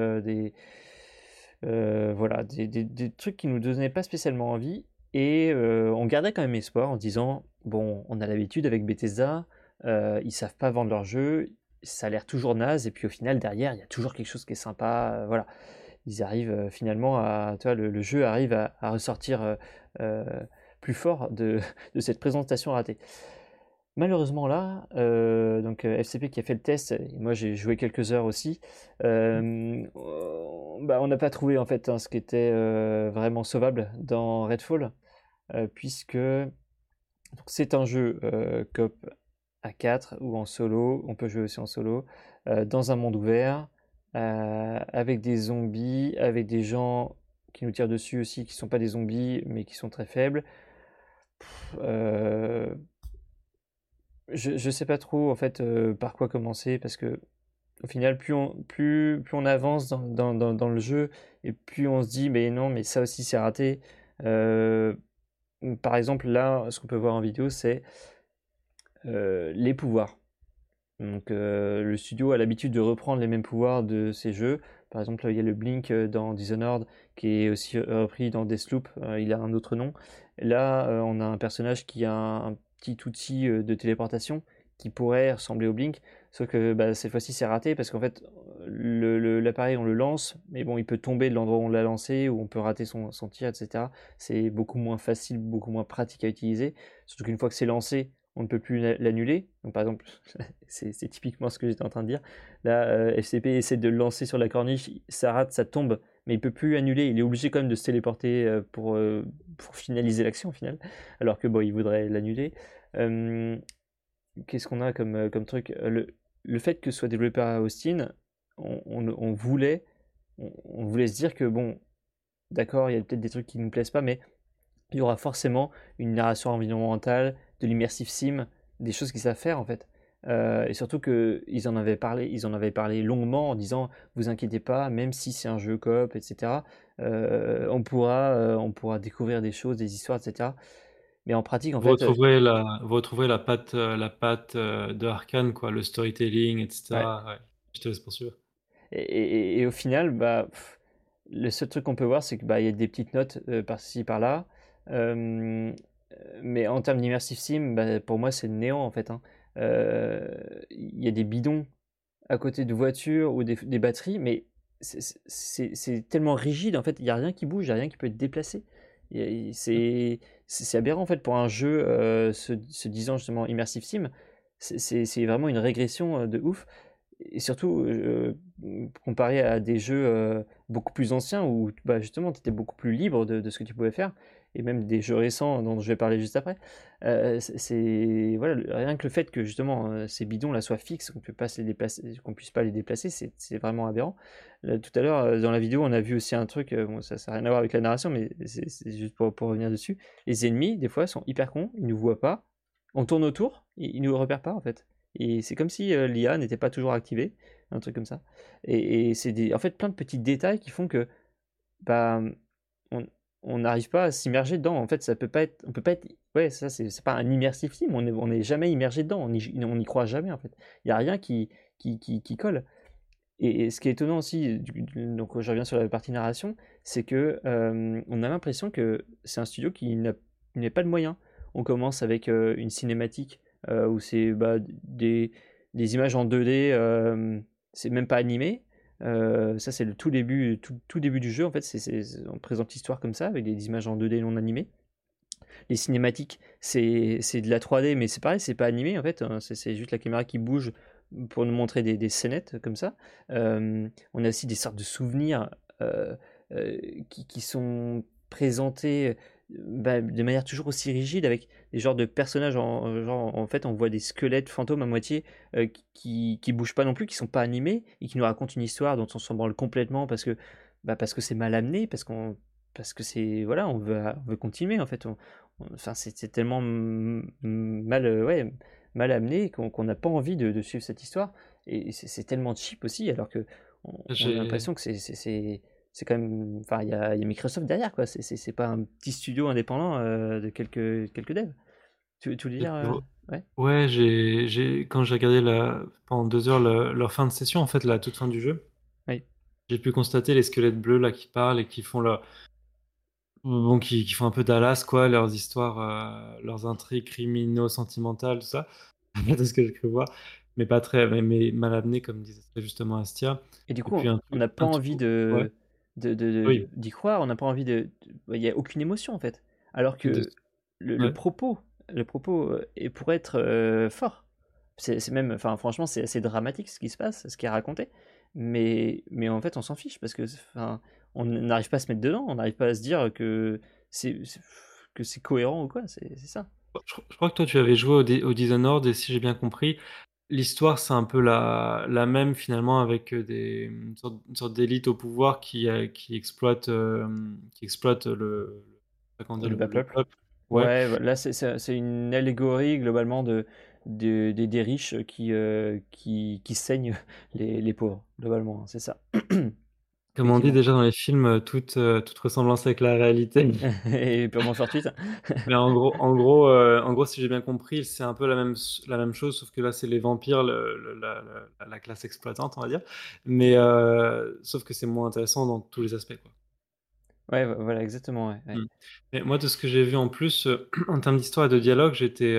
voilà, des trucs qui nous donnaient pas spécialement envie, et on gardait quand même espoir en disant bon, on a l'habitude avec Bethesda, ils savent pas vendre leur jeu, ça a l'air toujours naze, et puis au final derrière il y a toujours quelque chose qui est sympa, voilà. Ils arrivent finalement le jeu arrive à ressortir plus fort de cette présentation ratée. Malheureusement là, donc FCP qui a fait le test, et moi j'ai joué quelques heures aussi, bah, on n'a pas trouvé en fait, hein, ce qui était vraiment sauvable dans Redfall, puisque donc, c'est un jeu coop à 4 ou en solo, on peut jouer aussi en solo, dans un monde ouvert, avec des zombies, avec des gens qui nous tirent dessus aussi, qui sont pas des zombies, mais qui sont très faibles. Euh, je sais pas trop en fait par quoi commencer, parce que au final, plus on avance dans le jeu, et plus on se dit, mais non, mais ça aussi c'est raté. Euh, Par exemple, là, ce qu'on peut voir en vidéo, c'est les pouvoirs. Donc, le studio a l'habitude de reprendre les mêmes pouvoirs de ses jeux. Par exemple, il y a le Blink dans Dishonored, qui est aussi repris dans Deathloop. Il a un autre nom. Là, on a un personnage qui a un petit outil de téléportation qui pourrait ressembler au Blink, sauf que bah, cette fois-ci c'est raté parce qu'en fait l'appareil on le lance, mais bon il peut tomber de l'endroit où on l'a lancé, ou on peut rater son tir, etc. C'est beaucoup moins facile, beaucoup moins pratique à utiliser, surtout qu'une fois que c'est lancé, on ne peut plus l'annuler. Donc par exemple, c'est typiquement ce que j'étais en train de dire. Là, FCP essaie de le lancer sur la corniche, ça rate, ça tombe, mais il peut plus annuler. Il est obligé quand même de se téléporter pour finaliser l'action au final, alors que bon, il voudrait l'annuler. Euh, Qu'est-ce qu'on a comme truc? Le fait que ce soit développé par Austin, on voulait, on voulait se dire que bon, d'accord, il y a peut-être des trucs qui ne nous plaisent pas, mais il y aura forcément une narration environnementale, de l'immersive sim, des choses qu'ils savent faire en fait. Et surtout qu'ils en avaient parlé longuement en disant, vous inquiétez pas, même si c'est un jeu coop, etc., on pourra découvrir des choses, des histoires, etc. Mais en pratique, en Vous fait, retrouverez vous retrouverez la patte de Arcane, quoi, le storytelling, ouais. etc. Ouais, je te laisse poursuivre. Et au final, bah, le seul truc qu'on peut voir, c'est que bah, il y a des petites notes par-ci par-là. Euh, mais en termes d'immersive sim, bah, pour moi, c'est le néant en fait, hein. Il y a des bidons à côté de voitures ou des batteries, mais c'est tellement rigide en fait. Il n'y a rien qui bouge, il n'y a rien qui peut être déplacé. C'est aberrant en fait pour un jeu se disant justement immersive sim. C'est vraiment une régression de ouf. Et surtout, comparé à des jeux beaucoup plus anciens où bah, justement tu étais beaucoup plus libre de ce que tu pouvais faire, et même des jeux récents dont je vais parler juste après. Voilà, rien que le fait que justement ces bidons là soient fixes, qu'on puisse pas les déplacer, c'est vraiment aberrant. Là, tout à l'heure, dans la vidéo, on a vu aussi un truc, bon, ça n'a rien à voir avec la narration, mais c'est juste pour revenir dessus. Les ennemis, des fois, sont hyper cons, ils nous voient pas. On tourne autour, ils nous repèrent pas en fait. Et c'est comme si l'IA n'était pas toujours activée, un truc comme ça. Et c'est en fait plein de petits détails qui font que bah, on on n'arrive pas à s'immerger dedans. En fait, ça peut pas être, on peut pas être, ouais, ça c'est pas un immersive sim, on est jamais immergé dedans, on y croit jamais en fait. Il y a rien qui colle. Et ce qui est étonnant aussi, donc je reviens sur la partie narration, c'est que on a l'impression que c'est un studio qui n'a pas de moyens. On commence avec une cinématique où c'est bah, des images en 2D, c'est même pas animé. Ça, c'est le tout début, tout début du jeu. En fait, on présente l'histoire comme ça, avec des images en 2D non animées. Les cinématiques, c'est de la 3D, mais c'est pareil, c'est pas animé en fait, hein. C'est juste la caméra qui bouge pour nous montrer des scénettes comme ça. On a aussi des sortes de souvenirs euh, qui sont présentés bah, de manière toujours aussi rigide, avec des genres de personnages, genre, en fait on voit des squelettes fantômes à moitié qui bougent pas non plus, qui sont pas animés, et qui nous racontent une histoire dont on s'en branle complètement parce que c'est mal amené, parce que c'est voilà, on veut continuer en fait. Enfin, c'est tellement mal, ouais, mal amené qu'on n'a pas envie de suivre cette histoire. Et c'est tellement cheap aussi, alors que on a J'ai l'impression que c'est quand même. Enfin, il y a Microsoft derrière, quoi. C'est pas un petit studio indépendant de quelques devs. Tu veux dire ouais? Ouais, quand j'ai regardé pendant 2 heures leur fin de session, en fait, la toute fin du jeu, Oui. j'ai pu constater les squelettes bleus là qui parlent et qui font bon, qui font un peu Dallas, quoi, leurs histoires, leurs intrigues criminaux-sentimentales, tout ça. De ce que j'ai cru voir, mais pas très, mais mal amené, comme disait très justement Astia. Et du Et coup, puis on n'a pas un envie tout, ouais, oui, d'y croire, on n'a pas envie il n'y a aucune émotion en fait. Alors de, que le ouais. propos le propos est pour être fort. C'est même, enfin, franchement, c'est assez dramatique ce qui se passe, ce qui est raconté. Mais en fait, on s'en fiche parce que, enfin, on n'arrive pas à se mettre dedans, on n'arrive pas à se dire c'est- que c'est cohérent ou quoi. C'est ça. Je crois que toi, tu avais joué au Dishonored et si j'ai bien compris, l'histoire, c'est un peu la même finalement avec une sorte d'élite au pouvoir qui exploite comment dire, Le bas le peuple. peuple. Ouais. Ouais, là, c'est une allégorie globalement des riches qui saignent les pauvres, globalement, hein, c'est ça. Comme on dit Effectivement. déjà dans les films, toute ressemblance avec la réalité. Et purement fortuite. Mais en gros, si j'ai bien compris, c'est un peu la même chose, sauf que là, c'est les vampires, la classe exploitante, on va dire. Mais sauf que c'est moins intéressant dans tous les aspects, quoi. Ouais, voilà, exactement, ouais, ouais. Mmh. Mais moi, de ce que j'ai vu en plus, en termes d'histoire et de dialogue, j'étais,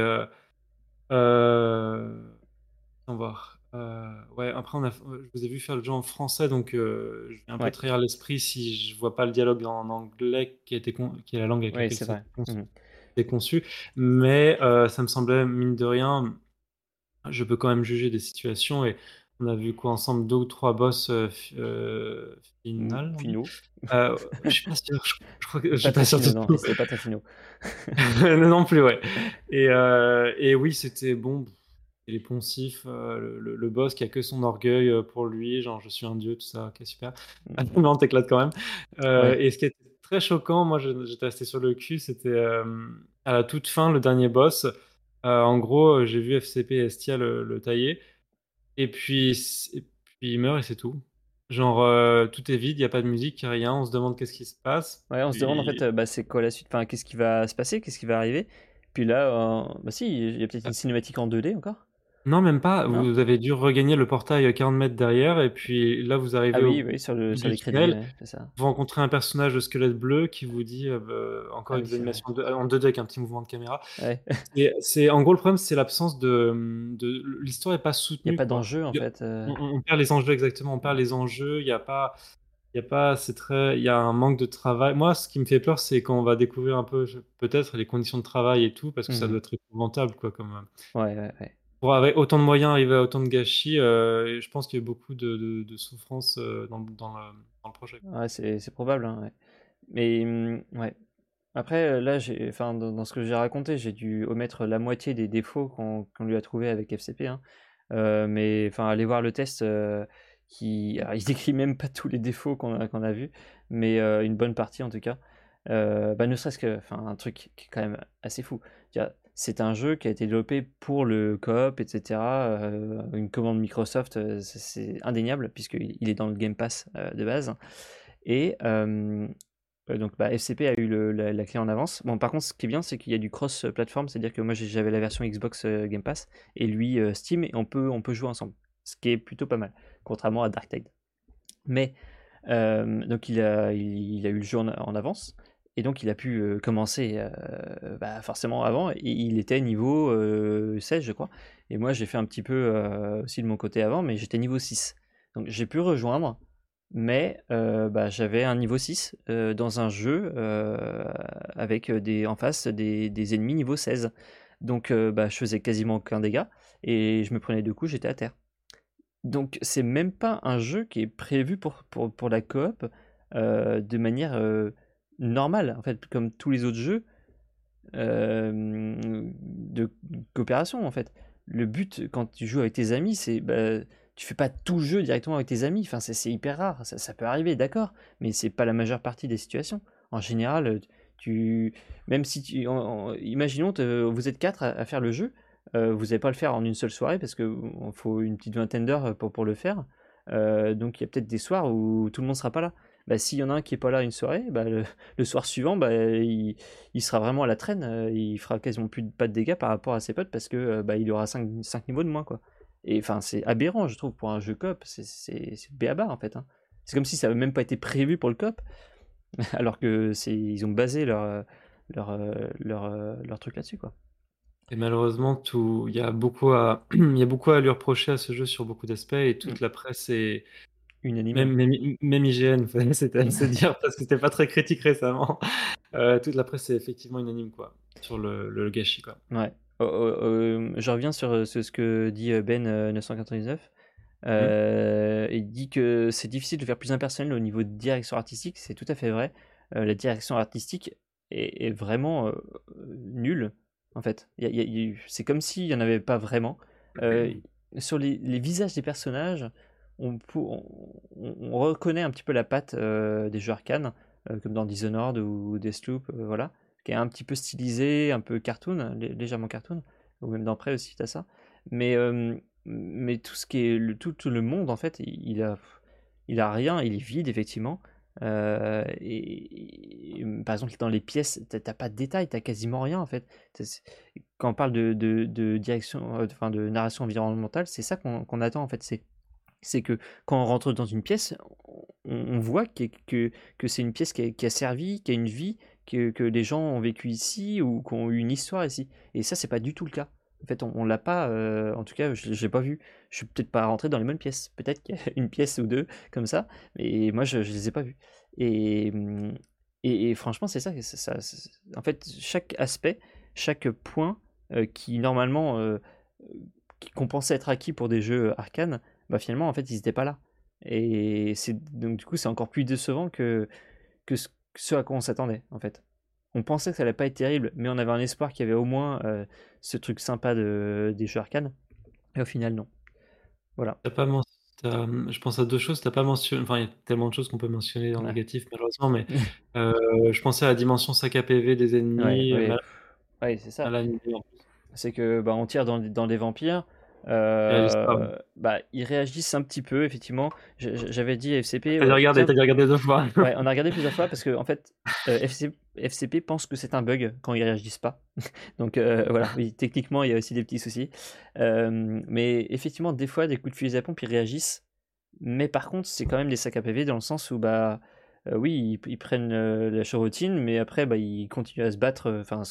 heu, attends voir, ouais, après je vous ai vu faire le jeu en français, donc je vais un peu Ouais, trahir l'esprit si je vois pas le dialogue en anglais qui est la langue avec ouais, laquelle c'est vrai. Mhm. c'est conçu. Mais ça me semblait, mine de rien, je peux quand même juger des situations et on a vu quoi ensemble? 2 ou 3 boss, final, on dit? Finaux. Je suis pas sûr, je crois que je suis Pas pas très sûr finaux, du non, tout. c'était pas très finaux. Non, non plus, ouais. Et oui, c'était bon, il est poncif, le boss qui a que son orgueil, pour lui, genre: «Je suis un dieu», tout ça, OK, super. Mm. Non, tu éclates quand même. Ouais, Et ce qui était très choquant, moi j'étais resté sur le cul, c'était, à la toute fin, le dernier boss, en gros, j'ai vu FCP et Estia le tailler et puis il meurt et c'est tout. Genre, tout est vide, il y a pas de musique, il y a rien, on se demande qu'est-ce qui se passe, ouais, on se demande en fait, puis bah, c'est quoi la suite, enfin, qu'est-ce qui va se passer, qu'est-ce qui va arriver. Puis là, bah si, il y a peut-être une cinématique en 2D encore, non, même pas. non? Vous avez dû regagner le portail, 40 mètres derrière et puis là, vous Ah arrivez au oui, oui, bout sur du les crédits, tunnel. ouais, c'est ça. Vous rencontrez un personnage de squelette bleu qui vous dit, encore Ah avec oui, des c'est vrai. animations en 2D avec un petit mouvement de caméra. Ouais. C'est en gros, le problème, c'est l'absence de l'histoire est pas Il y a soutenue, pas quoi. d'enjeu en Il y a fait. on perd les enjeux exactement, on perd les enjeux, il y a pas c'est très il y a un manque de travail. Moi, ce qui me fait peur, c'est quand on va découvrir un peu, peut-être les conditions de travail et tout, parce que ça doit Mhm. être épouvantable, quoi, comme, Ouais, ouais, ouais. pour avec autant de moyens arriver à autant de gâchis, et je pense qu'il y a eu beaucoup de souffrance, dans le projet. Ouais, c'est probable, hein, ouais. Mais ouais. Après, là, enfin, dans ce que j'ai raconté, j'ai dû omettre la moitié des défauts qu'on lui a trouvé avec FCP, hein. Mais enfin, allez voir le test. Alors, il décrit même pas tous les défauts qu'on a vus, mais une bonne partie en tout cas. Bah, ne serait-ce que, enfin, un truc qui est quand même assez fou. C'est un jeu qui a été développé pour le coop, etc. Une commande Microsoft, c'est indéniable puisqu'il est dans le Game Pass de base. Et donc bah, FCP a eu la clé en avance. Bon, par contre, ce qui est bien, c'est qu'il y a du cross-platform, c'est-à-dire que moi j'avais la version Xbox Game Pass et lui Steam, et on peut jouer ensemble, ce qui est plutôt pas mal, contrairement à Dark Tide. Mais donc il a eu le jeu en avance, et donc il a pu commencer bah, forcément avant, et il était niveau 16, je crois. Et moi j'ai fait un petit peu aussi de mon côté avant, mais j'étais niveau 6. Donc j'ai pu rejoindre, mais bah, j'avais un niveau 6 dans un jeu avec en face des ennemis niveau 16. Donc bah, je faisais quasiment aucun dégât, et je me prenais 2 coups, j'étais à terre. Donc c'est même pas un jeu qui est prévu pour la coop de manière normale, en fait, comme tous les autres jeux de coopération, en fait. Le but, quand tu joues avec tes amis, c'est bah, tu fais pas tout le jeu directement avec tes amis. Enfin, c'est hyper rare. Ça peut arriver, d'accord, mais c'est pas la majeure partie des situations. En général, tu, même si imaginons, vous êtes quatre à faire le jeu, vous n'allez pas le faire en une seule soirée parce que faut une petite vingtaine d'heures pour le faire. Donc il y a peut-être des soirs où tout le monde sera pas là. Bah, s'il y en a un qui est pas là une soirée, bah, le soir suivant, bah, il sera vraiment à la traîne. Il fera quasiment pas de dégâts par rapport à ses potes parce que bah, il aura 5 niveaux de moins, quoi. Et enfin, c'est aberrant, je trouve, pour un jeu coop. C'est béaba, en fait, hein. C'est comme si ça avait même pas été prévu pour le coop, alors que ils ont basé leur truc là-dessus, quoi. Et malheureusement, il y a beaucoup à lui reprocher à ce jeu sur beaucoup d'aspects et Mm. toute la presse est Unanime. même IGN, c'était à se dire parce que c'était pas très critique récemment. Toute la presse est effectivement unanime, quoi. sur le gâchis, quoi. Ouais. Je reviens sur ce que dit Ben 999. Hmm. Il dit que c'est difficile de faire plus impersonnel au niveau de direction artistique. C'est tout à fait vrai. La direction artistique est vraiment nulle, en fait. C'est comme s'il n'y en avait pas vraiment. Euh, sur les visages des personnages, on reconnaît un petit peu la patte des jeux Arcane, comme dans Dishonored ou Deathloop, voilà, qui est un petit peu stylisé, un peu cartoon, légèrement cartoon, ou même dans Prey aussi, t'as ça. Mais tout ce qui est tout le monde, en fait, il a rien, il est vide, effectivement. Par exemple, dans les pièces, t'as pas de détails, t'as quasiment rien, en fait. Quand on parle de direction, enfin de narration environnementale, c'est ça qu'on attend, en fait. C'est que quand on rentre dans une pièce, on voit que c'est une pièce qui a servi, qui a une vie, que les gens ont vécu ici ou qui ont eu une histoire ici. Et ça, c'est pas du tout le cas. En fait, on l'a pas, en tout cas, je l'ai pas vu. Je suis peut-être pas rentré dans les bonnes pièces. Peut-être qu'il y a une pièce ou deux comme ça, mais moi, je les ai pas vues. Et, et franchement, c'est ça. En fait, chaque aspect, chaque point qui normalement qu'on pensait être acquis pour des jeux arcane, bah finalement, en fait, ils n'étaient pas là. Et donc, du coup, c'est encore plus décevant que ce à quoi on s'attendait, en fait. On pensait que ça allait pas être terrible, mais on avait un espoir qu'il y avait au moins ce truc sympa des jeux arcane. Et au final, non. Voilà. T'as pas men- je pense à deux choses. T'as pas mentionné. Enfin, il y a tellement de choses qu'on peut mentionner dans le Ouais, négatif, malheureusement, mais je pensais à la dimension sac à PV des ouais, ennemis, ouais, ouais, c'est ça. mal animé en plus. C'est que bah, on tire dans des vampires. Ils réagissent pas. Ouais. Bah, ils réagissent un petit peu, effectivement. J'avais dit FCP, T'as tiens, dû regarder deux fois. ouais, on a regardé plusieurs fois parce que en fait, FCP pense que c'est un bug quand ils réagissent pas. Donc voilà, oui, techniquement, il y a aussi des petits soucis. Mais effectivement, des fois, des coups de fusil à pompe, ils réagissent. Mais par contre, c'est quand même des sacs à PV dans le sens où, bah, oui, ils prennent la chorotine, mais après, bah, ils continuent à se battre enfin,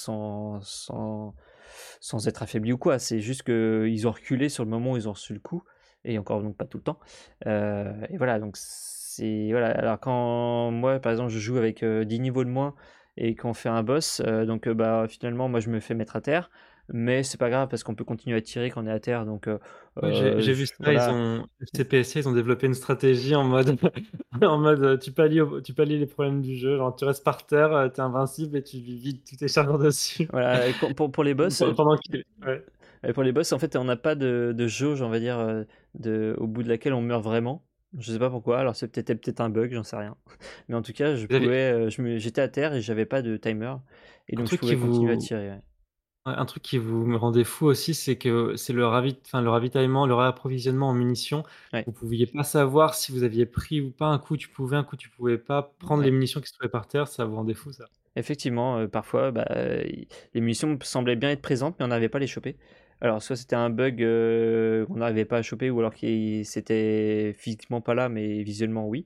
sans être affaiblis ou quoi. C'est juste qu'ils ont reculé sur le moment où ils ont reçu le coup, et encore donc pas tout le temps. Et voilà, donc c'est. Voilà. Alors quand moi, par exemple, je joue avec 10 niveaux de moins et qu'on fait un boss, donc bah, finalement, moi je me fais mettre à terre. Mais c'est pas grave parce qu'on peut continuer à tirer quand on est à terre. Donc Ouais, j'ai vu ça, voilà. CPSC, ils ont développé une stratégie en mode, en mode tu pallies les problèmes du jeu, genre tu restes par terre, t'es invincible et tu lui vides tous tes chargeurs dessus. Voilà, et pour les boss, Pendant qu'il... Ouais. pour les boss, en fait, on n'a pas de jauge, on va dire, au bout de laquelle on meurt vraiment. Je sais pas pourquoi, alors c'est peut-être un bug, j'en sais rien. Mais en tout cas, je Vous avez- pouvais, j'étais à terre et j'avais pas de timer, et Un donc je truc qui pouvais continuer à vous... tirer. Ouais. ouais, un truc qui vous me rendait fou aussi, c'est que c'est le ravitaillement, le réapprovisionnement en munitions. Ouais, Vous pouviez pas savoir si vous aviez pris ou pas. Un coup tu pouvais pas prendre les ouais. munitions qui se trouvaient par terre. Ça vous rendait fou, ça. Effectivement, parfois, bah, les munitions semblaient bien être présentes, mais on n'arrivait pas à les choper. Alors, soit c'était un bug qu'on n'arrivait pas à choper, ou alors qu'il c'était physiquement pas là, mais visuellement oui.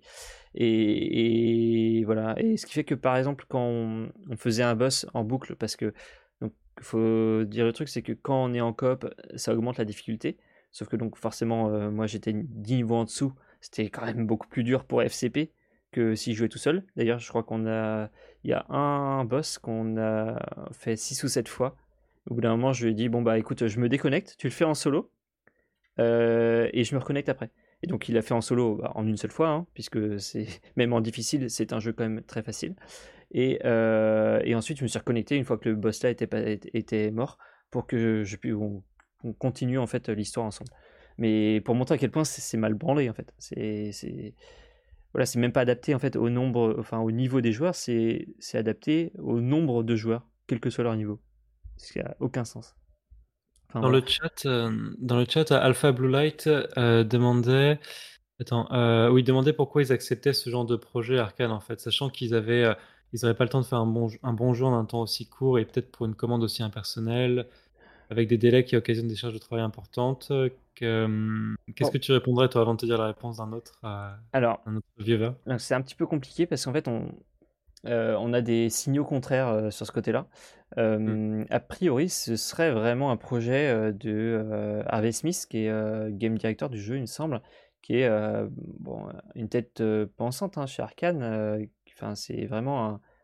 Et voilà. Et ce qui fait que par exemple, quand on faisait un boss en boucle, parce que donc faut dire le truc, c'est que quand on est en coop, ça augmente la difficulté. Sauf que donc forcément, moi j'étais 10 niveaux en dessous, c'était quand même beaucoup plus dur pour FCP que si je jouais tout seul. D'ailleurs, je crois il y a un boss qu'on a fait 6 ou 7 fois. Au bout d'un moment, je lui ai dit, bon bah écoute, je me déconnecte, tu le fais en solo, et je me reconnecte après. Et donc il l'a fait en solo bah, en une seule fois, hein, puisque c'est même en difficile, c'est un jeu quand même très facile. Et ensuite je me suis reconnecté une fois que le boss là était mort pour que on continue en fait l'histoire ensemble. Mais pour montrer à quel point c'est mal branlé en fait. Voilà, c'est même pas adapté en fait au nombre, enfin au niveau des joueurs, c'est adapté au nombre de joueurs, quel que soit leur niveau. Ce qui a aucun sens. Enfin voilà. Dans le chat, Alpha Blue Light demandait, attends, oui, demandait pourquoi ils acceptaient ce genre de projet Arcane en fait, sachant ils n'avaient pas le temps de faire un bon jeu en un temps aussi court et peut-être pour une commande aussi impersonnelle, avec des délais qui occasionnent des charges de travail importantes. Qu'est-ce que Bon, tu répondrais toi avant de te dire la réponse alors, d'un autre viewer? c'est un petit peu compliqué parce qu'en fait on a des signaux contraires sur ce côté-là. Hmm. A priori, ce serait vraiment un projet de Harvey Smith, qui est game director du jeu, il me semble, qui est bon, une tête pensante hein, chez Arkane. Enfin, c'est vraiment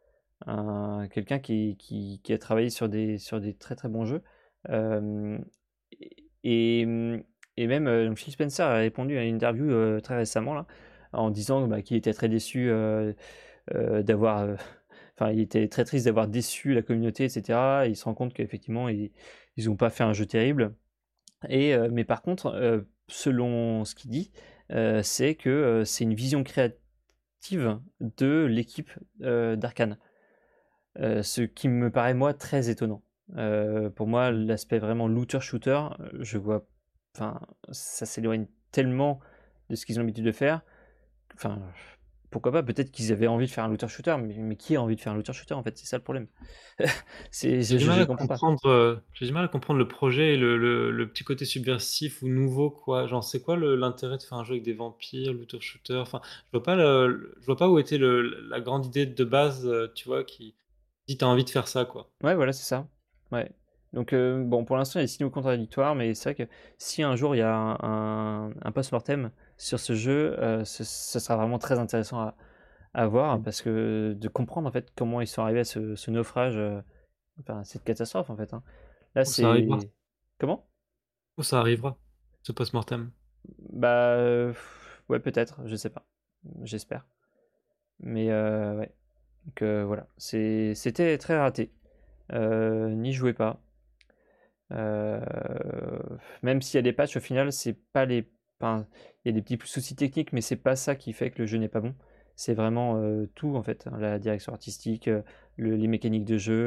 quelqu'un qui a travaillé sur des très très bons jeux. Euh, et, et même donc Phil Spencer a répondu à une interview très récemment là, en disant qu'il était très déçu d'avoir. Enfin, il était très triste d'avoir déçu la communauté, etc. Et il se rend compte qu'effectivement, ils n'ont pas fait un jeu terrible. Mais par contre, selon ce qu'il dit, c'est que c'est une vision créative de l'équipe d'Arkane. Ce qui me paraît, moi, très étonnant. Pour moi, l'aspect vraiment looter-shooter, je vois. Enfin, ça s'éloigne tellement de ce qu'ils ont l'habitude de faire. Enfin, pourquoi pas? Peut-être qu'ils avaient envie de faire un looter-shooter, mais qui a envie de faire un looter-shooter en fait? C'est ça le problème. J'ai du mal Je à comprends pas. comprendre, j'ai du mal à comprendre le projet et le petit côté subversif ou nouveau, quoi. Genre, c'est quoi l'intérêt de faire un jeu avec des vampires, looter shooter? Enfin, je vois pas où était la grande idée de base, tu vois, qui dit t'as envie de faire ça, quoi. Ouais, voilà, c'est ça. Ouais. Donc, bon, pour l'instant, il y a des signaux contradictoires, mais c'est vrai que si un jour il y a un post-mortem sur ce jeu, ce sera vraiment très intéressant à voir, parce que de comprendre en fait comment ils sont arrivés à ce naufrage, enfin, cette catastrophe en fait. Hein. Là, Où ça arrivera, c'est. Comment? où ça arrivera, ce post-mortem. Bah, ouais, peut-être, je sais pas. J'espère. Mais ouais. Donc voilà, c'était très raté. N'y jouez pas. Euh, Même s'il y a des patchs, au final, c'est pas les. Enfin, il y a des petits soucis techniques, mais c'est pas ça qui fait que le jeu n'est pas bon. C'est vraiment tout en fait, hein, la direction artistique, les mécaniques de jeu,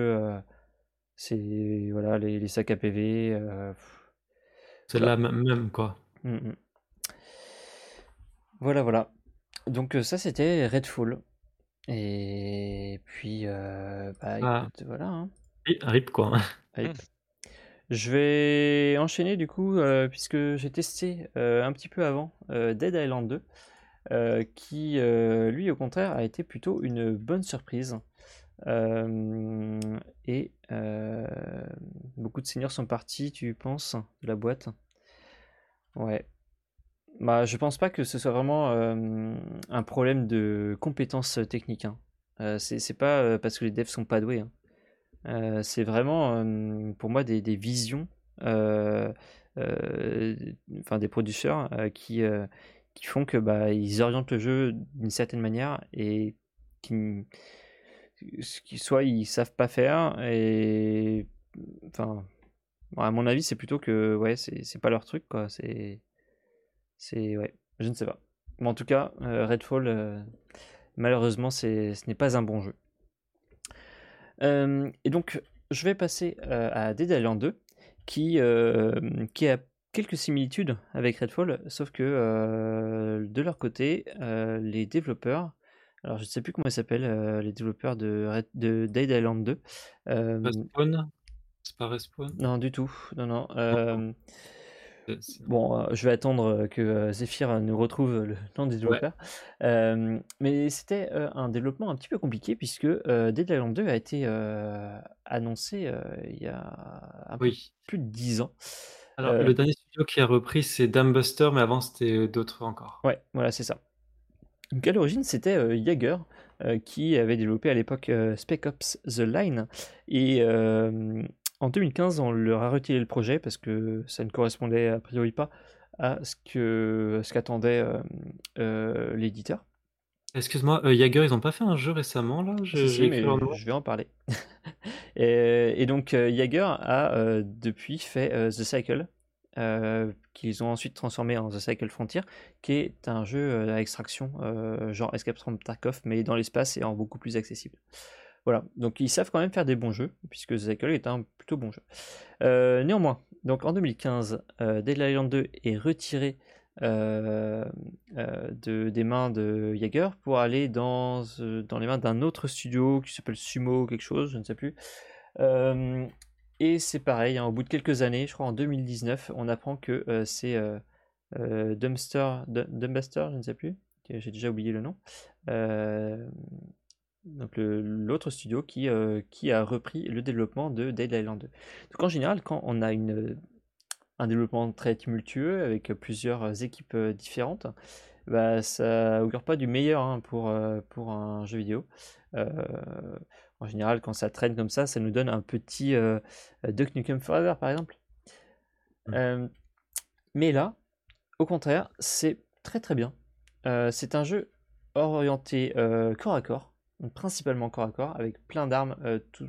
c'est voilà les sacs à PV. C'est Voilà. là même, quoi. Mm. Voilà, voilà. Donc ça c'était Redfall. Et puis bah Ah, écoute, voilà. Hein. RIP, quoi. Allez. Je vais enchaîner du coup, puisque j'ai testé un petit peu avant Dead Island 2, qui lui au contraire a été plutôt une bonne surprise. Euh, et beaucoup de seniors sont partis, tu penses, de la boîte? Ouais. Bah, je pense pas que ce soit vraiment un problème de compétences techniques. Hein. C'est pas parce que les devs sont pas doués. Hein. C'est vraiment pour moi des visions, euh, euh, enfin des producteurs qui font que bah, ils orientent le jeu d'une certaine manière et qui, soit ils savent pas faire et enfin bon, à mon avis c'est plutôt que ouais c'est pas leur truc quoi. C'est ouais je ne sais pas. Mais en tout cas Redfall malheureusement ce n'est pas un bon jeu. Et donc, je vais passer à Dead Island 2, qui a quelques similitudes avec Redfall, sauf que de leur côté, les développeurs, alors je ne sais plus comment ils s'appellent, les développeurs de Dead Island 2. Respawn? C'est pas Respawn? Non, du tout. Non, non. Non, Bon, je vais attendre que Zephyr nous retrouve le nom des ouais, développeurs. Mais c'était un développement un petit peu compliqué puisque Dead Island 2 a été annoncé il y a un peu oui. plus de 10 ans. Alors, le dernier studio qui a repris, c'est Dambuster, mais avant, c'était d'autres encore. Ouais, voilà, c'est ça. Donc à l'origine, c'était Jaeger qui avait développé à l'époque Spec Ops The Line. Et en 2015, on leur a retiré le projet parce que ça ne correspondait a priori pas à ce qu'attendait l'éditeur. Excuse-moi, Jaeger, ils ont pas fait un jeu récemment, là? Si, J'ai si, écrit leur mais nom. je vais en parler. Et donc Jaeger a depuis fait The Cycle, qu'ils ont ensuite transformé en The Cycle Frontier, qui est un jeu à extraction, genre Escape from Tarkov, mais dans l'espace et en beaucoup plus accessible. Voilà, donc ils savent quand même faire des bons jeux, puisque The Cycle est un plutôt bon jeu. Néanmoins, donc en 2015, Dead Island 2 est retiré des mains de Jaeger pour aller dans les mains d'un autre studio qui s'appelle Sumo quelque chose, je ne sais plus. Et c'est pareil, hein, au bout de quelques années, je crois en 2019, on apprend que c'est Dumbbuster, je ne sais plus, j'ai déjà oublié le nom. Donc l'autre studio qui a repris le développement de Dead Island 2. Donc en général, quand on a un développement très tumultueux avec plusieurs équipes différentes, bah, ça augure pas du meilleur hein, pour un jeu vidéo. Euh, En général, quand ça traîne comme ça nous donne un petit Duck Nukem Forever, par exemple. Mm. Euh, mais là, au contraire, c'est très très bien. C'est un jeu orienté corps à corps, donc principalement corps à corps, avec plein d'armes,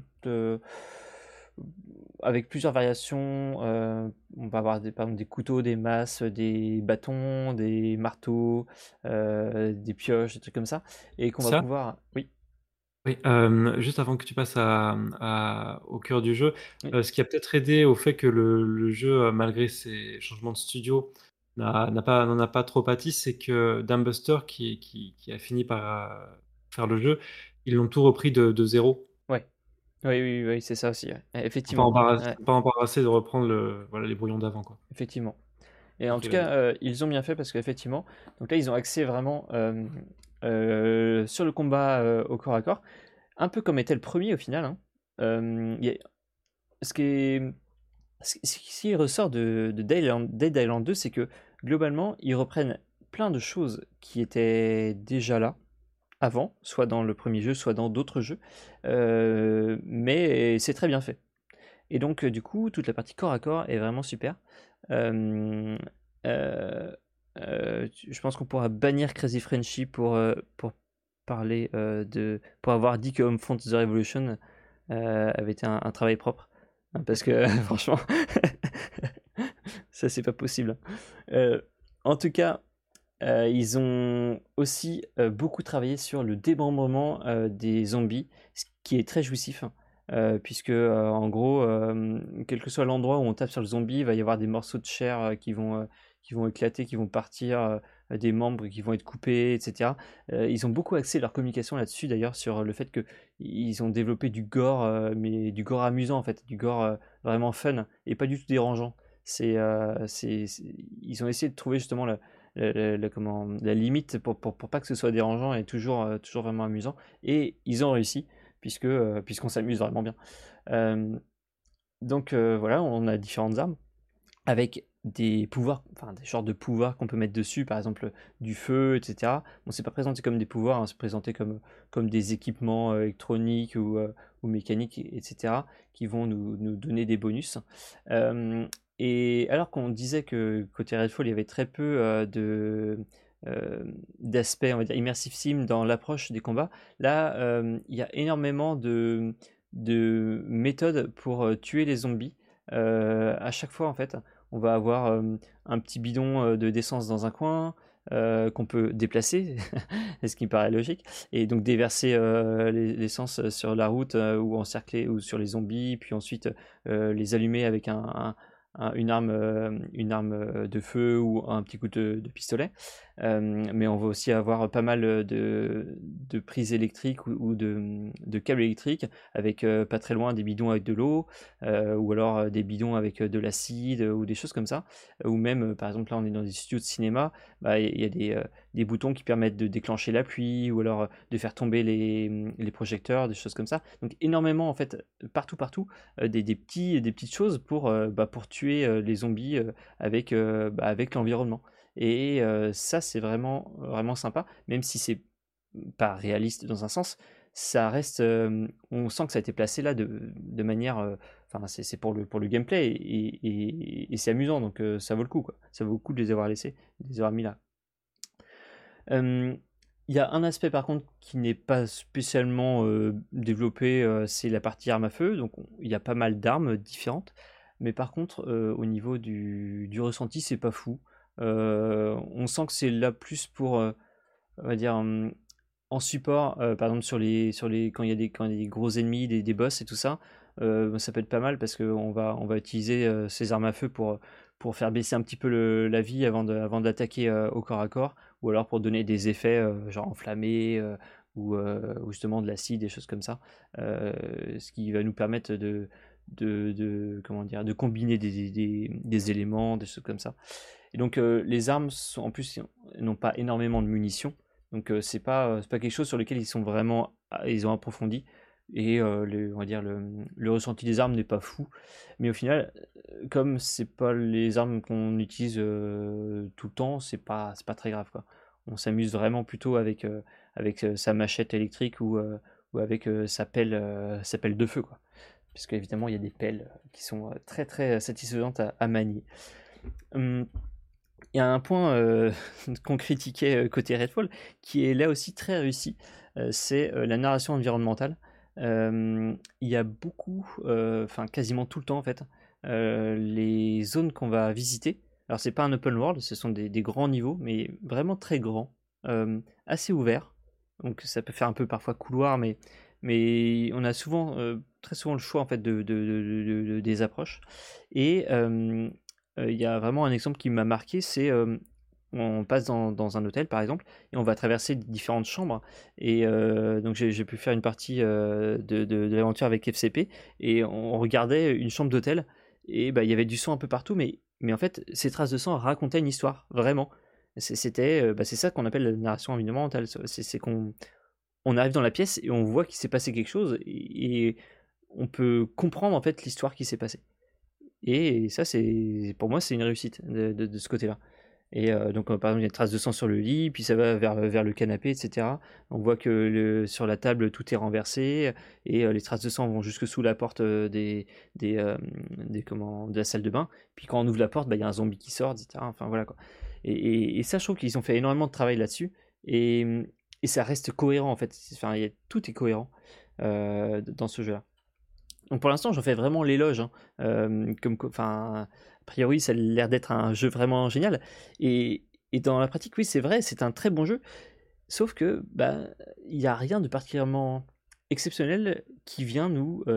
avec plusieurs variations. On va avoir par exemple des couteaux, des masses, des bâtons, des marteaux, des pioches, des trucs comme ça, et qu'on va Ça, pouvoir. Oui, oui, juste avant que tu passes au cœur du jeu, oui. ce qui a peut-être aidé au fait que le jeu, malgré ses changements de studio, n'en a pas trop pâti, c'est que Dambuster, qui a fini par faire le jeu, ils l'ont tout repris de zéro. Ouais. Oui, oui, oui, c'est ça aussi. Ouais. Ils sont Effectivement. Ouais, pas embarrassés de reprendre voilà, les brouillons d'avant, quoi. effectivement. Et en Ok, tout vas-y. cas, ils ont bien fait parce qu'effectivement, donc là, ils ont axé vraiment sur le combat au corps à corps, un peu comme était le premier au final. Hein. Il y a- ce qui est, ce qui ressort de Dead Island 2, c'est que globalement, ils reprennent plein de choses qui étaient déjà là avant, soit dans le premier jeu, soit dans d'autres jeux, mais c'est très bien fait. Et donc, du coup, toute la partie corps à corps est vraiment super. Euh, euh, je pense qu'on pourra bannir Crazy Frenchy pour parler pour avoir dit que Homefront The Revolution avait été un travail propre. Hein, parce que franchement, ça c'est pas possible. Euh, En tout cas, ils ont aussi beaucoup travaillé sur le démembrement des zombies, ce qui est très jouissif, hein. Puisque en gros, quel que soit l'endroit où on tape sur le zombie, il va y avoir des morceaux de chair qui vont éclater, qui vont partir, des membres qui vont être coupés, etc. Ils ont beaucoup axé leur communication là-dessus d'ailleurs, sur le fait qu'ils ont développé du gore, mais du gore amusant en fait, du gore vraiment fun et pas du tout dérangeant. Ils ont essayé de trouver justement la limite pour pas que ce soit dérangeant et toujours vraiment amusant. Et ils ont réussi, puisqu'on s'amuse vraiment bien. Euh, donc voilà, on a différentes armes avec des pouvoirs, enfin des genres de pouvoirs qu'on peut mettre dessus, par exemple du feu, etc. Bon, c'est pas présenté comme des pouvoirs, hein, c'est présenté comme des équipements électroniques ou mécaniques, etc., qui vont nous donner des bonus. Euh, et alors qu'on disait que côté Redfall, il y avait très peu d'aspects, on va dire, immersive sim dans l'approche des combats, là, il y a énormément de méthodes pour tuer les zombies. À chaque fois, en fait, on va avoir un petit bidon d'essence dans un coin qu'on peut déplacer, ce qui me paraît logique, et donc déverser l'essence sur la route ou encercler ou sur les zombies, puis ensuite les allumer avec une arme de feu ou un petit coup de pistolet. Mais on va aussi avoir pas mal de prises électriques ou de câbles électriques avec pas très loin des bidons avec de l'eau ou alors des bidons avec de l'acide ou des choses comme ça. Ou même, par exemple, là on est dans des studios de cinéma, bah, il y a des boutons qui permettent de déclencher la pluie ou alors de faire tomber les projecteurs, des choses comme ça. Donc énormément en fait, partout, des petites choses pour tuer les zombies avec l'environnement. Et ça, c'est vraiment, vraiment sympa, même si c'est pas réaliste dans un sens, ça reste, on sent que ça a été placé là de manière, enfin c'est pour le gameplay et c'est amusant, donc ça vaut le coup, quoi. Ça vaut le coup de les avoir laissés, de les avoir mis là. Il y a un aspect par contre qui n'est pas spécialement développé, c'est la partie arme à feu, donc il y a pas mal d'armes différentes, mais par contre au niveau du ressenti, c'est pas fou. On sent que c'est là plus pour, on va dire, en support, par exemple quand il y a des gros ennemis, des boss et tout ça, ça peut être pas mal parce qu'on va utiliser ces armes à feu pour faire baisser un petit peu la vie avant d'attaquer au corps à corps, ou alors pour donner des effets genre enflammés ou justement de l'acide, des choses comme ça, ce qui va nous permettre comment dire, de combiner des éléments, des choses comme ça. Et donc les armes en plus n'ont pas énormément de munitions, donc c'est pas quelque chose sur lequel ils ont approfondi. Et on va dire le ressenti des armes n'est pas fou, mais au final, comme c'est pas les armes qu'on utilise tout le temps, c'est pas très grave quoi. on s'amuse vraiment plutôt avec sa machette électrique ou avec sa pelle de feu, quoi. Parce qu'évidemment, il y a des pelles qui sont très très satisfaisantes à manier. Hum, Il y a un point qu'on critiquait côté Redfall, qui est là aussi très réussi, c'est la narration environnementale. Il y a beaucoup, enfin quasiment tout le temps en fait, les zones qu'on va visiter. Alors c'est pas un open world, ce sont des grands niveaux, mais vraiment très grands, assez ouverts. Donc ça peut faire un peu parfois couloir, mais on a très souvent le choix en fait des approches. Et il y a vraiment un exemple qui m'a marqué, c'est on passe dans un hôtel par exemple et on va traverser différentes chambres et donc j'ai pu faire une partie de l'aventure avec FCP et on regardait une chambre d'hôtel et bah, il y avait du sang un peu partout mais en fait ces traces de sang racontaient une histoire vraiment. C'est ça qu'on appelle la narration environnementale. C'est qu'on arrive dans la pièce et on voit qu'il s'est passé quelque chose et on peut comprendre en fait l'histoire qui s'est passée. Et ça, pour moi, c'est une réussite de ce côté-là. Et donc, par exemple, il y a une trace de sang sur le lit, puis ça va vers le canapé, etc. On voit que sur la table, tout est renversé, et les traces de sang vont jusque sous la porte de la salle de bain. Puis quand on ouvre la porte, bah, il y a un zombie qui sort, etc. Enfin, voilà, quoi. Et ça, je trouve qu'ils ont fait énormément de travail là-dessus. Et ça reste cohérent, en fait. Enfin, tout est cohérent dans ce jeu-là. Donc pour l'instant, j'en fais vraiment l'éloge, hein. A priori, ça a l'air d'être un jeu vraiment génial. Et dans la pratique, oui, c'est vrai, c'est un très bon jeu. Sauf que, bah, il n'y a rien de particulièrement exceptionnel qui vient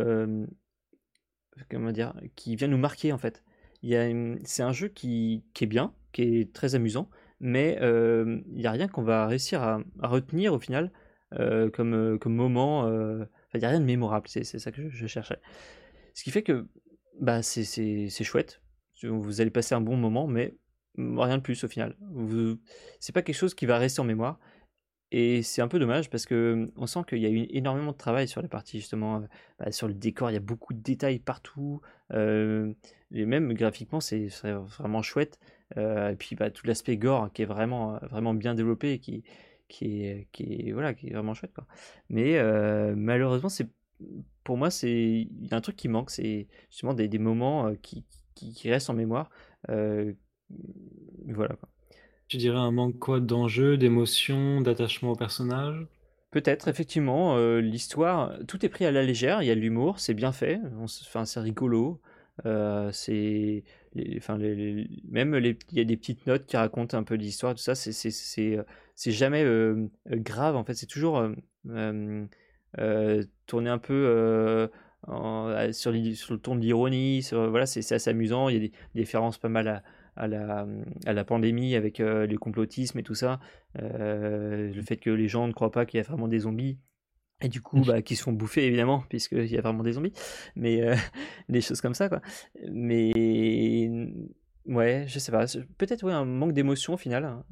qui vient nous marquer en fait. C'est un jeu qui est bien, qui est très amusant, mais il n'y a rien qu'on va réussir à retenir au final comme moment. Il n'y a rien de mémorable, c'est ça que je cherchais. Ce qui fait que bah, c'est chouette. Vous allez passer un bon moment, mais rien de plus au final. C'est pas quelque chose qui va rester en mémoire. Et c'est un peu dommage parce que on sent qu'il y a eu énormément de travail sur la partie justement, sur le décor, il y a beaucoup de détails partout. Et même graphiquement, c'est vraiment chouette. Et puis bah, tout l'aspect gore qui est vraiment bien développé et voilà, qui est vraiment chouette, quoi. Mais malheureusement, pour moi, il y a un truc qui manque, c'est justement des moments qui restent en mémoire. Euh, voilà, quoi. Tu dirais un manque quoi d'enjeu, d'émotion, d'attachement au personnage? Peut-être, effectivement, l'histoire, tout est pris à la légère, il y a de l'humour, c'est bien fait, enfin, c'est rigolo, c'est, il y a des petites notes qui racontent un peu l'histoire, tout ça, c'est jamais grave, en fait, c'est toujours tourné un peu sur le ton de l'ironie, voilà, c'est assez amusant, il y a des références pas mal à la pandémie avec les complotismes et tout ça, le fait que les gens ne croient pas qu'il y a vraiment des zombies et du coup bah, qui se font bouffer évidemment puisqu'il y a vraiment des zombies, mais des choses comme ça, quoi. Mais ouais, je sais pas, peut-être ouais, un manque d'émotion au final, hein.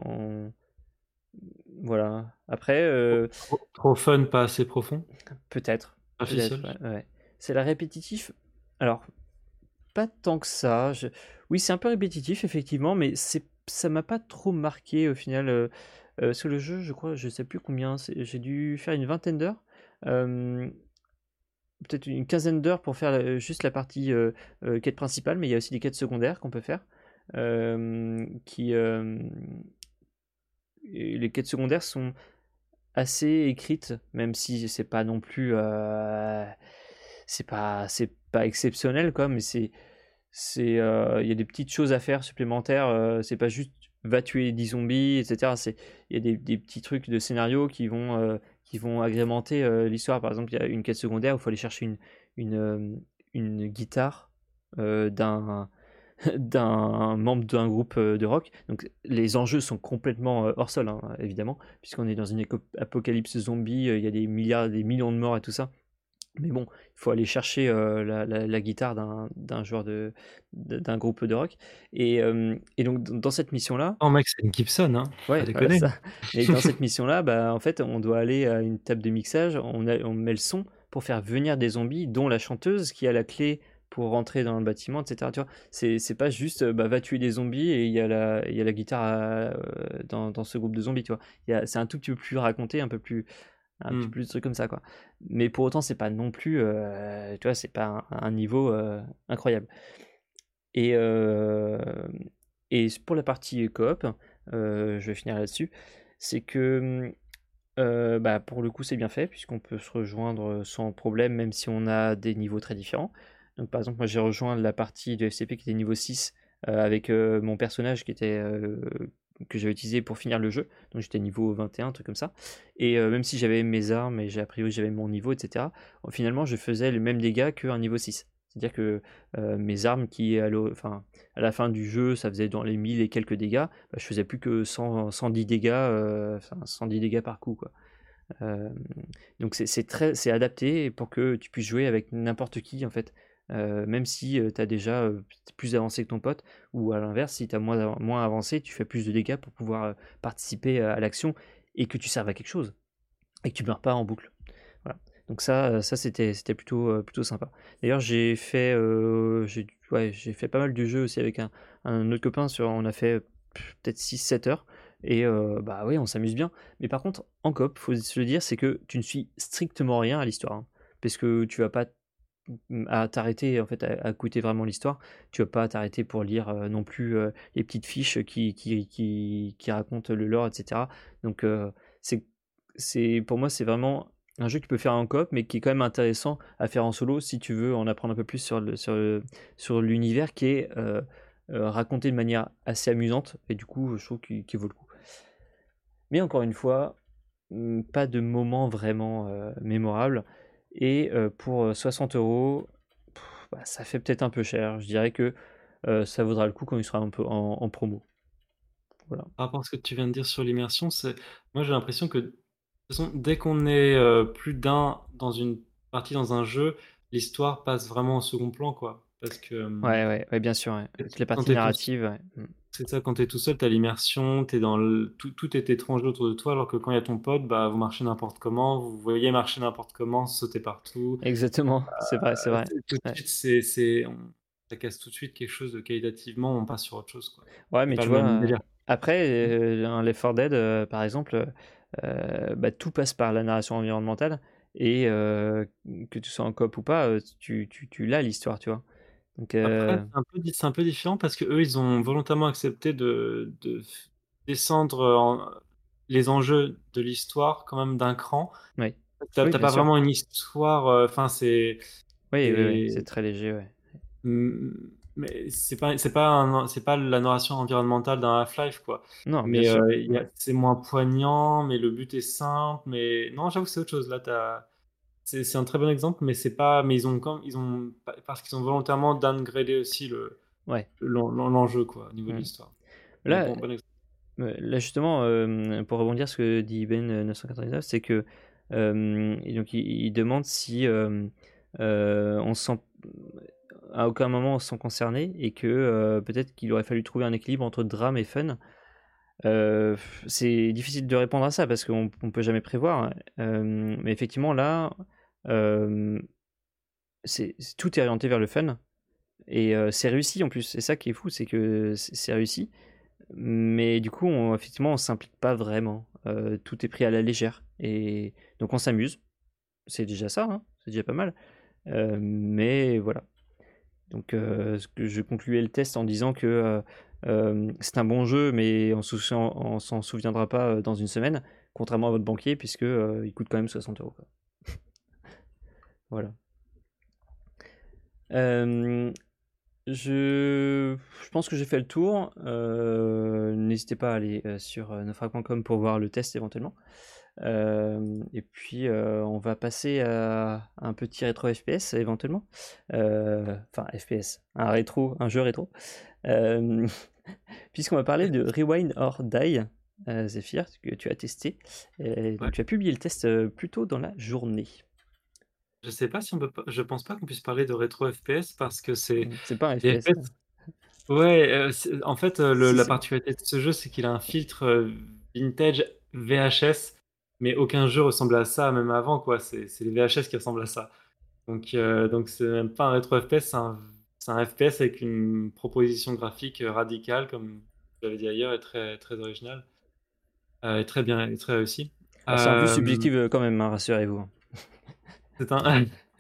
Voilà, après Trop fun, pas assez profond? peut-être, Pas ficelle? ouais. C'est la répétitif, alors pas tant que ça. Oui, c'est un peu répétitif, effectivement, mais ça m'a pas trop marqué au final. Parce que le jeu, je crois, je sais plus combien, j'ai dû faire une vingtaine d'heures. Peut-être une quinzaine d'heures pour faire juste la partie quête principale, mais il y a aussi des quêtes secondaires qu'on peut faire. Et les quêtes secondaires sont assez écrites, même si c'est pas non plus. C'est pas exceptionnel, quoi, mais il y a des petites choses à faire supplémentaires, c'est pas juste va tuer 10 zombies, etc. Il y a des petits trucs de scénario qui vont agrémenter l'histoire. Par exemple, il y a une quête secondaire où il faut aller chercher une guitare d'un d'un membre d'un groupe de rock. Donc les enjeux sont complètement hors sol, hein, évidemment, puisqu'on est dans une apocalypse zombie, il y a des millions de morts et tout ça. Mais bon, il faut aller chercher la guitare d'un joueur d'un groupe de rock. Et donc, dans cette mission-là, Oh mec, c'est une Gibson, hein, ouais, pas voilà déconner. ça. Et dans cette mission-là, bah, en fait, on doit aller à une table de mixage, on met le son pour faire venir des zombies, dont la chanteuse qui a la clé pour rentrer dans le bâtiment, etc. Tu vois, c'est pas juste va tuer des zombies et il y a la guitare dans ce groupe de zombies, tu vois. C'est un tout petit peu plus raconté, un petit peu plus de trucs comme ça, quoi. Mais pour autant, c'est pas non plus, tu vois, c'est pas un niveau incroyable. Et, et pour la partie coop, je vais finir là-dessus, c'est que pour le coup, c'est bien fait, puisqu'on peut se rejoindre sans problème, même si on a des niveaux très différents. Donc, par exemple, moi, j'ai rejoint la partie de FCP qui était niveau 6 avec mon personnage que j'avais utilisé pour finir le jeu. Donc, j'étais niveau 21, un truc comme ça. Et même si j'avais mes armes et a priori j'avais mon niveau, etc., finalement, je faisais le même dégât qu'un niveau 6. C'est-à-dire que mes armes à la fin du jeu, ça faisait dans les 1000 et quelques dégâts, je faisais plus que 110 dégâts, 110 dégâts par coup, quoi. Donc c'est adapté pour que tu puisses jouer avec n'importe qui, en fait. Même si tu as déjà plus avancé que ton pote, ou à l'inverse, si tu as moins avancé, tu fais plus de dégâts pour pouvoir participer à l'action et que tu serves à quelque chose et que tu meurs pas en boucle. Voilà. Donc ça c'était plutôt sympa. D'ailleurs, j'ai fait pas mal de jeux aussi avec un autre copain. On a fait peut-être 6-7 heures. Et oui, on s'amuse bien. Mais par contre, en coop, faut se le dire, c'est que tu ne suis strictement rien à l'histoire, hein. Parce que tu vas pas à t'arrêter en fait à écouter vraiment l'histoire. Tu vas pas t'arrêter pour lire non plus les petites fiches qui racontent le lore, etc. Donc pour moi, c'est vraiment un jeu que tu peux faire en coop, mais qui est quand même intéressant à faire en solo si tu veux en apprendre un peu plus sur l'univers qui est raconté de manière assez amusante. Et du coup, je trouve qu'il vaut le coup. Mais encore une fois, pas de moment vraiment mémorable. Et pour 60 €, ça fait peut-être un peu cher. Je dirais que ça vaudra le coup quand il sera un peu en promo. Voilà. Par rapport à ce que tu viens de dire sur l'immersion, moi j'ai l'impression que de toute façon, dès qu'on est plus d'un dans une partie dans un jeu, l'histoire passe vraiment au second plan, quoi. Parce que Ouais, bien sûr. Ouais. Toutes les quand parties t'es narratives. Ouais. c'est ça, quand tu es tout seul, tu as l'immersion, tout est étranger autour de toi, alors que quand il y a ton pote, vous marchez n'importe comment, vous voyez marcher n'importe comment, sauter partout. Exactement, c'est vrai. Tout de Ouais. suite, ça casse tout de suite quelque chose de qualitativement, on passe sur autre chose, quoi. Ouais, C'est mais pas tu le même vois, délire. après, un Left 4 Dead, par exemple, tout passe par la narration environnementale et que tu sois en coop ou pas, tu l'as l'histoire, tu vois. Donc, Après, c'est un peu différent parce qu'eux, ils ont volontairement accepté de descendre les enjeux de l'histoire quand même d'un cran. oui. Tu as Oui, bien pas sûr. vraiment une histoire, enfin, Oui, c'est c'est très léger, ouais. Mais c'est pas la narration environnementale d'un Half-Life, quoi. Non, bien Mais sûr. c'est moins poignant, mais le but est simple. Mais non, j'avoue que c'est autre chose. Là, c'est un très bon exemple, mais c'est pas. Mais parce qu'ils ont volontairement downgradé aussi Ouais. l'enjeu, quoi, au niveau de Mm. l'histoire. Mais Là, bon exemple. là justement, pour rebondir sur ce que dit Ben 999, c'est que et donc il demande si on se sent à aucun moment on se sent concerné et que peut-être qu'il aurait fallu trouver un équilibre entre drame et fun. C'est difficile de répondre à ça parce qu'on peut jamais prévoir, hein. Mais effectivement là, tout est orienté vers le fun et c'est réussi en plus. C'est ça qui est fou, c'est que c'est réussi. Mais du coup, effectivement, on s'implique pas vraiment. Tout est pris à la légère. Et donc on s'amuse. C'est déjà ça, hein, c'est déjà pas mal. Mais voilà. Donc je concluais le test en disant que c'est un bon jeu, mais on s'en souviendra pas dans une semaine, contrairement à votre banquier, puisque il coûte quand même 60 €, quoi. Voilà. Je pense que j'ai fait le tour. N'hésitez pas à aller sur nofrag.com pour voir le test éventuellement. Et puis on va passer à un petit rétro FPS éventuellement. Enfin FPS, un jeu rétro. Puisqu'on va parler de Rewind or Die, Zephyr, que tu as testé. Et donc Ouais. tu as publié le test plus tôt dans la journée. Je sais pas si on peut pas, je pense pas qu'on puisse parler de rétro FPS parce que C'est pas un les FPS. FPS. Ouais, en fait, Si, la si. particularité de ce jeu, c'est qu'il a un filtre vintage VHS, mais aucun jeu ressemble à ça, même avant, quoi. C'est les VHS qui ressemblent à ça. Donc c'est même pas un rétro FPS, c'est un FPS avec une proposition graphique radicale, comme j'avais dit ailleurs, et très, très originale, et très bien, et très réussie. Alors, c'est un vue Euh, subjective quand même, hein, rassurez-vous. c'est un.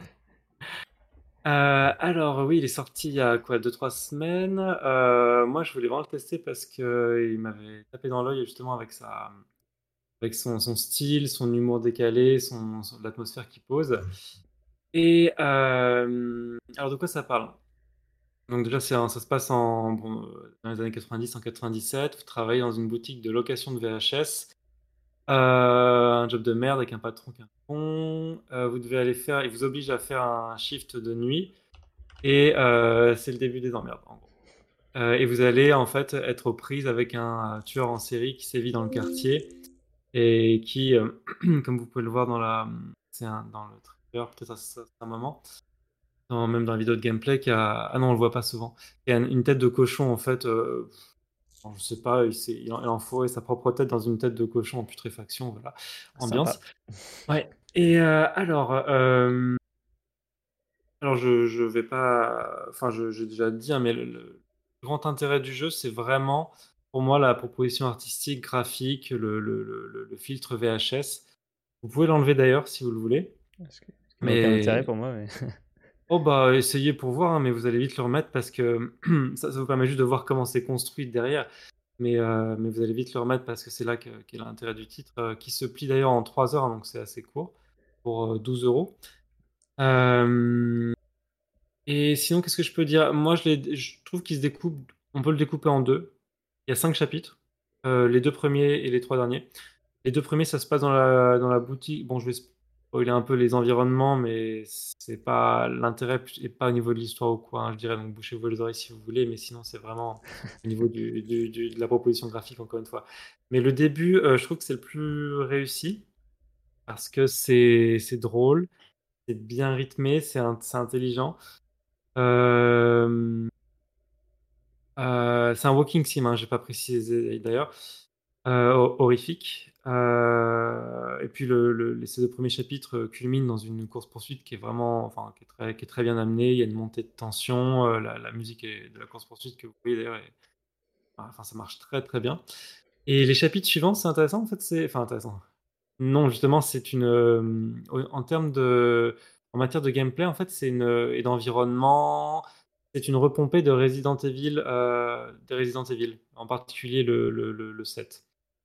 Alors oui, il est sorti il y a quoi, 2-3 semaines. Moi, je voulais vraiment le tester parce que il m'avait tapé dans l'œil justement avec son style, son humour décalé, l'atmosphère qu'il pose. Et alors de quoi ça parle? Donc déjà, ça se passe dans les années 90, en 97. Vous travaillez dans une boutique de location de VHS. Un job de merde avec un patron qui est un con. Vous devez aller faire, il vous oblige à faire un shift de nuit. Et c'est le début des emmerdes, en gros. Et vous allez en fait être aux prises avec un tueur en série qui sévit dans le quartier et qui, comme vous pouvez le voir dans le trailer, peut-être à un moment, même dans la vidéo de gameplay, ah non, on le voit pas souvent. Il y a une tête de cochon en fait. Je sais pas, il a enfourré sa propre tête dans une tête de cochon en putréfaction, voilà, Sympa. ambiance. Ouais. Et alors je vais pas, enfin j'ai déjà dit, hein, mais le grand intérêt du jeu, c'est vraiment pour moi la proposition artistique, graphique, le filtre VHS. Vous pouvez l'enlever d'ailleurs si vous le voulez, Ce qui n'a aucun intérêt mais pour moi. Mais... oh bah essayez pour voir, hein, mais vous allez vite le remettre parce que ça vous permet juste de voir comment c'est construit derrière. Mais vous allez vite le remettre parce que c'est là qu'est l'intérêt du titre, qui se plie d'ailleurs en 3 heures, hein, donc c'est assez court, pour 12 euros. Euh, et sinon, qu'est-ce que je peux dire? Moi, je trouve qu'il se découpe, on peut le découper en deux. Il y a 5 chapitres, les deux premiers et les 3 derniers. Les deux premiers, ça se passe dans la boutique. Bon, je vais spoiler un peu les environnements, mais c'est pas l'intérêt et pas au niveau de l'histoire ou quoi, hein, je dirais. Donc, bouchez-vous les oreilles si vous voulez, mais sinon, c'est vraiment au niveau de la proposition graphique, encore une fois. Mais le début, je trouve que c'est le plus réussi parce que c'est drôle, c'est bien rythmé, c'est intelligent. Euh, c'est un walking sim, hein, j'ai pas précisé d'ailleurs. Horrifique. Et puis ces deux premiers chapitres culminent dans une course-poursuite qui est vraiment, enfin, qui est très bien amenée. Il y a une montée de tension. La musique de la course-poursuite que vous voyez d'ailleurs, enfin, ça marche très très bien. Et les chapitres suivants, c'est intéressant en fait. Enfin, intéressant. Non, justement, en matière de gameplay, en fait, et d'environnement, c'est une repompée de Resident Evil, des Resident Evil, en particulier le 7.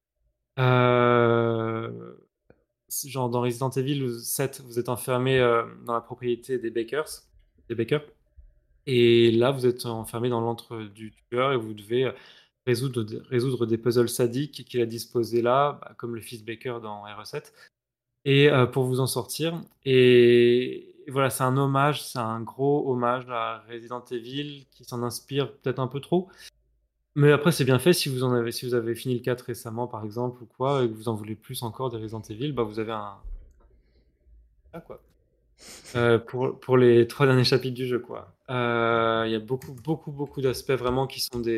Euh, Genre dans Resident Evil 7, vous êtes enfermé dans la propriété des Bakers, et là, vous êtes enfermé dans l'antre du tueur et vous devez résoudre des puzzles sadiques qu'il a disposés là, bah, comme le fils Baker dans RE7 et pour vous en sortir. Et voilà, c'est un hommage, c'est un gros hommage à Resident Evil qui s'en inspire peut-être un peu trop. Mais après, c'est bien fait si vous avez fini le 4 récemment, par exemple, ou quoi, et que vous en voulez plus encore des Resident Evil, bah vous avez ah, quoi. Pour les 3 derniers chapitres du jeu, quoi. Il y a beaucoup, beaucoup, beaucoup d'aspects vraiment qui sont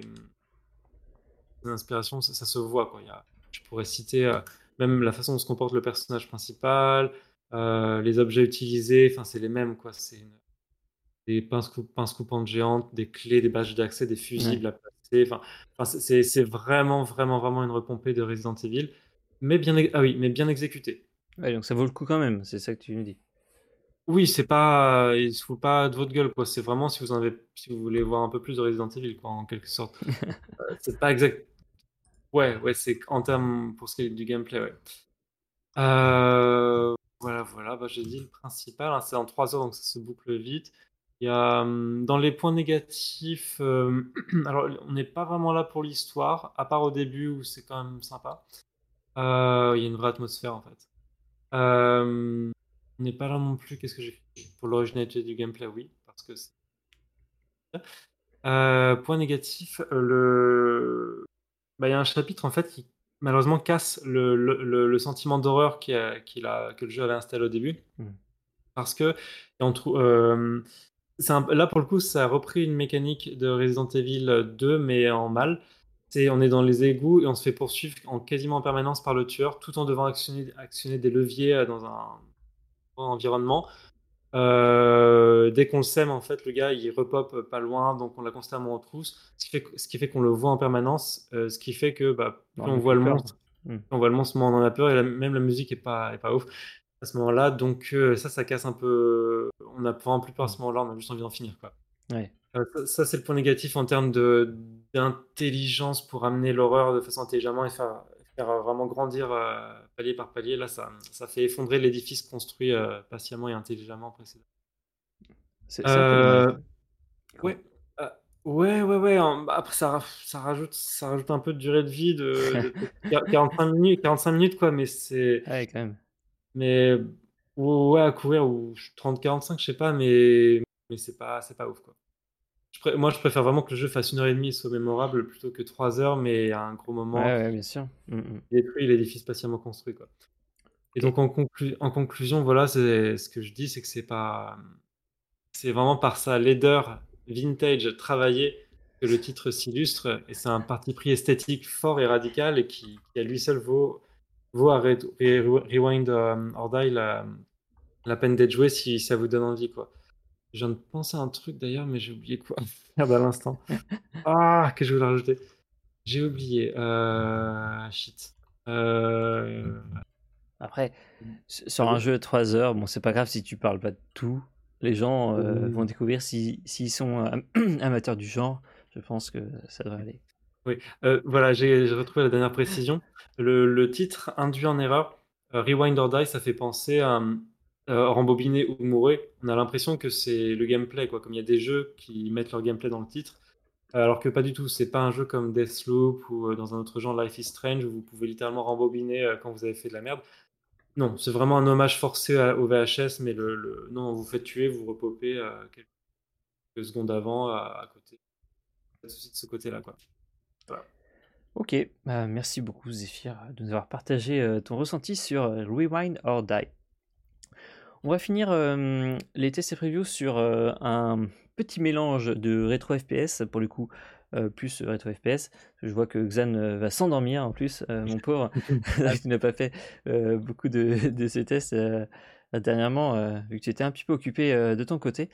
des inspirations, ça se voit, quoi. Je pourrais citer même la façon dont se comporte le personnage principal, les objets utilisés, enfin, c'est les mêmes, quoi. Des pinces coupantes géantes, des clés, des badges d'accès, des Ouais. fusibles à placer. Enfin, c'est vraiment, vraiment, vraiment une repompée de Resident Evil, ah oui, mais bien exécuté. Ouais, donc ça vaut le coup quand même, c'est ça que tu nous dis. Oui, c'est pas, il se fout pas de votre gueule, quoi. C'est vraiment si vous voulez voir un peu plus de Resident Evil, quoi, en quelque sorte. C'est pas exact. Ouais, ouais, c'est en termes pour ce qui est du gameplay, ouais. Voilà, voilà, bah, j'ai dit le principal, hein, c'est en 3 heures, donc ça se boucle vite. Il y a, dans les points négatifs, alors on n'est pas vraiment là pour l'histoire, à part au début où c'est quand même sympa. Il y a une vraie atmosphère en fait. On n'est pas là non plus, qu'est-ce que j'ai fait? Pour l'originalité du gameplay, oui, parce que point négatif, bah, il y a un chapitre en fait qui malheureusement casse le sentiment d'horreur que le jeu avait installé au début. Mm. Parce que on trouve, là pour le coup, ça a repris une mécanique de Resident Evil 2, mais en mal. On est dans les égouts et on se fait poursuivre quasiment en permanence par le tueur, tout en devant actionner des leviers dans un environnement. Dès qu'on le sème, en fait, le gars, il repop pas loin, donc on l'a constamment en trousse, ce qui fait qu'on le voit en permanence, ce qui fait que bah, plus On on lui voit fait le peur. monstre, Hmm. moins on en a peur, et même la musique est pas ouf à ce moment-là, donc ça casse un peu. On a vraiment plus peur à ce moment-là, on a juste envie d'en finir, quoi. Ouais. C'est le point négatif en termes d'intelligence pour amener l'horreur de façon intelligemment et faire vraiment grandir palier par palier. Là, ça fait effondrer l'édifice construit patiemment et intelligemment précédemment. C'est un peu dommage. Euh, Quoi. ouais, ouais. Bah, après, ça rajoute un peu de durée de vie de peut-être 45 minutes, quoi. Ouais, quand même. Mais ouais, à courir ou 30-45, je sais pas, mais c'est pas ouf, quoi. Moi, je préfère vraiment que le jeu fasse 1h30 et soit mémorable plutôt que 3 heures, mais à un gros Ouais, moment ouais, qui bien sûr. détruit l'édifice patiemment construit, quoi. Et Ok. donc, en conclusion, voilà, c'est ce que je dis, c'est que c'est vraiment par sa laideur vintage travaillée que le titre s'illustre, et c'est un parti pris esthétique fort et radical et qui à lui seul vaut à Rewind or Die la peine d'être joué si ça vous donne envie, quoi. Je viens de penser à un truc d'ailleurs, mais j'ai oublié quoi. Merde à l'instant. Ah, que je voulais rajouter. J'ai oublié. Shit. Euh, Après, sur un jeu de 3 heures, bon, c'est pas grave si tu parles pas de tout. Les gens vont oui. découvrir s'ils sont amateurs du genre. Je pense que ça devrait aller. Oui. Voilà, j'ai retrouvé la dernière précision. Le titre induit en erreur. Rewind or Die, ça fait penser à rembobiner ou mourir. On a l'impression que c'est le gameplay, quoi. Comme il y a des jeux qui mettent leur gameplay dans le titre, alors que pas du tout. C'est pas un jeu comme Deathloop ou dans un autre genre Life is Strange où vous pouvez littéralement rembobiner quand vous avez fait de la merde. Non, c'est vraiment un hommage forcé au VHS, mais non, vous faites tuer, vous repopez quelques secondes avant à côté. Pas de souci de ce côté-là, quoi. Voilà. Ok, merci beaucoup Zéphyr de nous avoir partagé ton ressenti sur Rewind or Die. On va finir les tests et previews sur un petit mélange de rétro FPS, pour le coup, plus rétro FPS. Je vois que Xan va s'endormir en plus, mon pauvre. Tu n'as pas fait beaucoup de ces tests dernièrement, vu que tu étais un petit peu occupé de ton côté.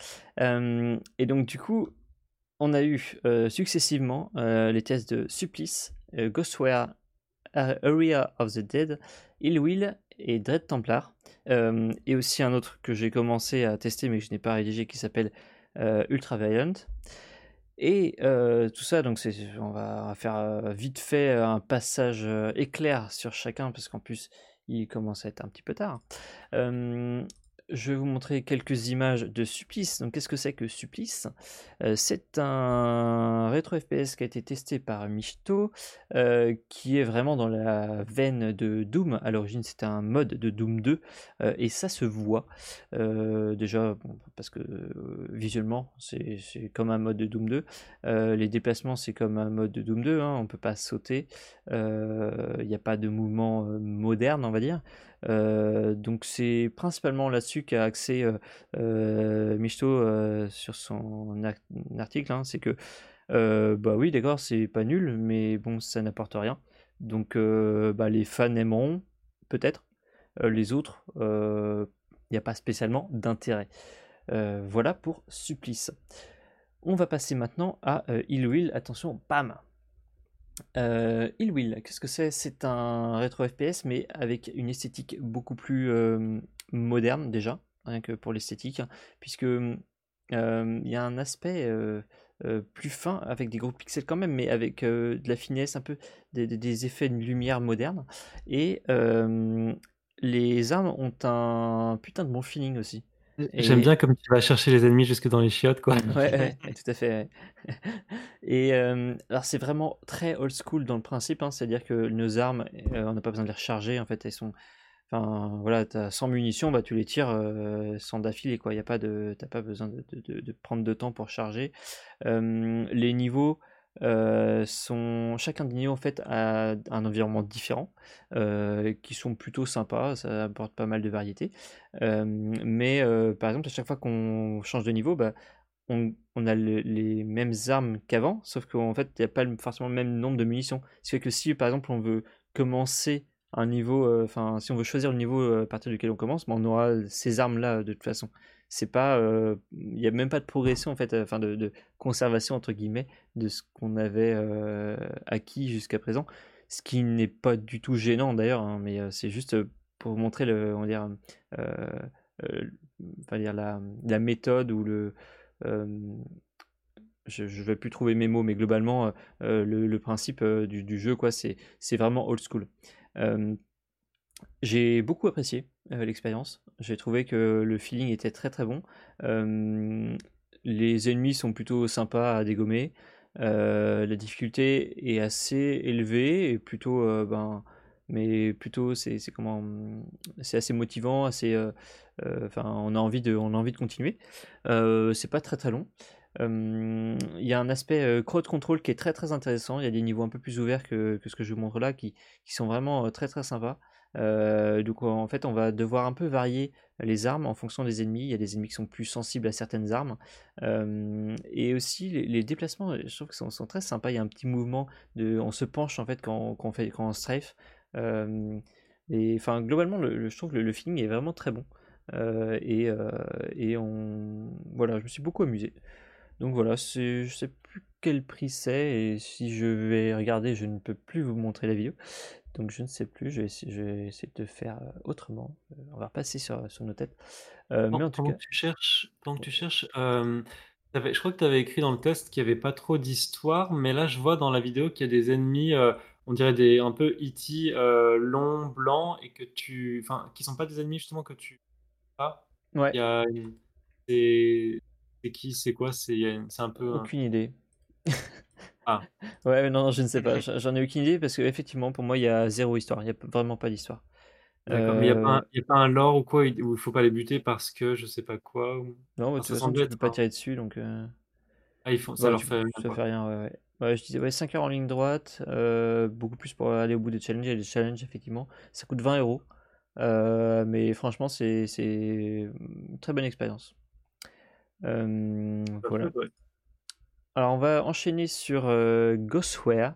Et donc, du coup, on a eu successivement les tests de Supplice, Ghostwire, Area of the Dead, Ill Will et Dread Templar. Et aussi un autre que j'ai commencé à tester mais que je n'ai pas rédigé qui s'appelle Ultraviolent. Et tout ça, donc on va faire vite fait un passage éclair sur chacun parce qu'en plus il commence à être un petit peu tard. Je vais vous montrer quelques images de Supplice. Donc, qu'est-ce que c'est que Supplice? C'est un rétro FPS qui a été testé par Michto, qui est vraiment dans la veine de Doom. À l'origine, c'était un mode de Doom 2, et ça se voit. Déjà, bon, parce que visuellement, c'est comme un mode de Doom 2. Les déplacements, c'est comme un mode de Doom 2, hein, on ne peut pas sauter. Il n'y a pas de mouvement moderne, on va dire. Donc c'est principalement là-dessus qu'a axé Michto sur son article, hein, c'est que bah oui d'accord c'est pas nul mais bon ça n'apporte rien, donc bah, les fans aimeront peut-être, les autres il n'y a pas spécialement d'intérêt. Voilà pour Supplice. On va passer maintenant à Ill Will, attention, bam. Ill Will, qu'est-ce que c'est? C'est un rétro FPS, mais avec une esthétique beaucoup plus moderne déjà, rien que pour l'esthétique, hein, puisque il y a un aspect plus fin, avec des gros pixels quand même, mais avec de la finesse, un peu des effets de lumière moderne. Et les armes ont un putain de bon feeling aussi. J'aime Et bien comme tu vas chercher les ennemis jusque dans les chiottes, quoi. ouais, tout à fait. Ouais. Et alors c'est vraiment très old school dans le principe, hein, c'est-à-dire que nos armes, on n'a pas besoin de les recharger, en fait, elles sont, enfin voilà, t'as 100 munitions, bah tu les tires sans d'affilée, quoi. T'as pas besoin de prendre de temps pour charger. Les niveaux chacun des niveaux en fait a un environnement différent, qui sont plutôt sympas, ça apporte pas mal de variété. Mais par exemple, à chaque fois qu'on change de niveau, bah, on a les mêmes armes qu'avant, sauf qu'en fait, il n'y a pas forcément le même nombre de munitions. Ce qui fait que si, par exemple, on veut commencer un niveau, enfin, si on veut choisir le niveau à partir duquel on commence, ben, on aura ces armes-là de toute façon. c'est pas, il y a même pas de progression en fait, enfin de conservation entre guillemets de ce qu'on avait acquis jusqu'à présent, ce qui n'est pas du tout gênant d'ailleurs, hein, mais c'est juste pour montrer on va dire, euh, enfin, dire la méthode ou euh, je vais plus trouver mes mots, mais globalement, le principe du jeu, quoi, c'est vraiment old school. Euh, j'ai beaucoup apprécié l'expérience. J'ai trouvé que le feeling était très très bon. Euh, les ennemis sont plutôt sympas à dégommer. La difficulté est assez élevée et plutôt, mais plutôt c'est comment, c'est assez motivant, assez, enfin, on a envie de continuer. C'est pas très très long. Il y a un aspect crowd control qui est très très intéressant. Il y a des niveaux un peu plus ouverts que ce que je vous montre là, qui sont vraiment très très sympas. Donc en fait, on va devoir un peu varier les armes en fonction des ennemis. Il y a des ennemis qui sont plus sensibles à certaines armes. Et aussi les déplacements, je trouve que sont très sympas. Il y a un petit mouvement on se penche en fait quand on strafe. Et enfin globalement, je trouve que le feeling est vraiment très bon. Et voilà, je me suis beaucoup amusé. Donc voilà, je sais plus quel prix c'est et si je vais regarder, je ne peux plus vous montrer la vidéo. Donc je ne sais plus, je vais essayer de faire autrement. On va repasser sur nos têtes. Mais en tout Pendant cas, que tu cherches, je crois que tu avais écrit dans le test qu'il n'y avait pas trop d'histoire, mais là je vois dans la vidéo qu'il y a des ennemis, on dirait un peu E.T. Longs, blancs, et enfin, qui sont pas des ennemis justement que tu as. ouais, Il y a c'est c'est qui, c'est quoi, c'est un peu aucune idée. ah, Ouais, non, je ne sais pas. J'en ai aucune idée parce que effectivement, pour moi, il y a zéro histoire. Il n'y a vraiment pas d'histoire. d'accord, mais Euh, il y a pas un lore ou quoi, où il faut pas les buter parce que je sais pas quoi, non, bah, de enfin, toute ça façon, semble tu peux être pas tirer dessus, donc ça voilà, leur fait rien, ça fait quoi. rien. Ouais, ouais. Ouais, je disais ouais, 5 heures en ligne droite, beaucoup plus pour aller au bout des challenges. Il y a des challenges, effectivement. Ça coûte 20 €. Mais franchement, c'est une très bonne expérience. Voilà. Ouais. Alors, on va enchaîner sur Ghostware,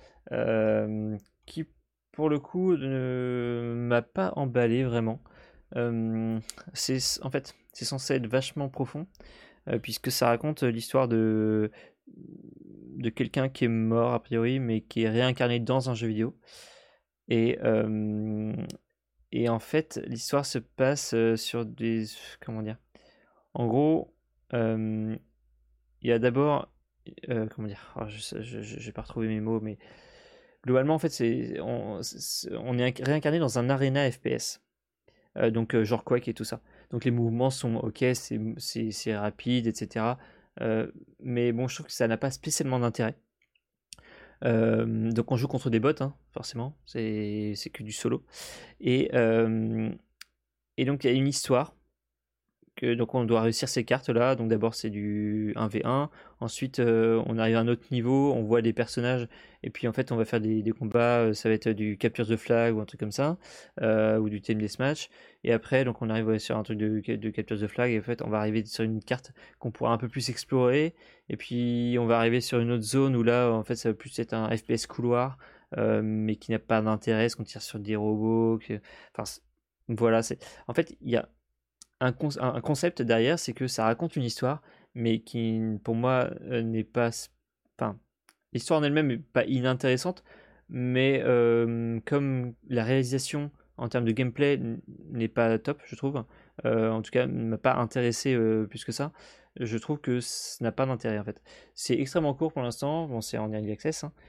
qui pour le coup ne m'a pas emballé vraiment. En fait, c'est censé être vachement profond, puisque ça raconte l'histoire de quelqu'un qui est mort a priori, mais qui est réincarné dans un jeu vidéo. Et, euh, et en fait, l'histoire se passe sur des... Comment dire? En gros, euh, il y a d'abord... comment dire? Oh, je vais pas retrouver mes mots, mais globalement, en fait, on est réincarné dans un arena FPS. Donc, genre Quake et tout ça. Donc, les mouvements sont ok, c'est rapide, etc. Mais bon, je trouve que ça n'a pas spécialement d'intérêt. Donc, on joue contre des bots, hein, forcément. C'est que du solo. Et, euh, et donc, il y a une histoire donc on doit réussir ces cartes-là. Donc d'abord c'est du 1v1, ensuite on arrive à un autre niveau, on voit des personnages, et puis en fait on va faire des combats, ça va être du capture the flag ou un truc comme ça, ou du team deathmatch, et après donc on arrive sur un truc de capture the flag, et en fait on va arriver sur une carte qu'on pourra un peu plus explorer, et puis on va arriver sur une autre zone où là en fait ça va plus être un FPS couloir, mais qui n'a pas d'intérêt, parce qu'on tire sur des robots, enfin voilà, en fait il y a un concept derrière, c'est que ça raconte une histoire, mais qui, pour moi, n'est pas. Enfin, l'histoire en elle-même n'est pas inintéressante, mais comme la réalisation en termes de gameplay n'est pas top, je trouve, en tout cas, ne m'a pas intéressé plus que ça, je trouve que ça n'a pas d'intérêt en fait. C'est extrêmement court pour l'instant, bon, c'est en early access, hein,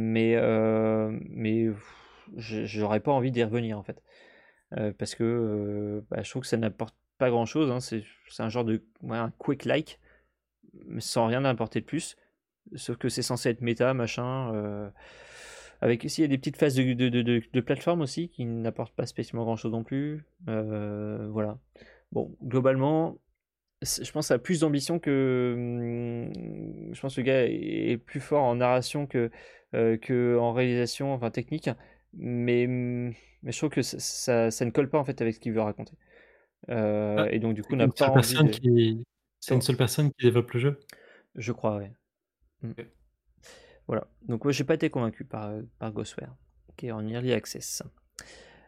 mais j'aurais pas envie d'y revenir en fait. Parce que je trouve que ça n'apporte pas grand chose, hein. C'est un genre de ouais, un quick-like, mais sans rien apporter de plus. Sauf que c'est censé être méta, machin. Avec aussi, il y a des petites phases de plateforme aussi qui n'apportent pas spécialement grand chose non plus. Voilà. Bon, globalement, je pense que ça a plus d'ambition que. Je pense que le gars est plus fort en narration que en réalisation, enfin technique. Mais je trouve que ça ne colle pas en fait avec ce qu'il veut raconter. Ah, Et donc du c'est coup, on n'a une pas seule envie personne de. qui c'est une Comment? seule personne qui développe le jeu? Je crois, ouais. Mm. OK. Voilà. Donc ouais, j'ai pas été convaincu par Ghostware, qui est en early access.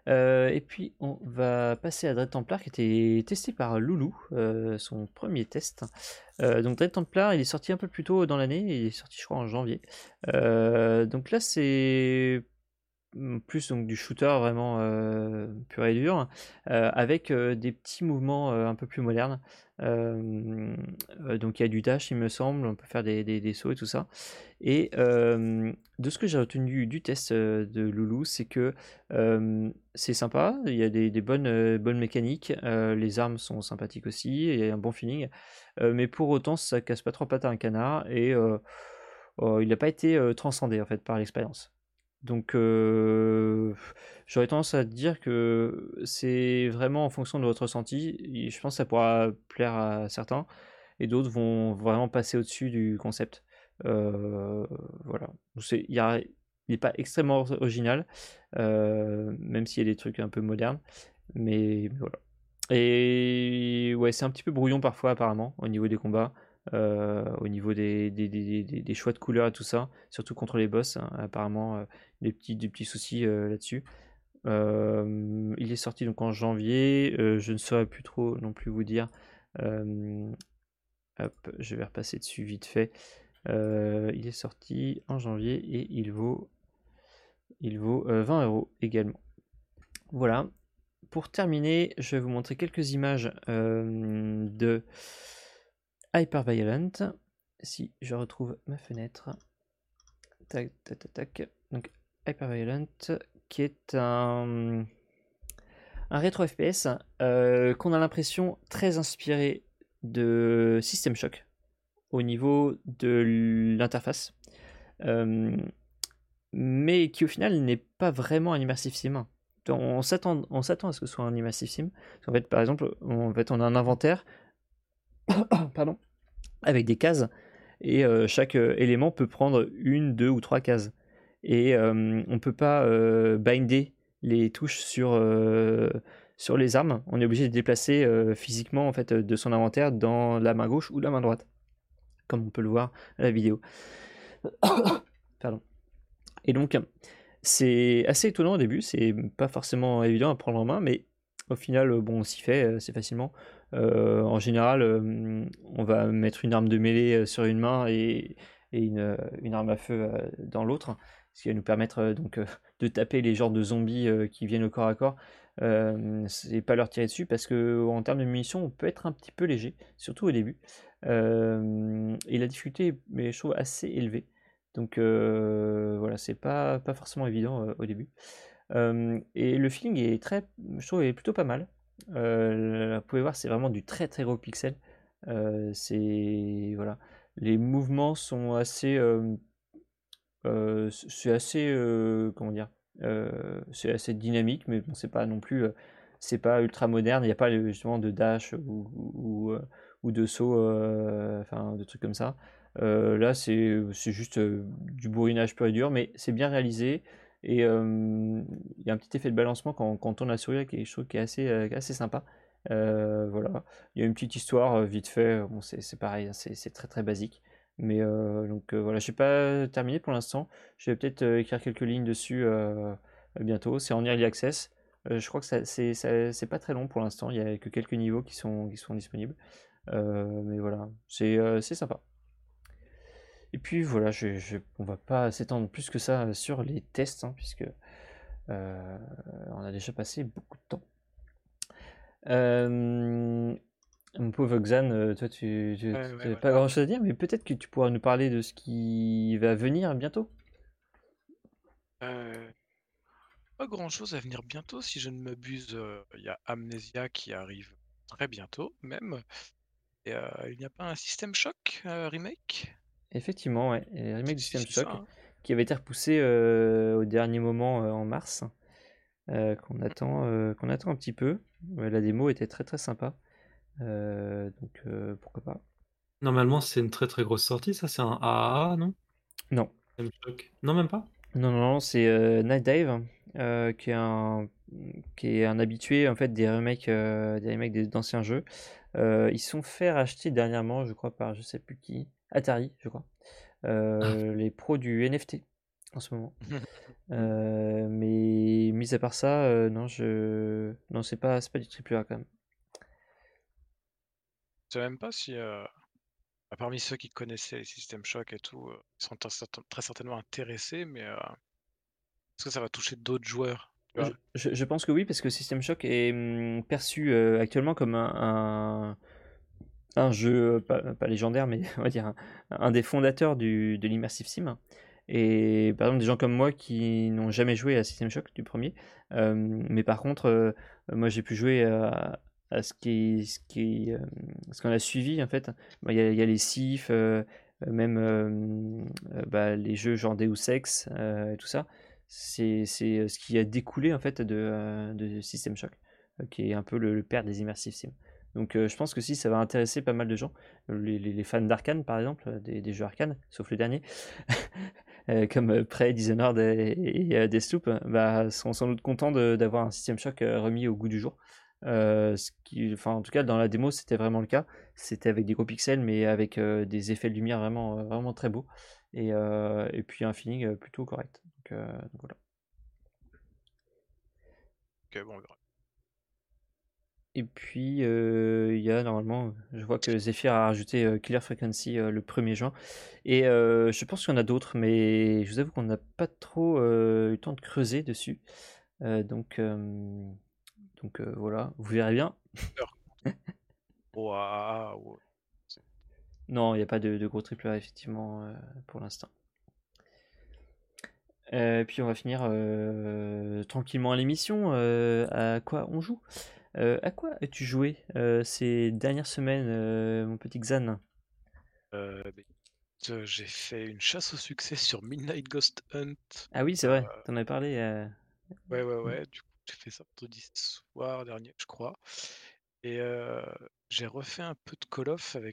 Et puis on va passer à Dread Templar qui était testé par Loulou, son premier test. Donc Dread Templar, il est sorti un peu plus tôt dans l'année, il est sorti je crois en janvier. Donc là c'est plus donc du shooter vraiment pur et dur, avec des petits mouvements un peu plus modernes. Donc il y a du dash il me semble, on peut faire des sauts et tout ça. Et de ce que j'ai retenu du test de Loulou, c'est que c'est sympa, il y a des bonnes mécaniques, les armes sont sympathiques aussi, il y a un bon feeling, mais pour autant ça casse pas trop pattes à un canard et il n'a pas été transcendé en fait par l'expérience. Donc j'aurais tendance à dire que c'est vraiment en fonction de votre ressenti. Et je pense que ça pourra plaire à certains et d'autres vont vraiment passer au-dessus du concept. Voilà. Donc, il n'est pas extrêmement original, même s'il y a des trucs un peu modernes. Mais voilà. Et ouais, c'est un petit peu brouillon parfois apparemment au niveau des combats. Au niveau des choix de couleurs et tout ça, surtout contre les boss, hein, apparemment des petits soucis là-dessus. Il est sorti donc en janvier, je ne saurais plus trop non plus vous dire. Hop, je vais repasser dessus vite fait. Il est sorti en janvier et il vaut 20 € également. Voilà. Pour terminer, je vais vous montrer quelques images de Hyperviolent. Si je retrouve ma fenêtre. Tac, tac, tac, tac. Donc Hyperviolent, qui est un rétro FPS qu'on a l'impression très inspiré de System Shock au niveau de l'interface, mais qui au final n'est pas vraiment un immersive sim. On s'attend à ce que ce soit un immersive sim. En fait, par exemple, on a un inventaire pardon, avec des cases, et chaque élément peut prendre 1, 2 ou 3 cases. Et on peut pas binder les touches sur les armes. On est obligé de déplacer physiquement en fait de son inventaire dans la main gauche ou la main droite, comme on peut le voir à la vidéo. Pardon. Et donc c'est assez étonnant au début, c'est pas forcément évident à prendre en main, mais au final, bon, on s'y fait assez facilement. En général, on va mettre une arme de mêlée sur une main et une arme à feu dans l'autre, ce qui va nous permettre donc de taper les genres de zombies qui viennent au corps à corps. C'est pas leur tirer dessus parce que en termes de munitions, on peut être un petit peu léger, surtout au début. Et la difficulté est, mais je trouve, assez élevée. Donc voilà, c'est pas forcément évident au début. Et le feeling est je trouve, est plutôt pas mal. Vous pouvez voir, c'est vraiment du très très gros pixel. Voilà, les mouvements sont assez, c'est assez, comment dire, c'est assez dynamique, mais bon, c'est pas non plus, c'est pas ultra moderne. Il n'y a pas justement de dash ou de saut, enfin de trucs comme ça. Là, c'est juste du bourrinage pur et dur, mais c'est bien réalisé. Et il y a un petit effet de balancement quand on tourne la souris, qui est, je trouve, qui est assez sympa. Voilà. Il y a une petite histoire vite fait. Bon, c'est pareil, hein, c'est très très basique. Mais donc voilà, je n'ai pas terminé pour l'instant. Je vais peut-être écrire quelques lignes dessus bientôt. C'est en early access. Je crois que c'est pas très long pour l'instant. Il n'y a que quelques niveaux qui sont disponibles. Mais voilà, c'est sympa. Et puis voilà, on va pas s'étendre plus que ça sur les tests, hein, puisque on a déjà passé beaucoup de temps. Mon pauvre Xan, toi tu n'as pas grand chose à dire, mais peut-être que tu pourras nous parler de ce qui va venir bientôt. Pas grand chose à venir bientôt, si je ne m'abuse. Il y a Amnesia qui arrive très bientôt, même. Et il n'y a pas un System Shock remake? Effectivement, ouais, et le remake du Si, System c'est Shock ça, hein. qui avait été repoussé au dernier moment en mars, qu'on attend un petit peu. La démo était très très sympa, donc pourquoi pas. Normalement, c'est une très très grosse sortie, ça, c'est un AAA, non? Non. System Shock. Non, même pas? Non, c'est Night Dive, qui est un habitué en fait des remakes d'anciens jeux. Ils se sont fait racheter dernièrement, je crois, par je sais plus qui, Atari, je crois. Les pros du NFT. en ce moment. Mais mis à part ça, non, non, c'est pas du AAA quand même. Je sais même pas si, parmi ceux qui connaissaient les System Shock et tout, ils sont très certainement intéressés, mais est-ce que ça va toucher d'autres joueurs? Tu vois? Je pense que oui, parce que System Shock est perçu actuellement comme un jeu pas légendaire, mais on va dire un des fondateurs de l'immersive sim. Et par exemple, des gens comme moi qui n'ont jamais joué à System Shock du premier, mais par contre, moi j'ai pu jouer à ce qu'on a suivi en fait. Bah, il y a les SIF, même bah, les jeux genre Deus Ex et tout ça. C'est ce qui a découlé en fait de System Shock, qui est un peu le père des immersive sim. Donc je pense que si ça va intéresser pas mal de gens, les fans d'Arkane par exemple, des jeux Arkane, sauf le dernier, comme Prey, Dishonored et Deathloop, bah, sont sans doute contents d'avoir un System Shock remis au goût du jour. Enfin, en tout cas, dans la démo, c'était vraiment le cas. C'était avec des gros pixels, mais avec des effets de lumière vraiment, vraiment très beaux. Et puis un feeling plutôt correct. Donc voilà. OK, bon, on verra. Et puis, il y a normalement, je vois que Zephyr a rajouté Killer Frequency le 1er juin. Et je pense qu'il y en a d'autres, mais je vous avoue qu'on n'a pas trop eu le temps de creuser dessus. Donc voilà, vous verrez bien. Ouah, ou c'est Non, il n'y a pas de gros AAA effectivement pour l'instant. Puis on va finir tranquillement l'émission. À quoi on joue? À quoi as-tu joué ces dernières semaines, mon petit Xan? beh, j'ai fait une chasse au succès sur Midnight Ghost Hunt. Ah oui, c'est Heu, vrai, t'en avais parlé. ouais, ouais, Mm. ouais, du coup, j'ai fait ça vendredi soir dernier, je crois et j'ai refait un peu de Call of avec,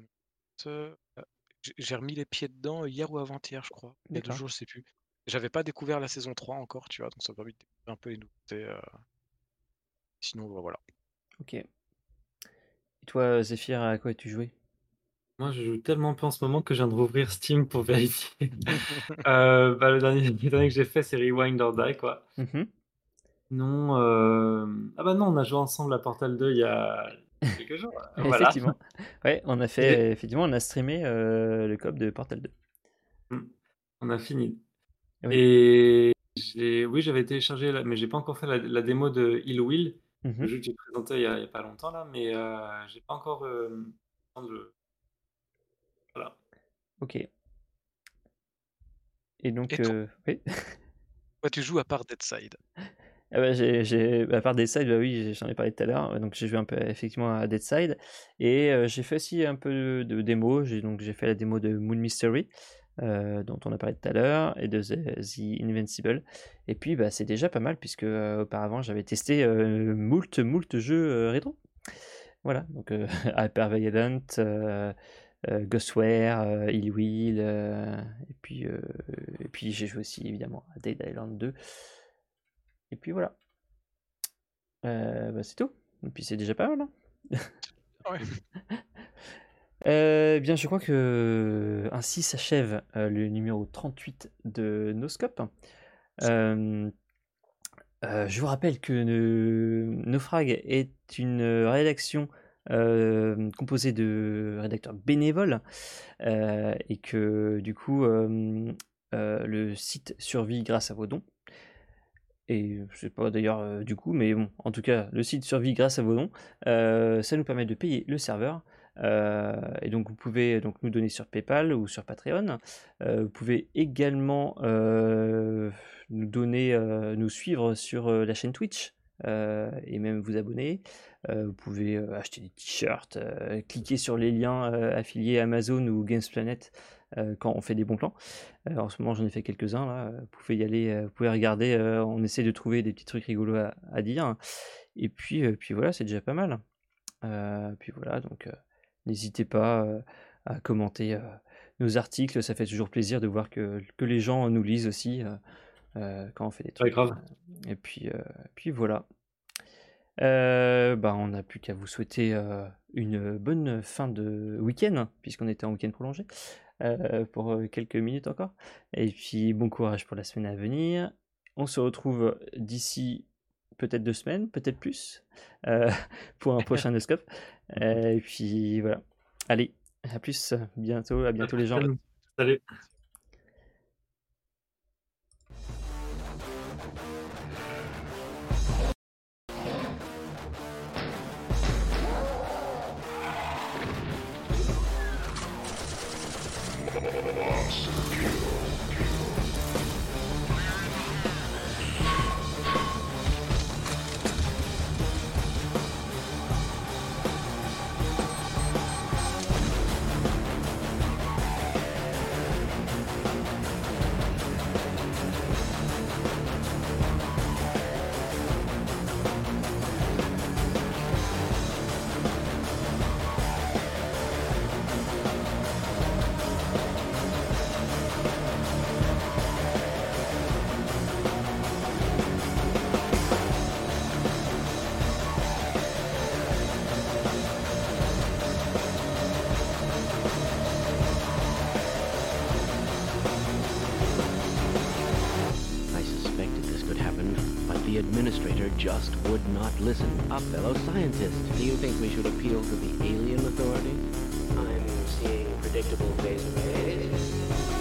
j'ai remis les pieds dedans hier ou avant-hier, je crois. Il y a 2 D'accord, jours, je sais plus. J'avais pas découvert la saison 3 encore, tu vois? Donc ça m'a permis de découvrir un peu les nouveautés, sinon, bah, voilà. ok. Et toi, Zephyr, à quoi as-tu joué? Moi, je joue tellement peu en ce moment que je viens de rouvrir Steam pour vérifier. Bah, le dernier que j'ai fait, c'est Rewind or Die, quoi. Mhm. Non, ah bah non, on a joué ensemble à Portal 2 il y a quelques jours, voilà. Effectivement. Ouais, on a Et fait, effectivement, on a streamé le coop de Portal 2. mmh, on a fini. Oui. Et oui, j'avais téléchargé, mais j'ai pas encore fait la démo de Ill Will, le Mhm. jeu que j'ai présenté il y a pas longtemps là, mais j'ai pas encore le temps voilà. Ok. Et Et donc, toi, oui. quoi tu joues à part Deadside? Ah bah, à part Deadside, bah oui, j'en ai parlé tout à l'heure. Donc j'ai joué un peu effectivement à Deadside. Et j'ai fait aussi un peu de démo. J'ai fait la démo de Moon Mystery, dont on a parlé tout à l'heure, et de The Invincible. Et puis bah, c'est déjà pas mal, puisque auparavant j'avais testé moult jeux rétro. Voilà, donc Hyper Violent, Ghostware, Ill Will, et puis j'ai joué aussi évidemment à Dead Island 2. Et puis voilà. Bah, c'est tout. Et puis c'est déjà pas mal, hein. Ouais. Bien, je crois que ainsi s'achève le numéro 38 de Noscope. Euh, je vous rappelle que Naufrag est une rédaction composée de rédacteurs bénévoles et que du coup le site survit grâce à vos dons. Et je sais pas d'ailleurs du coup, mais bon, en tout cas, le site survit grâce à vos dons. Ça nous permet de payer le serveur. Et donc vous pouvez donc nous donner sur PayPal ou sur Patreon. Vous pouvez également nous donner, nous suivre sur la chaîne Twitch. Et même vous abonner. Vous pouvez acheter des t-shirts, cliquer sur les liens affiliés Amazon ou Games Planet quand on fait des bons plans. En ce moment, j'en ai fait quelques-uns là. Vous pouvez y aller, vous pouvez regarder. On essaie de trouver des petits trucs rigolos à dire. Et puis voilà, c'est déjà pas mal. Puis voilà, donc n'hésitez pas à commenter nos articles. Ça fait toujours plaisir de voir que les gens nous lisent aussi quand on fait des Ouais, trucs. grave. Et puis voilà. On n'a plus qu'à vous souhaiter une bonne fin de week-end, puisqu'on était en week-end prolongé, pour quelques minutes encore. Et puis bon courage pour la semaine à venir. On se retrouve d'ici peut-être 2 semaines, peut-être plus, pour un prochain Noscope. Et puis voilà. Allez, à plus, à bientôt les gens. Salut. Just would not listen. A fellow scientist. Do you think we should appeal to the alien authorities? I'm seeing predictable phase arrays.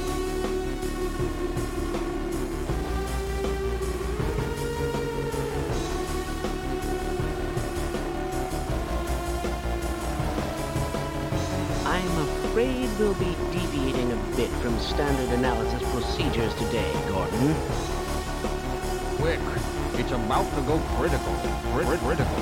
I'm afraid we'll be deviating a bit from standard analysis procedures today, Gordon. Quick! It's about to go critical. Critical.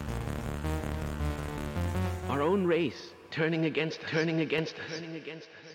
Our own race turning against us.